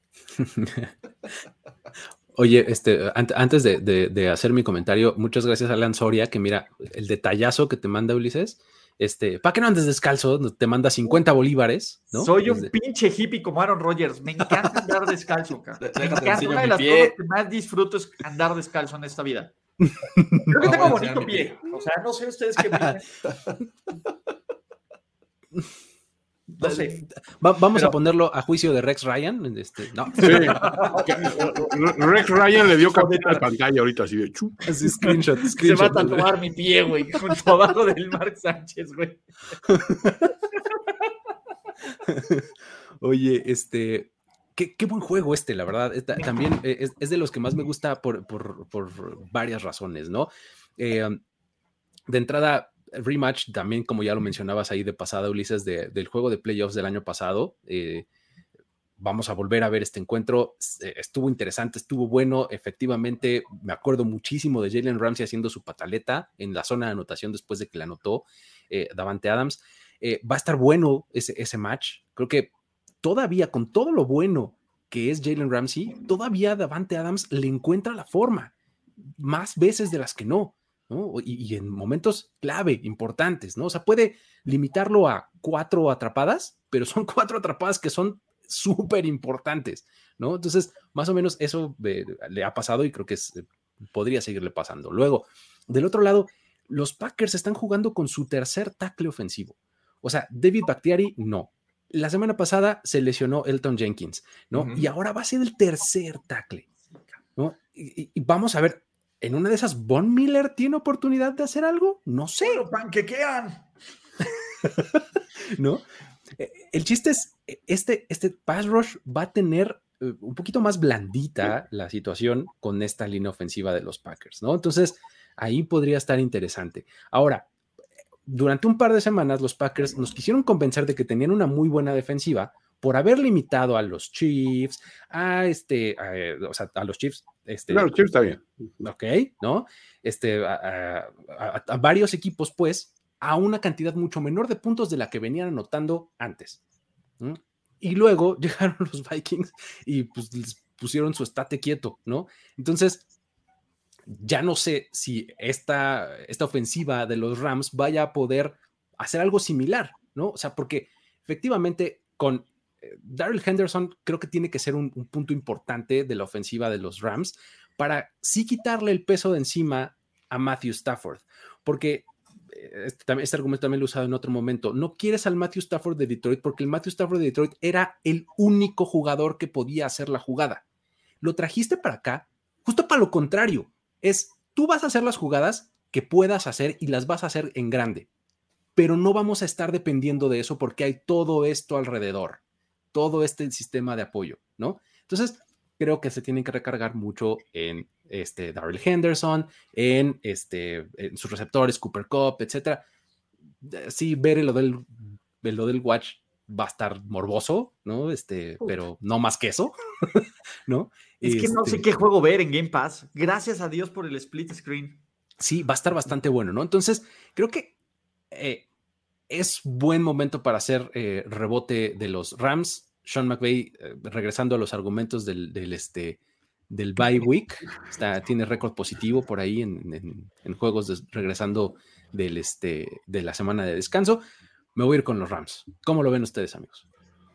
Oye, antes de hacer mi comentario, muchas gracias a Alan Soria, que mira, el detallazo que te manda Ulises, para que no andes descalzo, te manda 50 bolívares, ¿no? Soy un pinche hippie como Aaron Rodgers, me encanta andar descalzo, cara. Me encanta, una de las cosas que más disfruto es andar descalzo en esta vida. Creo que tengo bonito pie, o sea, no sé ustedes qué piensan. No sé. Vamos a ponerlo a juicio de Rex Ryan. No. Sí. Rex Ryan le dio captura de pantalla ahorita, así de chu. Así, screenshot. Se va a tatuar mi pie, güey, junto abajo del Mark Sánchez, güey. Oye, qué buen juego la verdad. También es de los que más me gusta por varias razones, ¿no? De entrada, rematch también, como ya lo mencionabas ahí de pasada, Ulises, del juego de playoffs del año pasado. Vamos a volver a ver este encuentro. Estuvo interesante, estuvo bueno. Efectivamente, me acuerdo muchísimo de Jalen Ramsey haciendo su pataleta en la zona de anotación después de que la anotó Davante Adams. Va a estar bueno ese match. Creo que todavía, con todo lo bueno que es Jalen Ramsey, todavía Davante Adams le encuentra la forma, más veces de las que no. ¿No? Y en momentos clave, importantes, ¿no? O sea, puede limitarlo a 4 atrapadas, pero son 4 atrapadas que son súper importantes, ¿no? Entonces, más o menos eso le ha pasado y creo que podría seguirle pasando. Luego, del otro lado, los Packers están jugando con su tercer tackle ofensivo. O sea, David Bakhtiari, no. La semana pasada se lesionó Elton Jenkins, ¿no? Y ahora va a ser el tercer tackle, ¿no? Y vamos a ver, en una de esas, ¿Von Miller tiene oportunidad de hacer algo? No sé. ¡Lo panquequean! ¿No? El chiste es, este pass rush va a tener un poquito más blandita la situación con esta línea ofensiva de los Packers, ¿no? Entonces, ahí podría estar interesante. Ahora, durante un par de semanas, los Packers nos quisieron convencer de que tenían una muy buena defensiva por haber limitado a los Chiefs, o sea, a los Chiefs. Claro, Chiefs está bien. Ok, ¿no? A varios equipos, pues, a una cantidad mucho menor de puntos de la que venían anotando antes. ¿No? Y luego llegaron los Vikings y pues les pusieron su estate quieto, ¿no? Entonces, ya no sé si esta ofensiva de los Rams vaya a poder hacer algo similar, ¿no? O sea, porque efectivamente con Darrell Henderson creo que tiene que ser un punto importante de la ofensiva de los Rams para sí quitarle el peso de encima a Matthew Stafford, porque este argumento también lo he usado en otro momento. No quieres al Matthew Stafford de Detroit porque el Matthew Stafford de Detroit era el único jugador que podía hacer la jugada. Lo trajiste para acá justo para lo contrario. Tú vas a hacer las jugadas que puedas hacer y las vas a hacer en grande, pero no vamos a estar dependiendo de eso porque hay todo esto alrededor, todo este sistema de apoyo, ¿no? Entonces, creo que se tienen que recargar mucho en Darrell Henderson, en sus receptores, Cooper Kupp, etcétera. Sí, ver lo del Watch va a estar morboso, ¿no? Pero no más que eso, ¿no? Es que no sé qué juego ver en Game Pass. Gracias a Dios por el split screen. Sí, va a estar bastante bueno, ¿no? Entonces, creo que es buen momento para hacer rebote de los Rams. Sean McVay, regresando a los argumentos del bye week, tiene récord positivo por ahí en juegos regresando de la semana de descanso. Me voy a ir con los Rams. ¿Cómo lo ven ustedes, amigos?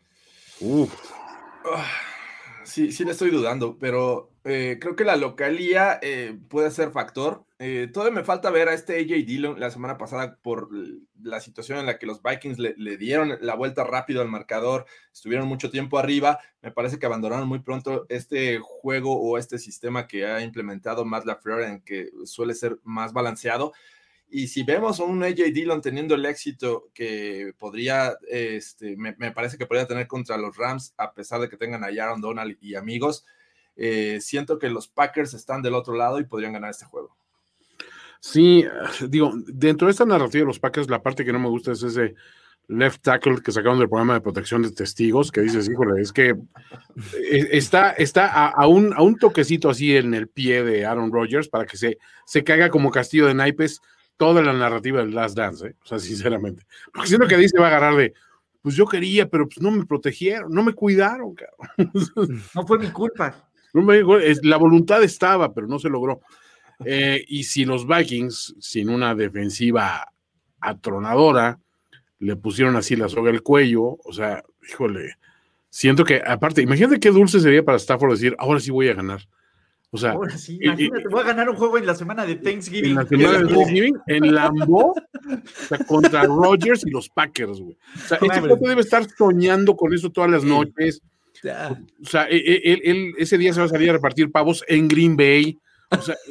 Sí, le estoy dudando, pero creo que la localía puede ser factor. Todavía me falta ver a A.J. Dillon la semana pasada por la situación en la que los Vikings le dieron la vuelta rápido al marcador, estuvieron mucho tiempo arriba. Me parece que abandonaron muy pronto este juego o este sistema que ha implementado Matt LaFleur, en que suele ser más balanceado. Y si vemos a un A.J. Dillon teniendo el éxito que podría, me parece que podría tener contra los Rams, a pesar de que tengan a Aaron Donald y amigos, siento que los Packers están del otro lado y podrían ganar este juego. Sí, digo, dentro de esta narrativa de los Packers, la parte que no me gusta es ese left tackle que sacaron del programa de protección de testigos, que dices, híjole, es que está a un toquecito así en el pie de Aaron Rodgers para que se caiga como castillo de naipes toda la narrativa del Last Dance, o sea, sinceramente. Porque siento que ahí se va a agarrar de, pues yo quería, pero pues no me protegieron, no me cuidaron, cabrón. No fue mi culpa. La voluntad estaba, pero no se logró. Y si los Vikings, sin una defensiva atronadora, le pusieron así la soga al cuello, o sea, híjole, siento que, aparte, imagínate qué dulce sería para Stafford decir, ahora sí voy a ganar. O sea, ahora sí, imagínate, voy a ganar un juego en la semana de Thanksgiving. En la semana de Thanksgiving, en Lambeau, o sea, contra Rodgers y los Packers, güey. O sea, este tipo debe estar soñando con eso todas las noches. O sea, él ese día se va a salir a repartir pavos en Green Bay. O sea,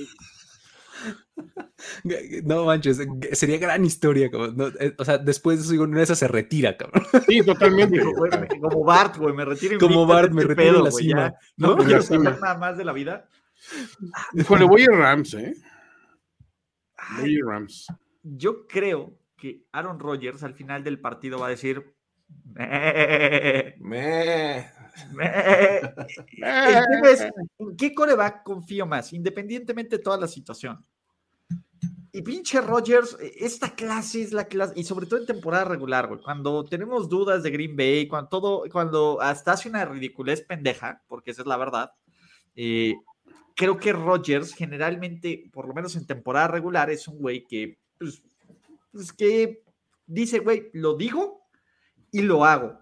no manches, sería gran historia. O sea, después de eso, una de esas se retira, cabrón. Sí, totalmente. Como Bart, güey, me retiro en como Bart, me retiro en la cima. No quiero saber nada más de la vida. Híjole, voy a Rams, Voy a Rams. Yo creo que Aaron Rodgers al final del partido va a decir El tema es, ¿en qué quarterback confío más? Independientemente de toda la situación. Y pinche Rodgers, esta clase es la clase, y sobre todo en temporada regular, güey, cuando tenemos dudas de Green Bay, cuando hasta hace una ridiculez pendeja, porque esa es la verdad, creo que Rodgers generalmente, por lo menos en temporada regular, es un güey que, pues que dice, güey, lo digo y lo hago.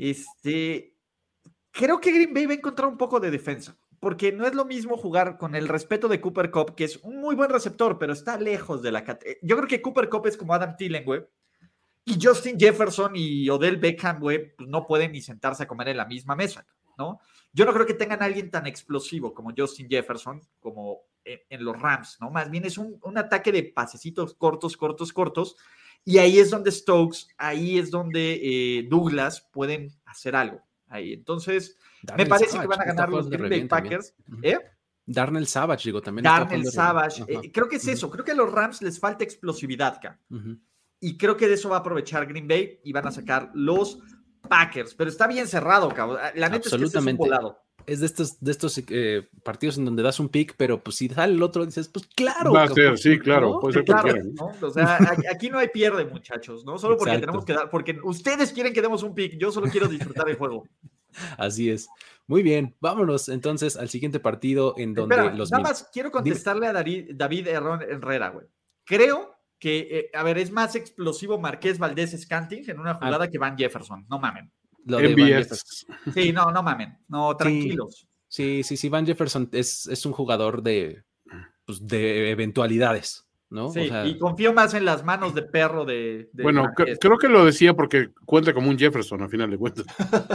Creo que Green Bay va a encontrar un poco de defensa, porque no es lo mismo jugar con el respeto de Cooper Kupp, que es un muy buen receptor, pero está lejos de la categoría. Yo creo que Cooper Kupp es como Adam Thielen, güey, y Justin Jefferson y Odell Beckham, güey, pues no pueden ni sentarse a comer en la misma mesa, ¿no? Yo no creo que tengan a alguien tan explosivo como Justin Jefferson, como en los Rams, ¿no? Más bien es un ataque de pasecitos cortos, y ahí es donde Stokes, ahí es donde Douglas pueden hacer algo. Ahí. Entonces, me parece que van a ganar los Green Bay Packers. Darnell Savage, digo, también. Darnell Savage. Creo que es eso. Creo que a los Rams les falta explosividad, acá. Y creo que de eso va a aprovechar Green Bay y van a sacar los Packers. Pero está bien cerrado, cabrón. La neta es que es un volado. Es de estos partidos en donde das un pick, pero pues si sale el otro, dices, pues claro. Va a ser, sí, claro. ¿No? Puede ser claro, ¿no? O sea, aquí no hay pierde, muchachos, ¿no? Solo porque tenemos que dar, porque ustedes quieren que demos un pick, yo solo quiero disfrutar el juego. Así es. Muy bien, vámonos entonces al siguiente partido en donde nada más quiero contestarle a David Herrera, güey. Creo que, es más explosivo Marqués Valdés-Scantling en una jugada que Van Jefferson, no mamen. Lo de Van Jefferson. Sí, no mamen, no, tranquilos. Sí, Van Jefferson es un jugador de eventualidades, ¿no? Sí, o sea, y confío más en las manos de perro de bueno, creo que lo decía porque cuenta como un Jefferson, a final de cuentas.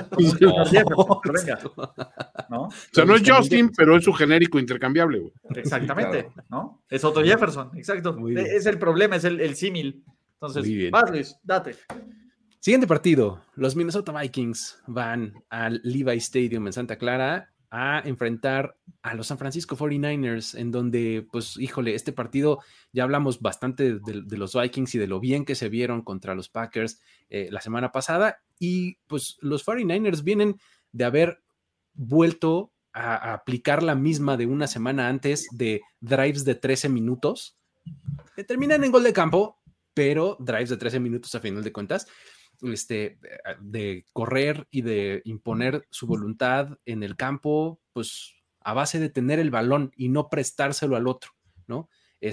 ¿no? O sea, no es Justin, pero es su genérico intercambiable, güey. Exactamente, sí, claro. ¿No? Es otro Jefferson, exacto. Es el problema, es el símil. Entonces, vas, Luis, date. Siguiente partido. Los Minnesota Vikings van al Levi Stadium en Santa Clara a enfrentar a los San Francisco 49ers, en donde, pues, híjole, este partido, ya hablamos bastante de los Vikings y de lo bien que se vieron contra los Packers la semana pasada, y pues los 49ers vienen de haber vuelto a aplicar la misma de una semana antes de drives de 13 minutos, que terminan en gol de campo, pero drives de 13 minutos a final de cuentas, de correr y de imponer su voluntad en el campo, pues a base de tener el balón y no prestárselo al otro, ¿no?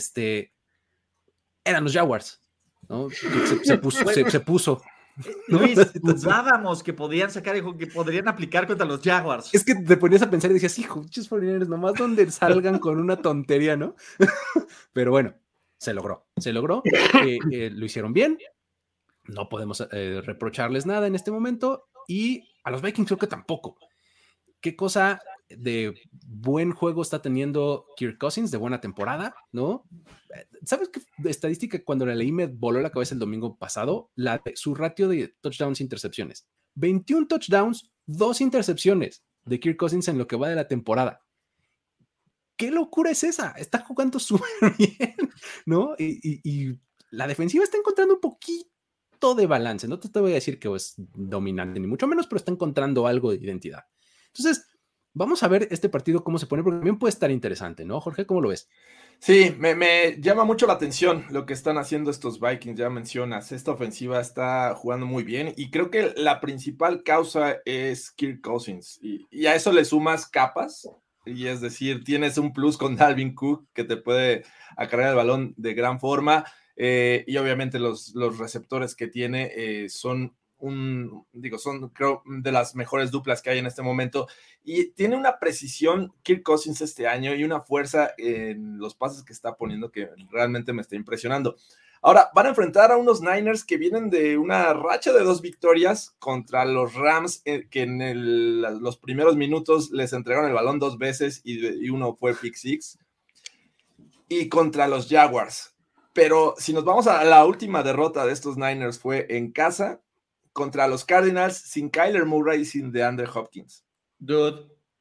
Eran los Jaguars, ¿no? Se puso. ¿No? Luis, dudábamos que podían sacar, que podrían aplicar contra los Jaguars. Es que te ponías a pensar y decías, hijo, muchos 49ers, nomás donde salgan con una tontería, ¿no? Pero bueno, se logró, lo hicieron bien. No podemos reprocharles nada en este momento, y a los Vikings creo que tampoco. ¿Qué cosa de buen juego está teniendo Kirk Cousins, de buena temporada, ¿no? ¿Sabes qué estadística cuando la leí me voló la cabeza el domingo pasado? Su ratio de touchdowns e intercepciones. 21 touchdowns, 2 intercepciones de Kirk Cousins en lo que va de la temporada. ¿Qué locura es esa? Está jugando súper bien, ¿no? Y la defensiva está encontrando un poquito de balance. No te voy a decir que es dominante, ni mucho menos, pero está encontrando algo de identidad. Entonces, vamos a ver este partido cómo se pone, porque también puede estar interesante, ¿no, Jorge? ¿Cómo lo ves? Sí, me llama mucho la atención lo que están haciendo estos Vikings, ya mencionas. Esta ofensiva está jugando muy bien y creo que la principal causa es Kirk Cousins. Y a eso le sumas capas, y es decir, tienes un plus con Dalvin Cook que te puede acarrear el balón de gran forma. Y obviamente los receptores que tiene son creo de las mejores duplas que hay en este momento, y tiene una precisión Kirk Cousins este año y una fuerza en los pases que está poniendo que realmente me está impresionando. Ahora van a enfrentar a unos Niners que vienen de una racha de 2 victorias contra los Rams, que en los primeros minutos les entregaron el balón 2 veces y uno fue pick six, y contra los Jaguars. Pero si nos vamos a la última derrota de estos Niners, fue en casa contra los Cardinals, sin Kyler Murray y sin DeAndre Hopkins. Dude,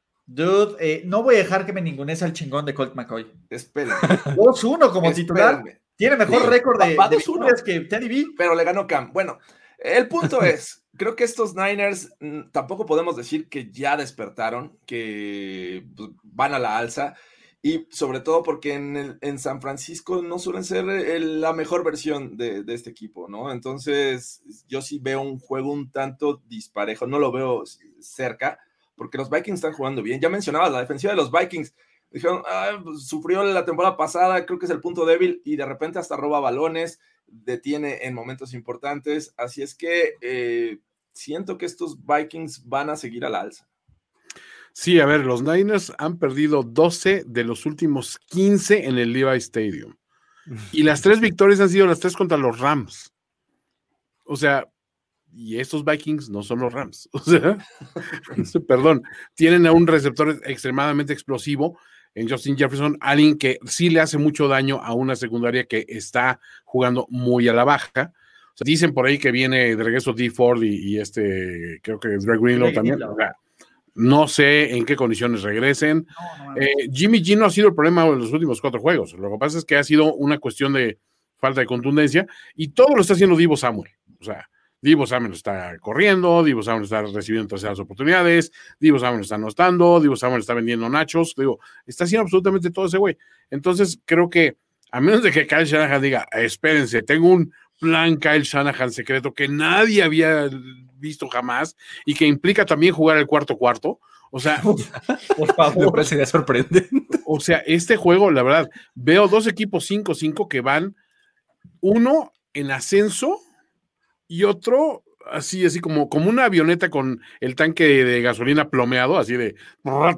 no voy a dejar que me ningunees al chingón de Colt McCoy. Espérenme. 2-1 como titular. Tiene mejor récord de victorias que Teddy B. Pero le ganó Cam. Bueno, el punto es, creo que estos Niners tampoco podemos decir que ya despertaron, que van a la alza. Y sobre todo porque en San Francisco no suelen ser la mejor versión de este equipo, ¿no? Entonces yo sí veo un juego un tanto disparejo, no lo veo cerca, porque los Vikings están jugando bien. Ya mencionabas la defensiva de los Vikings, dijeron, sufrió la temporada pasada, creo que es el punto débil, y de repente hasta roba balones, detiene en momentos importantes, así es que siento que estos Vikings van a seguir a la alza. Sí, a ver, los Niners han perdido 12 de los últimos 15 en el Levi Stadium. Y las 3 victorias han sido las 3 contra los Rams. O sea, y estos Vikings no son los Rams. O sea, perdón, tienen a un receptor extremadamente explosivo en Justin Jefferson, alguien que sí le hace mucho daño a una secundaria que está jugando muy a la baja. O sea, dicen por ahí que viene de regreso Dee Ford y creo que Dre Greenlaw también. O sea, no sé en qué condiciones regresen. No. Jimmy G no ha sido el problema en los últimos 4 juegos. Lo que pasa es que ha sido una cuestión de falta de contundencia y todo lo está haciendo Deebo Samuel. O sea, Deebo Samuel está corriendo, Deebo Samuel está recibiendo terceras oportunidades, Deebo Samuel está anotando, Deebo Samuel está vendiendo nachos. Está haciendo absolutamente todo ese güey. Entonces creo que, a menos de que Kyle Shanahan diga, espérense, tengo un plan Kyle Shanahan secreto que nadie había visto jamás y que implica también jugar el cuarto. O sea, por favor. Me parecería sorprendente. O sea, este juego, la verdad, veo 2 equipos 5-5 que van, uno en ascenso y otro así como una avioneta con el tanque de gasolina plomeado, así de o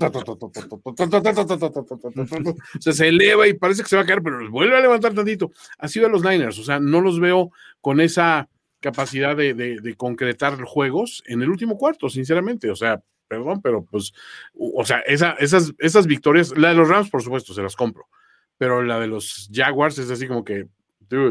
sea, se eleva y parece que se va a caer, pero vuelve a levantar tantito. Así de los Niners, o sea, no los veo con esa capacidad de concretar juegos en el último cuarto, sinceramente, o sea, perdón, pero pues, o sea, esas victorias, la de los Rams, por supuesto, se las compro, pero la de los Jaguars es así como que, dude.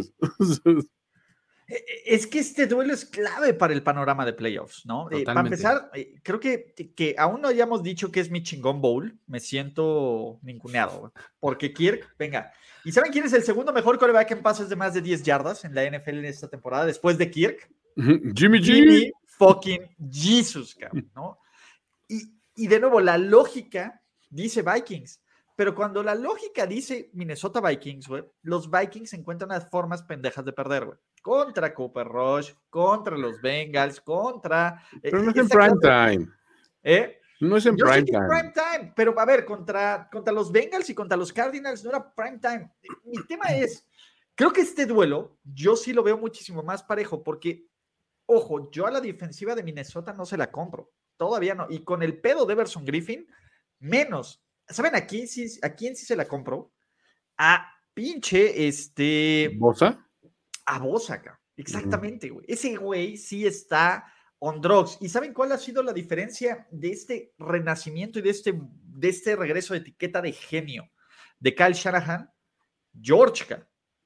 Es que este duelo es clave para el panorama de playoffs, ¿no? Para empezar, creo que aún no hayamos dicho que es mi chingón bowl, me siento ninguneado, porque Kirk, venga, ¿y saben quién es el segundo mejor quarterback en pases de más de 10 yardas en la NFL en esta temporada, después de Kirk? Jimmy fucking Jesus, cabrón, ¿no? Y de nuevo, la lógica dice Vikings, pero cuando la lógica dice Minnesota Vikings, güey, los Vikings encuentran las formas pendejas de perder, güey. Contra Cooper Rush, contra los Bengals, contra... Pero no es en prime time. No es en prime time. Pero a ver, contra los Bengals y contra los Cardinals no era prime time. Mi tema es, creo que este duelo yo sí lo veo muchísimo más parejo porque, ojo, yo a la defensiva de Minnesota no se la compro. Todavía no. Y con el pedo de Everson Griffin, menos. ¿Saben a quién sí se la compro? A pinche ¿Bosa? A Bosa, exactamente, güey. Ese güey sí está on drugs. ¿Y saben cuál ha sido la diferencia de este renacimiento y de este regreso de etiqueta de genio de Kyle Shanahan? George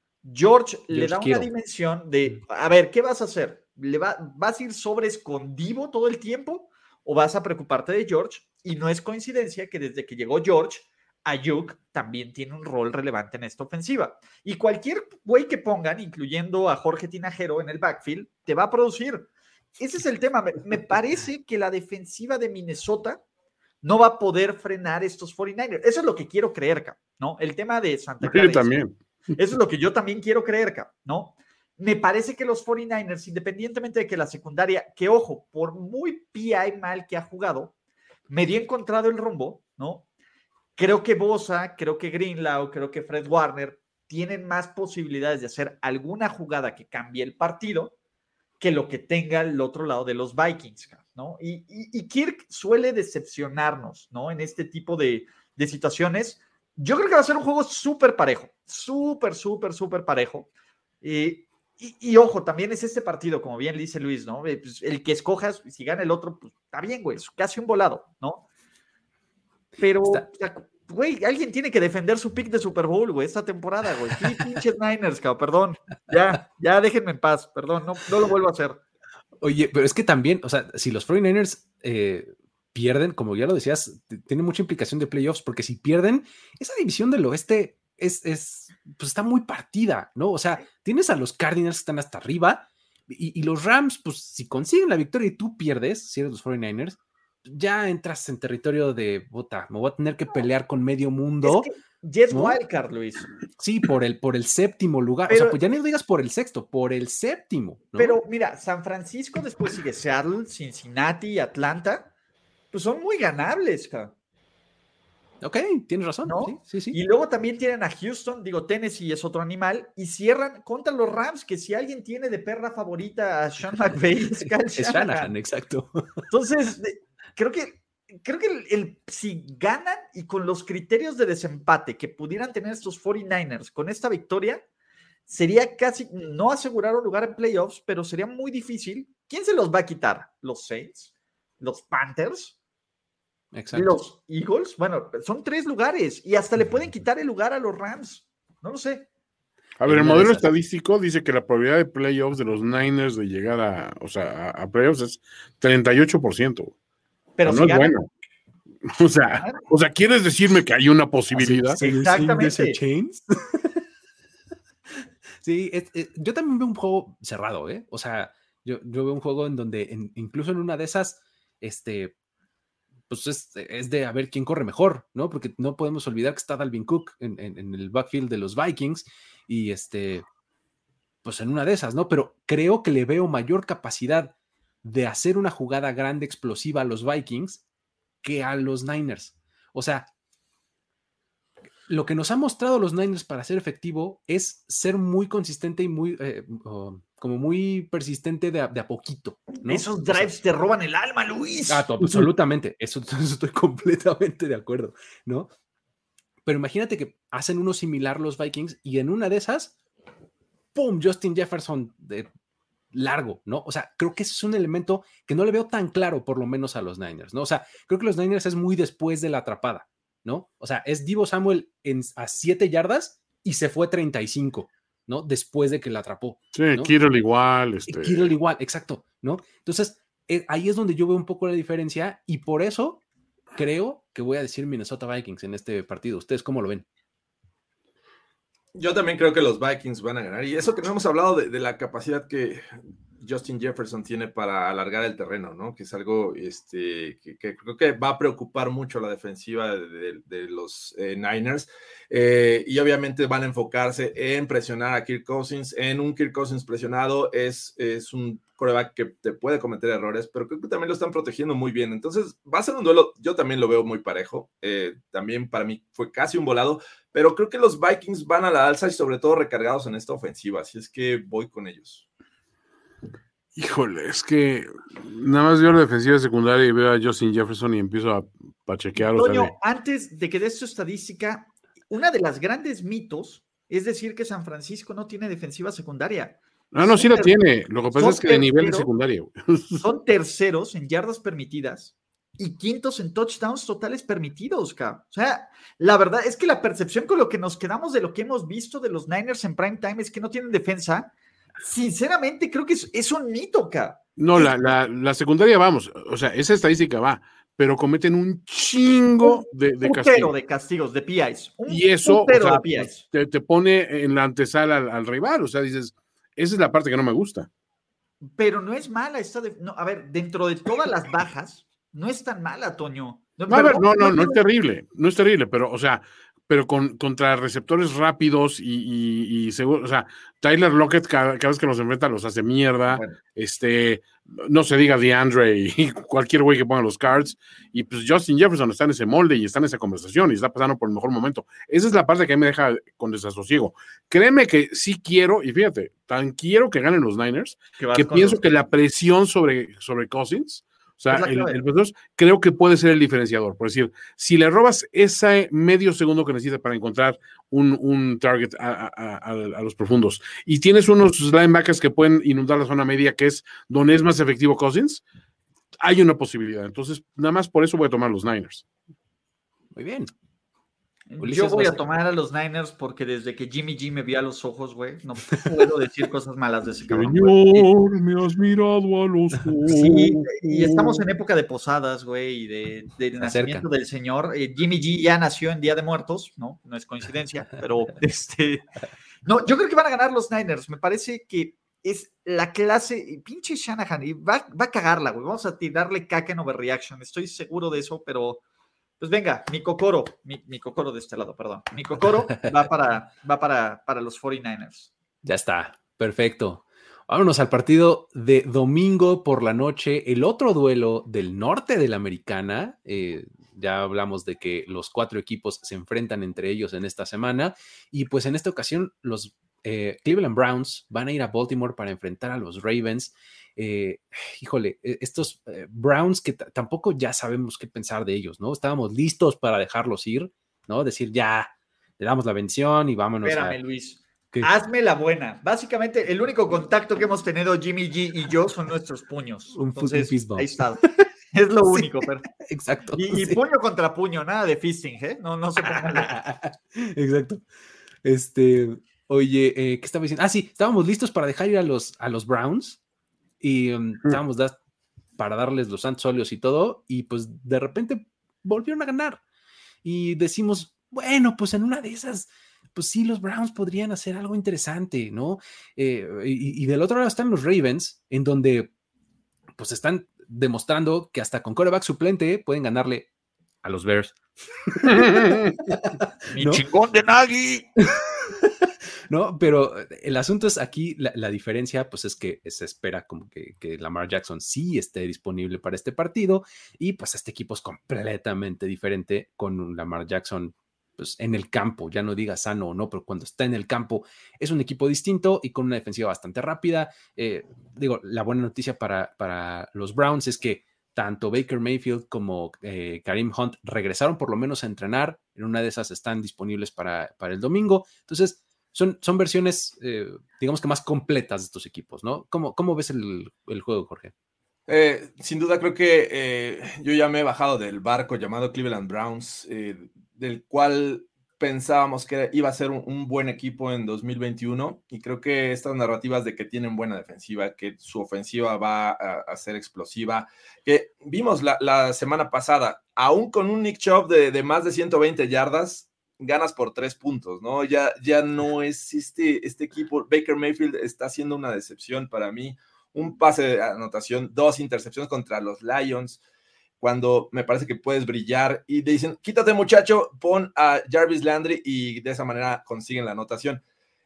le da una dimensión de, a ver, ¿qué vas a hacer? ¿Vas a ir sobre escondido todo el tiempo o vas a preocuparte de George? Y no es coincidencia que desde que llegó George, Ayuk también tiene un rol relevante en esta ofensiva. Y cualquier güey que pongan, incluyendo a Jorge Tinajero en el backfield, te va a producir. Ese es el tema. Me parece que la defensiva de Minnesota no va a poder frenar estos 49ers. Eso es lo que quiero creer, ¿no? El tema de Santa Clara. Yo también. Eso es lo que yo también quiero creer, ¿no? Me parece que los 49ers, independientemente de que la secundaria, que ojo, por muy PI mal que ha jugado, medio encontrado el rumbo, ¿no? Creo que Bosa, creo que Greenlaw, creo que Fred Warner tienen más posibilidades de hacer alguna jugada que cambie el partido que lo que tenga el otro lado de los Vikings, ¿no? Y Kirk suele decepcionarnos, ¿no? En este tipo de situaciones. Yo creo que va a ser un juego súper parejo, súper parejo. Y ojo, también es este partido, como bien dice Luis, ¿no? Pues el que escojas, si gana el otro, pues está bien, güey, es casi un volado, ¿no? Pero, güey, alguien tiene que defender su pick de Super Bowl, güey, esta temporada, güey. Sí, pinches Niners, cabrón, perdón. Ya déjenme en paz, perdón, no lo vuelvo a hacer. Oye, pero es que también, o sea, si los 49ers pierden, como ya lo decías, tiene mucha implicación de playoffs, porque si pierden, esa división del oeste pues está muy partida, ¿no? O sea, tienes a los Cardinals que están hasta arriba y los Rams, pues si consiguen la victoria y tú pierdes, si eres los 49ers, ya entras en territorio de, puta, me voy a tener que pelear con medio mundo. Es que ya es wildcard, Luis. Sí, por el séptimo lugar. Pero, o sea, pues ya no digas por el sexto, por el séptimo, ¿no? Pero mira, San Francisco, después sigue Seattle, Cincinnati, Atlanta, pues son muy ganables, cabrón. Ok, tienes razón, ¿no? Sí. Y luego también tienen a Houston, digo, Tennessee es otro animal, y cierran contra los Rams, que si alguien tiene de perra favorita a Sean McVay, es Kyle Shanahan, exacto. Entonces, creo que si ganan y con los criterios de desempate que pudieran tener estos 49ers con esta victoria, sería casi, no asegurar un lugar en playoffs, pero sería muy difícil. ¿Quién se los va a quitar? ¿Los Saints? ¿Los Panthers? Exacto. Los Eagles, bueno, son 3 lugares y hasta le pueden quitar el lugar a los Rams. No lo sé. A ver, el modelo estadístico dice que la probabilidad de playoffs de los Niners de llegar a playoffs es 38%. Pero no es bueno. O sea, ¿quieres decirme que hay una posibilidad? Sí, exactamente. Sí, yo también veo un juego cerrado, ¿eh? O sea, yo veo un juego en donde incluso en una de esas, pues es de a ver quién corre mejor, ¿no? Porque no podemos olvidar que está Dalvin Cook en el backfield de los Vikings y pues en una de esas, ¿no? Pero creo que le veo mayor capacidad de hacer una jugada grande, explosiva a los Vikings que a los Niners. O sea, lo que nos han mostrado los Niners para ser efectivo es ser muy consistente y muy como muy persistente de a poquito, ¿no? Esos drives te roban el alma, Luis. Absolutamente, eso estoy completamente de acuerdo, ¿no? Pero imagínate que hacen uno similar los Vikings y en una de esas, ¡pum! Justin Jefferson de largo, ¿no? O sea, creo que ese es un elemento que no le veo tan claro, por lo menos a los Niners, ¿no? O sea, creo que los Niners es muy después de la atrapada, ¿no? O sea, es Deebo Samuel a 7 yardas y se fue 35, ¿no? Después de que la atrapó. Sí, ¿no? Kittle igual. Kittle igual, exacto, ¿no? Entonces, ahí es donde yo veo un poco la diferencia y por eso creo que voy a decir Minnesota Vikings en este partido. ¿Ustedes cómo lo ven? Yo también creo que los Vikings van a ganar. Y eso que no hemos hablado de la capacidad que Justin Jefferson tiene para alargar el terreno, ¿no? Que es algo que creo que va a preocupar mucho a la defensiva de los Niners. Y obviamente van a enfocarse en presionar a Kirk Cousins. En un Kirk Cousins presionado es un quarterback que te puede cometer errores, pero creo que también lo están protegiendo muy bien. Entonces va a ser un duelo, yo también lo veo muy parejo. También para mí fue casi un volado, pero creo que los Vikings van a la alza y sobre todo recargados en esta ofensiva, así es que voy con ellos. Híjole, es que nada más veo la defensiva secundaria y veo a Justin Jefferson y empiezo a pachequear. Toño, antes de que des tu estadística, una de las grandes mitos es decir que San Francisco no tiene defensiva secundaria. No, sí la tiene. Lo que pasa es que de nivel de secundaria. Son terceros en yardas permitidas y quintos en touchdowns totales permitidos, cabrón. O sea, la verdad es que la percepción con lo que nos quedamos de lo que hemos visto de los Niners en prime time es que no tienen defensa. Sinceramente, creo que es un mito, cabrón. No, la secundaria, vamos, o sea, esa estadística va, pero cometen un chingo de castigos. De castigos, de PIs. Y eso, o sea, te pone en la antesala al rival, o sea, dices, esa es la parte que no me gusta. Pero no es mala no, a ver, dentro de todas las bajas, no es tan mala, Toño. No es terrible, pero, o sea, pero contra receptores rápidos y seguro, o sea, Tyler Lockett cada vez que los enfrenta los hace mierda, bueno. No se diga DeAndre y cualquier güey que ponga los cards, y pues Justin Jefferson está en ese molde y está en esa conversación y está pasando por el mejor momento. Esa es la parte que a mí me deja con desasosiego. Créeme que sí quiero, y fíjate, tan quiero que ganen los Niners, que pienso que la presión sobre Cousins, o sea, el creo que puede ser el diferenciador. Por decir, si le robas ese medio segundo que necesitas para encontrar un target a los profundos y tienes unos linebackers que pueden inundar la zona media, que es donde es más efectivo Cousins, hay una posibilidad. Entonces, nada más por eso voy a tomar los Niners. Muy bien. Yo voy a tomar a los Niners porque desde que Jimmy G me vio a los ojos, güey, no puedo decir cosas malas de ese cabrón. Señor, me has mirado a los ojos. Sí, y estamos en época de posadas, güey, y del nacimiento del señor. Jimmy G ya nació en Día de Muertos, ¿no? No es coincidencia, pero no, yo creo que van a ganar los Niners. Me parece que es la clase, pinche Shanahan, y va a cagarla, güey. Vamos a tirarle caca en overreaction, estoy seguro de eso, pero pues venga, mi cocoro de este lado, perdón. Mi cocoro va para los 49ers. Ya está, perfecto. Vámonos al partido de domingo por la noche, el otro duelo del norte de la Americana. Ya hablamos de que los 4 equipos se enfrentan entre ellos en esta semana y pues en esta ocasión los Cleveland Browns van a ir a Baltimore para enfrentar a los Ravens. Híjole, estos Browns que tampoco ya sabemos qué pensar de ellos, ¿no? Estábamos listos para dejarlos ir, ¿no? Decir ya, le damos la bendición y vámonos. Espérame, Luis. Hazme la buena. Básicamente, el único contacto que hemos tenido Jimmy G y yo son nuestros puños. Entonces, ahí está. Es lo único. Sí, pero... Exacto. Y sí. Puño contra puño, nada de fisting, ¿eh? No se pongan. Exacto. Oye, ¿qué estaba diciendo? Sí, estábamos listos para dejar ir a los Browns y estábamos para darles los santos óleos y todo, y pues de repente volvieron a ganar. Y decimos, bueno, pues en una de esas, pues sí, los Browns podrían hacer algo interesante, ¿no? Y del otro lado están los Ravens, en donde pues están demostrando que hasta con quarterback suplente pueden ganarle a los Bears. ¡Mi chingón de Nagy! No, pero el asunto es aquí, la diferencia pues es que se espera como que Lamar Jackson sí esté disponible para este partido y pues este equipo es completamente diferente con un Lamar Jackson pues, en el campo, ya no diga sano o no, pero cuando está en el campo es un equipo distinto y con una defensiva bastante rápida. La buena noticia para los Browns es que tanto Baker Mayfield como Kareem Hunt regresaron por lo menos a entrenar. En una de esas están disponibles para el domingo. Entonces, son versiones, digamos que más completas de estos equipos, ¿no? ¿Cómo ves el juego, Jorge? Sin duda creo que yo ya me he bajado del barco llamado Cleveland Browns, del cual pensábamos que iba a ser un buen equipo en 2021, y creo que estas narrativas de que tienen buena defensiva, que su ofensiva va a ser explosiva, que vimos la semana pasada, aún con un Nick Chubb de más de 120 yardas, ganas por 3 puntos, ¿no? Ya no es este equipo. Baker Mayfield está siendo una decepción para mí. Un pase de anotación, 2 intercepciones contra los Lions, cuando me parece que puedes brillar, y dicen, quítate muchacho, pon a Jarvis Landry, y de esa manera consiguen la anotación.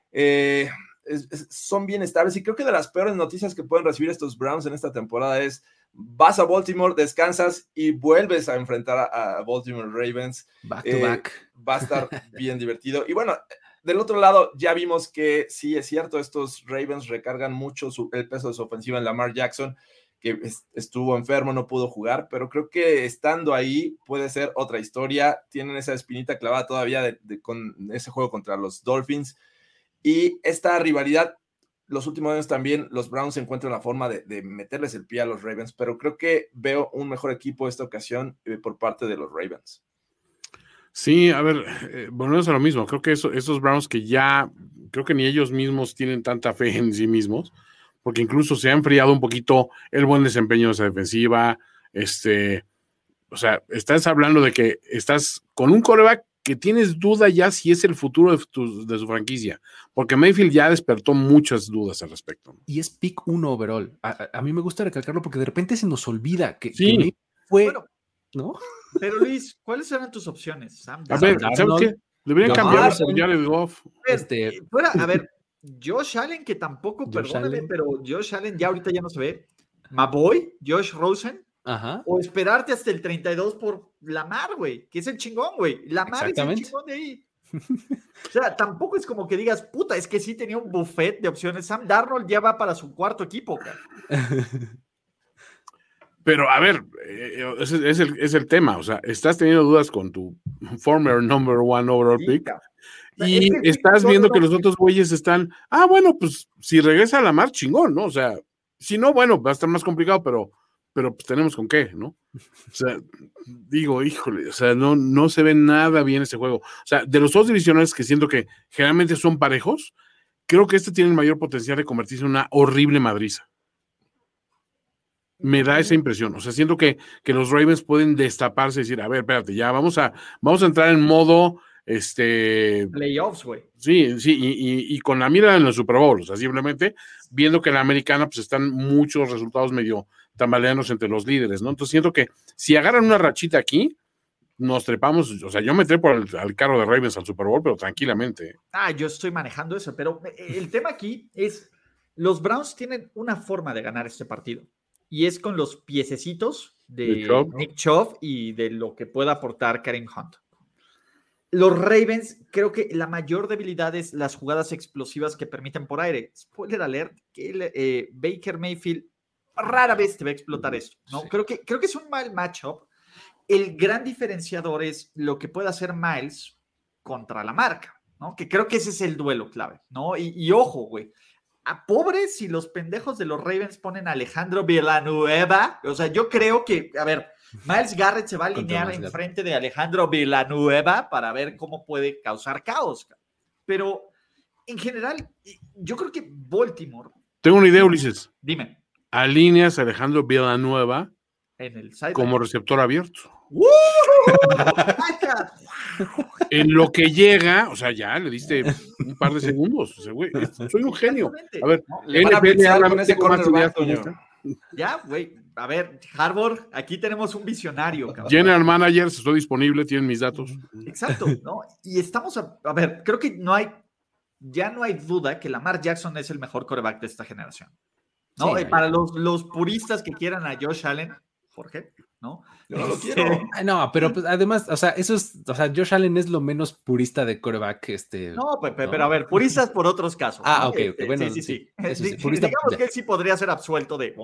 Son bien estables, y creo que de las peores noticias que pueden recibir estos Browns en esta temporada es, vas a Baltimore, descansas y vuelves a enfrentar a Baltimore Ravens. Back to back. Va a estar bien divertido. Y bueno, del otro lado, ya vimos que sí es cierto, estos Ravens recargan mucho el peso de su ofensiva en Lamar Jackson, que estuvo enfermo, no pudo jugar, pero creo que estando ahí puede ser otra historia. Tienen esa espinita clavada todavía con ese juego contra los Dolphins, y esta rivalidad, los últimos años también los Browns encuentran la forma de meterles el pie a los Ravens, pero creo que veo un mejor equipo esta ocasión por parte de los Ravens. Sí, a ver, volvemos a lo mismo. Creo que esos Browns que ya, creo que ni ellos mismos tienen tanta fe en sí mismos, porque incluso se ha enfriado un poquito el buen desempeño de esa defensiva. O sea, estás hablando de que estás con un quarterback que tienes duda ya si es el futuro de su franquicia, porque Mayfield ya despertó muchas dudas al respecto. Y es pick 1 overall. A mí me gusta recalcarlo porque de repente se nos olvida que sí. fue... Bueno, ¿no? Pero Luis, ¿cuáles eran tus opciones? A ver, ¿sabes qué? Deberían cambiar a Jared Goff. A ver, Josh Allen, que tampoco, perdóname, pero Josh Allen ya ahorita ya no se ve. Maboy, Josh Rosen. Ajá. O esperarte hasta el 32 por Lamar, güey, que es el chingón, güey. Lamar es el chingón de ahí. O sea, tampoco es como que digas, puta, es que sí tenía un buffet de opciones. Sam Darnold ya va para su 4º equipo, cara. Pero, a ver, es el tema. O sea, estás teniendo dudas con tu former number 1 overall pick. Y estás viendo que los otros güeyes están, bueno, pues si regresa a Lamar, chingón, ¿no? O sea, si no, bueno, va a estar más complicado, pero pues tenemos con qué, ¿no? O sea, digo, híjole, o sea, no se ve nada bien ese juego. O sea, de los 2 divisionales que siento que generalmente son parejos, creo que tiene el mayor potencial de convertirse en una horrible madriza. Me da esa impresión. O sea, siento que los Ravens pueden destaparse y decir, a ver, espérate, ya vamos a entrar en modo playoffs, güey. Sí, y con la mira en el Super Bowl, o sea, simplemente viendo que en la americana pues están muchos resultados medio tambaleanos entre los líderes, ¿no? Entonces siento que si agarran una rachita aquí, nos trepamos, o sea, yo me trepo al carro de Ravens al Super Bowl, pero tranquilamente. Yo estoy manejando eso, pero el tema aquí es, los Browns tienen una forma de ganar este partido, y es con los piececitos de Nick Chubb y de lo que pueda aportar Kareem Hunt. Los Ravens, creo que la mayor debilidad es las jugadas explosivas que permiten por aire. Spoiler alert, que Baker Mayfield rara vez te va a explotar esto, ¿no? Sí. Creo que es un mal matchup. El gran diferenciador es lo que puede hacer Miles contra la marca, ¿no? Que creo que ese es el duelo clave, ¿no? Y ojo, güey, a pobres si los pendejos de los Ravens ponen a Alejandro Villanueva. O sea, yo creo que, a ver, Myles Garrett se va a alinear enfrente de Alejandro Villanueva para ver cómo puede causar caos. Pero, en general, yo creo que Baltimore... Tengo una idea, Ulises. Dime. Alineas a Alejandro Villanueva en el como receptor abierto. En lo que llega, o sea, ya le diste un par de segundos. O sea, güey, soy un genio. A ver, ya, güey. A ver, Harvard, aquí tenemos un visionario. Cabrón. General Manager, estoy disponible, tienen mis datos. Exacto, ¿no? Y estamos a ver, creo que ya no hay duda que Lamar Jackson es el mejor quarterback de esta generación. ¿No? Sí, para los puristas que quieran a Josh Allen, ¿Por qué? ¿No? Yo no lo quiero. No, pero pues, además, o sea, Josh Allen es lo menos purista de quarterback. No, pero a ver, puristas por otros casos. ¿no? Ok, bueno. Sí. Purista, digamos que él sí podría ser absuelto de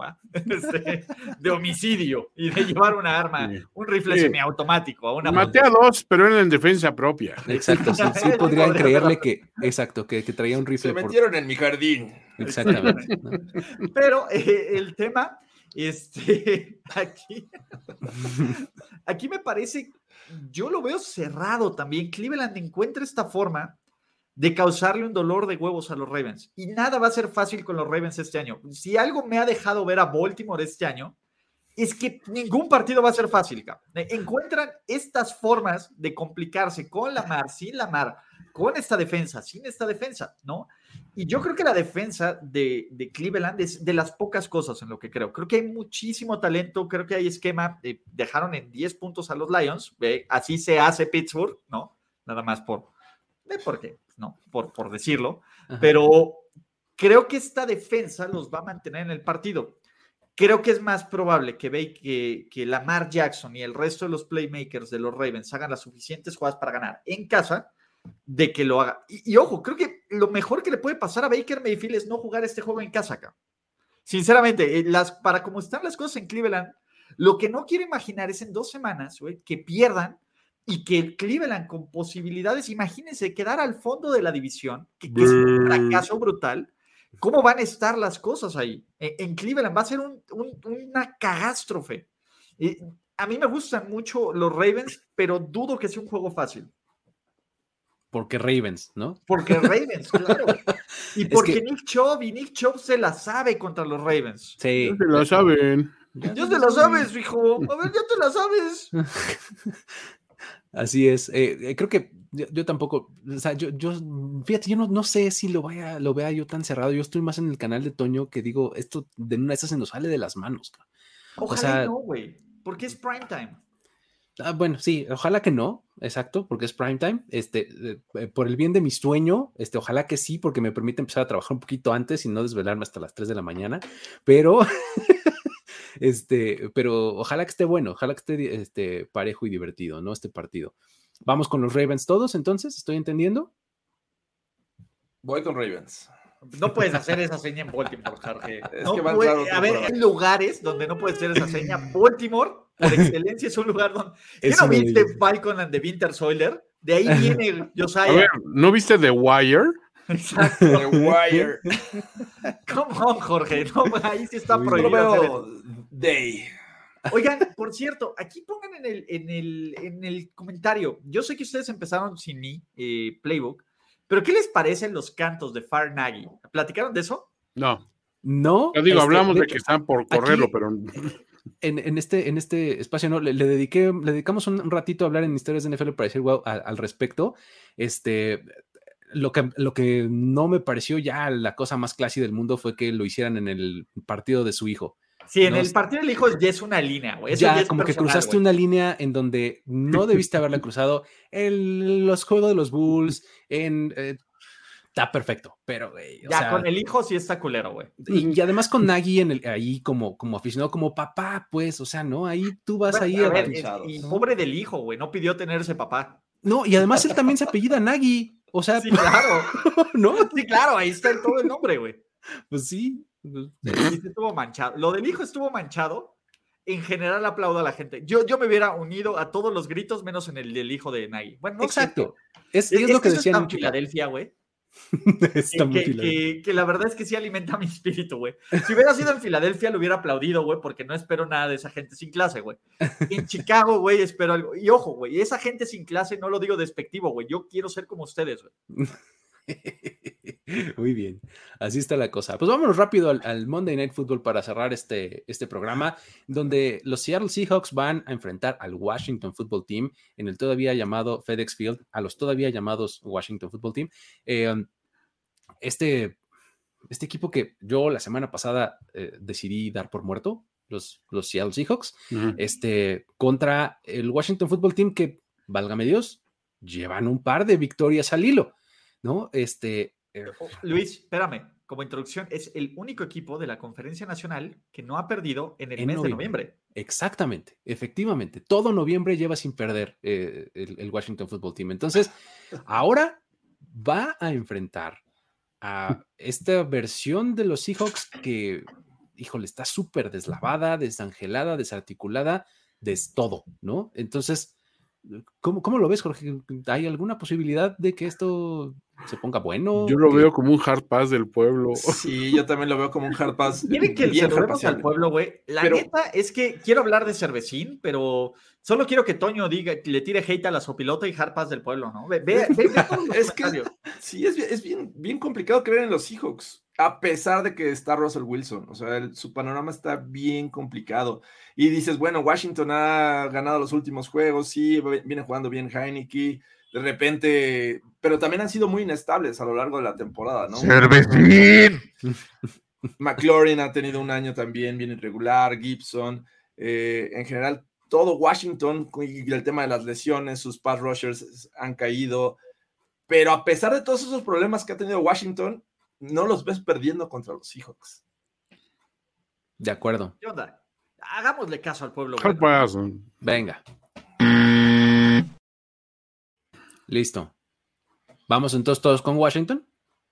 homicidio y de llevar una arma, un rifle semiautomático a una maté a 2, pero era en defensa propia. Exacto, sí podrían creerle que traía un rifle. Se metieron en mi jardín. Exactamente. ¿no? Pero el tema, aquí me parece, yo lo veo cerrado también. Cleveland encuentra esta forma de causarle un dolor de huevos a los Ravens. Y nada va a ser fácil con los Ravens este año. Si algo me ha dejado ver a Baltimore este año, es que ningún partido va a ser fácil. Encuentran estas formas de complicarse con Lamar, sin Lamar, con esta defensa, sin esta defensa, ¿no? Y yo creo que la defensa de Cleveland es de las pocas cosas en lo que creo. Creo que hay muchísimo talento, creo que hay esquema. Dejaron en 10 puntos a los Lions, así se hace Pittsburgh, ¿no? Nada más por qué, ¿no? Por decirlo. Ajá. Pero creo que esta defensa los va a mantener en el partido. Creo que es más probable que Lamar Jackson y el resto de los playmakers de los Ravens hagan las suficientes jugadas para ganar en casa de que lo haga. Y ojo, creo que lo mejor que le puede pasar a Baker Mayfield es no jugar este juego en casa acá. Sinceramente, para como están las cosas en Cleveland, lo que no quiero imaginar es en 2 semanas, que pierdan y que Cleveland con posibilidades, imagínense, quedar al fondo de la división, que es un fracaso brutal. ¿Cómo van a estar las cosas ahí? En Cleveland va a ser una catástrofe. A mí me gustan mucho los Ravens, pero dudo que sea un juego fácil. Porque Ravens, ¿no? Porque Ravens, claro. Y porque Nick Chubb se la sabe contra los Ravens. Sí. Ya se la saben. Ya te la sabes, hijo. A ver, ya te la sabes. Así es. Creo que yo tampoco, o sea, fíjate, yo no sé si lo vea yo tan cerrado. Yo estoy más en el canal de Toño que digo, esto de una de esas se nos sale de las manos. Ojalá no, güey, porque es primetime. Bueno, sí, ojalá que no, exacto, porque es primetime. Por el bien de mi sueño, ojalá que sí, porque me permite empezar a trabajar un poquito antes y no desvelarme hasta las 3 de la mañana, pero pero ojalá que esté bueno, ojalá que esté parejo y divertido, ¿no? Este partido. Vamos con los Ravens todos, entonces, ¿estoy entendiendo? Voy con Ravens. No puedes hacer esa seña en Baltimore, Jorge. A ver, hay lugares donde no puedes hacer esa seña. Baltimore, por excelencia, es un lugar donde... ¿Qué no viste Falcon and the Winter Soldier? De ahí viene Josiah. A ver, ¿no viste The Wire? Exacto. The Wire. Come on, Jorge. No, ahí sí está prohibido. Day. Oigan, por cierto, aquí pongan en el comentario. Yo sé que ustedes empezaron sin mí, Playbook, pero ¿qué les parecen los cantos de Far Nagy? ¿Platicaron de eso? No. Yo digo, hablamos de que están por correrlo, aquí, pero... En este espacio, ¿no? Le dedicamos un ratito a hablar en historias de NFL para decir wow, al respecto. Lo que no me pareció ya la cosa más classy del mundo fue que lo hicieran en el partido de su hijo. Sí, en el partido del hijo ya es una línea, güey. Ya como que cruzaste una línea en donde no debiste haberla cruzado. Los juegos de los Bulls, está perfecto, pero güey, con el hijo sí está culero, güey. Y además con Nagy ahí como aficionado, como papá, pues, o sea, ¿no? Ahí tú vas ahí. Y pobre del hijo, güey, no pidió tener ese papá. No, y además él también se apellida Nagy, o sea. Sí, claro. ¿No? Sí, claro, ahí está todo el nombre, güey. Pues sí. Sí, estuvo manchado. Lo del hijo estuvo manchado. En general aplaudo a la gente. Yo me hubiera unido a todos los gritos, menos en el del hijo de Nagy. Bueno, no exacto. Es lo que decían en Filadelfia, güey. Que la verdad es que sí alimenta mi espíritu, güey. Si hubiera sido en Filadelfia, lo hubiera aplaudido, güey, porque no espero nada de esa gente sin clase, güey. En Chicago, güey, espero algo. Y ojo, güey, esa gente sin clase no lo digo despectivo, güey. Yo quiero ser como ustedes, güey. Muy bien, así está la cosa. Pues vámonos rápido al Monday Night Football para cerrar este programa, donde los Seattle Seahawks van a enfrentar al Washington Football Team en el todavía llamado FedEx Field, a los todavía llamados Washington Football Team. Este equipo que yo la semana pasada decidí dar por muerto, los Seattle Seahawks, contra el Washington Football Team que, válgame Dios, llevan un par de victorias al hilo, ¿no? Luis, espérame. como introducción, es el único equipo de la Conferencia Nacional que no ha perdido en el mes de noviembre. Exactamente, efectivamente. Todo noviembre lleva sin perder el Washington Football Team. Entonces, ahora va a enfrentar a esta versión de los Seahawks que, híjole, está súper deslavada, desangelada, desarticulada, todo, ¿no? Entonces, ¿cómo lo ves, Jorge? ¿Hay alguna posibilidad de que esto se ponga bueno? Yo lo veo como un hard pass del pueblo. Sí, yo también lo veo como un hard pass. ¿Quieren que se lo demos al pueblo, güey? La neta es que quiero hablar de Cervecín, pero solo quiero que Toño diga, le tire hate a la sopilota y hard pass del pueblo, ¿no? Ve es que sí, es bien complicado creer en los Seahawks, a pesar de que está Russell Wilson. O sea, su panorama está bien complicado. Y dices, bueno, Washington ha ganado los últimos juegos, sí, viene jugando bien Heineke, de repente, pero también han sido muy inestables a lo largo de la temporada, ¿no? ¡Cervecín! McLaurin ha tenido un año también bien irregular, Gibson, en general, todo Washington, y el tema de las lesiones, sus pass rushers han caído, pero a pesar de todos esos problemas que ha tenido Washington, no los ves perdiendo contra los Seahawks. De acuerdo. ¿Qué onda? Hagámosle caso al pueblo. Venga. Listo. ¿Vamos entonces todos con Washington?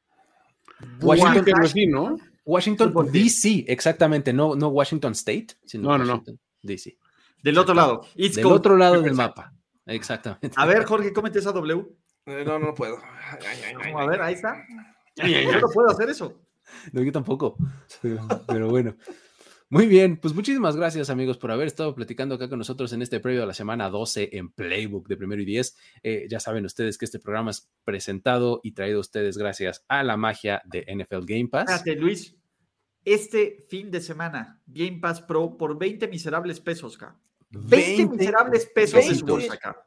Washington DC, exactamente. No Washington State, sino Washington DC. Del otro lado. Del otro lado del mapa. Exactamente. A ver, Jorge, cómete esa W. No puedo. A ver, ahí está. Yo no puedo hacer eso. No, yo tampoco. Pero bueno. Muy bien, pues muchísimas gracias, amigos, por haber estado platicando acá con nosotros en este previo a la semana 12 en Playbook de Primero y 10. Ya saben ustedes que este programa es presentado y traído a ustedes gracias a la magia de NFL Game Pass. Espérate, Luis. Este fin de semana, Game Pass Pro por 20 miserables pesos, acá. 20 miserables pesos de su bolsa, acá.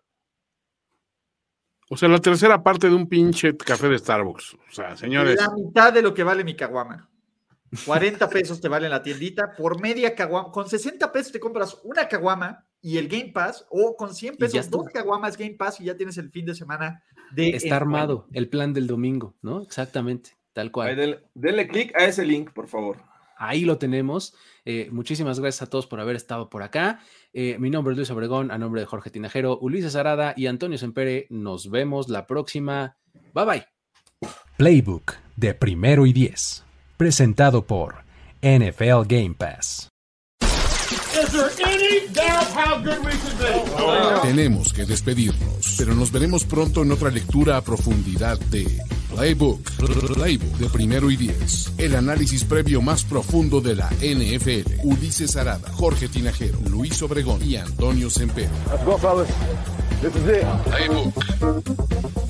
O sea, la tercera parte de un pinche café de Starbucks. O sea, señores. La mitad de lo que vale mi caguama. 40 pesos te vale en la tiendita, por media caguama, con 60 pesos te compras una caguama y el Game Pass, o con 100 pesos, 2 caguamas Game Pass y ya tienes el fin de semana de... Está armado el plan del domingo, ¿no? Exactamente, tal cual. Ahí, denle clic a ese link, por favor. Ahí lo tenemos. Muchísimas gracias a todos por haber estado por acá. Mi nombre es Luis Obregón, a nombre de Jorge Tinajero, Ulises Arada y Antonio Sempere. Nos vemos la próxima. Bye bye. Playbook de Primero y 10. Presentado por NFL Game Pass. Tenemos que despedirnos, pero nos veremos pronto en otra lectura a profundidad de Playbook de Primero y 10. El análisis previo más profundo de la NFL. Ulises Arada, Jorge Tinajero, Luis Obregón y Antonio Sempere. Let's go, fellas. This is it. Playbook.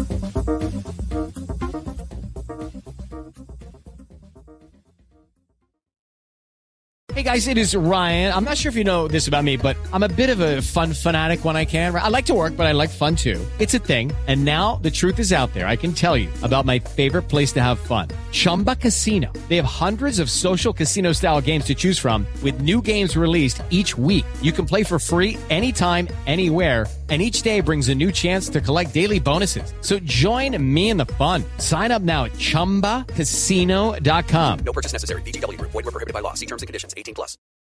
Hey guys, it is Ryan. I'm not sure if you know this about me, but I'm a bit of a fun fanatic when I can. I like to work, but I like fun too. It's a thing. And now the truth is out there. I can tell you about my favorite place to have fun. Chumba Casino. They have hundreds of social casino style games to choose from with new games released each week. You can play for free anytime, anywhere. And each day brings a new chance to collect daily bonuses. So join me in the fun. Sign up now at ChumbaCasino.com. No purchase necessary. VGW Group. Void where prohibited by law. See terms and conditions. 18+.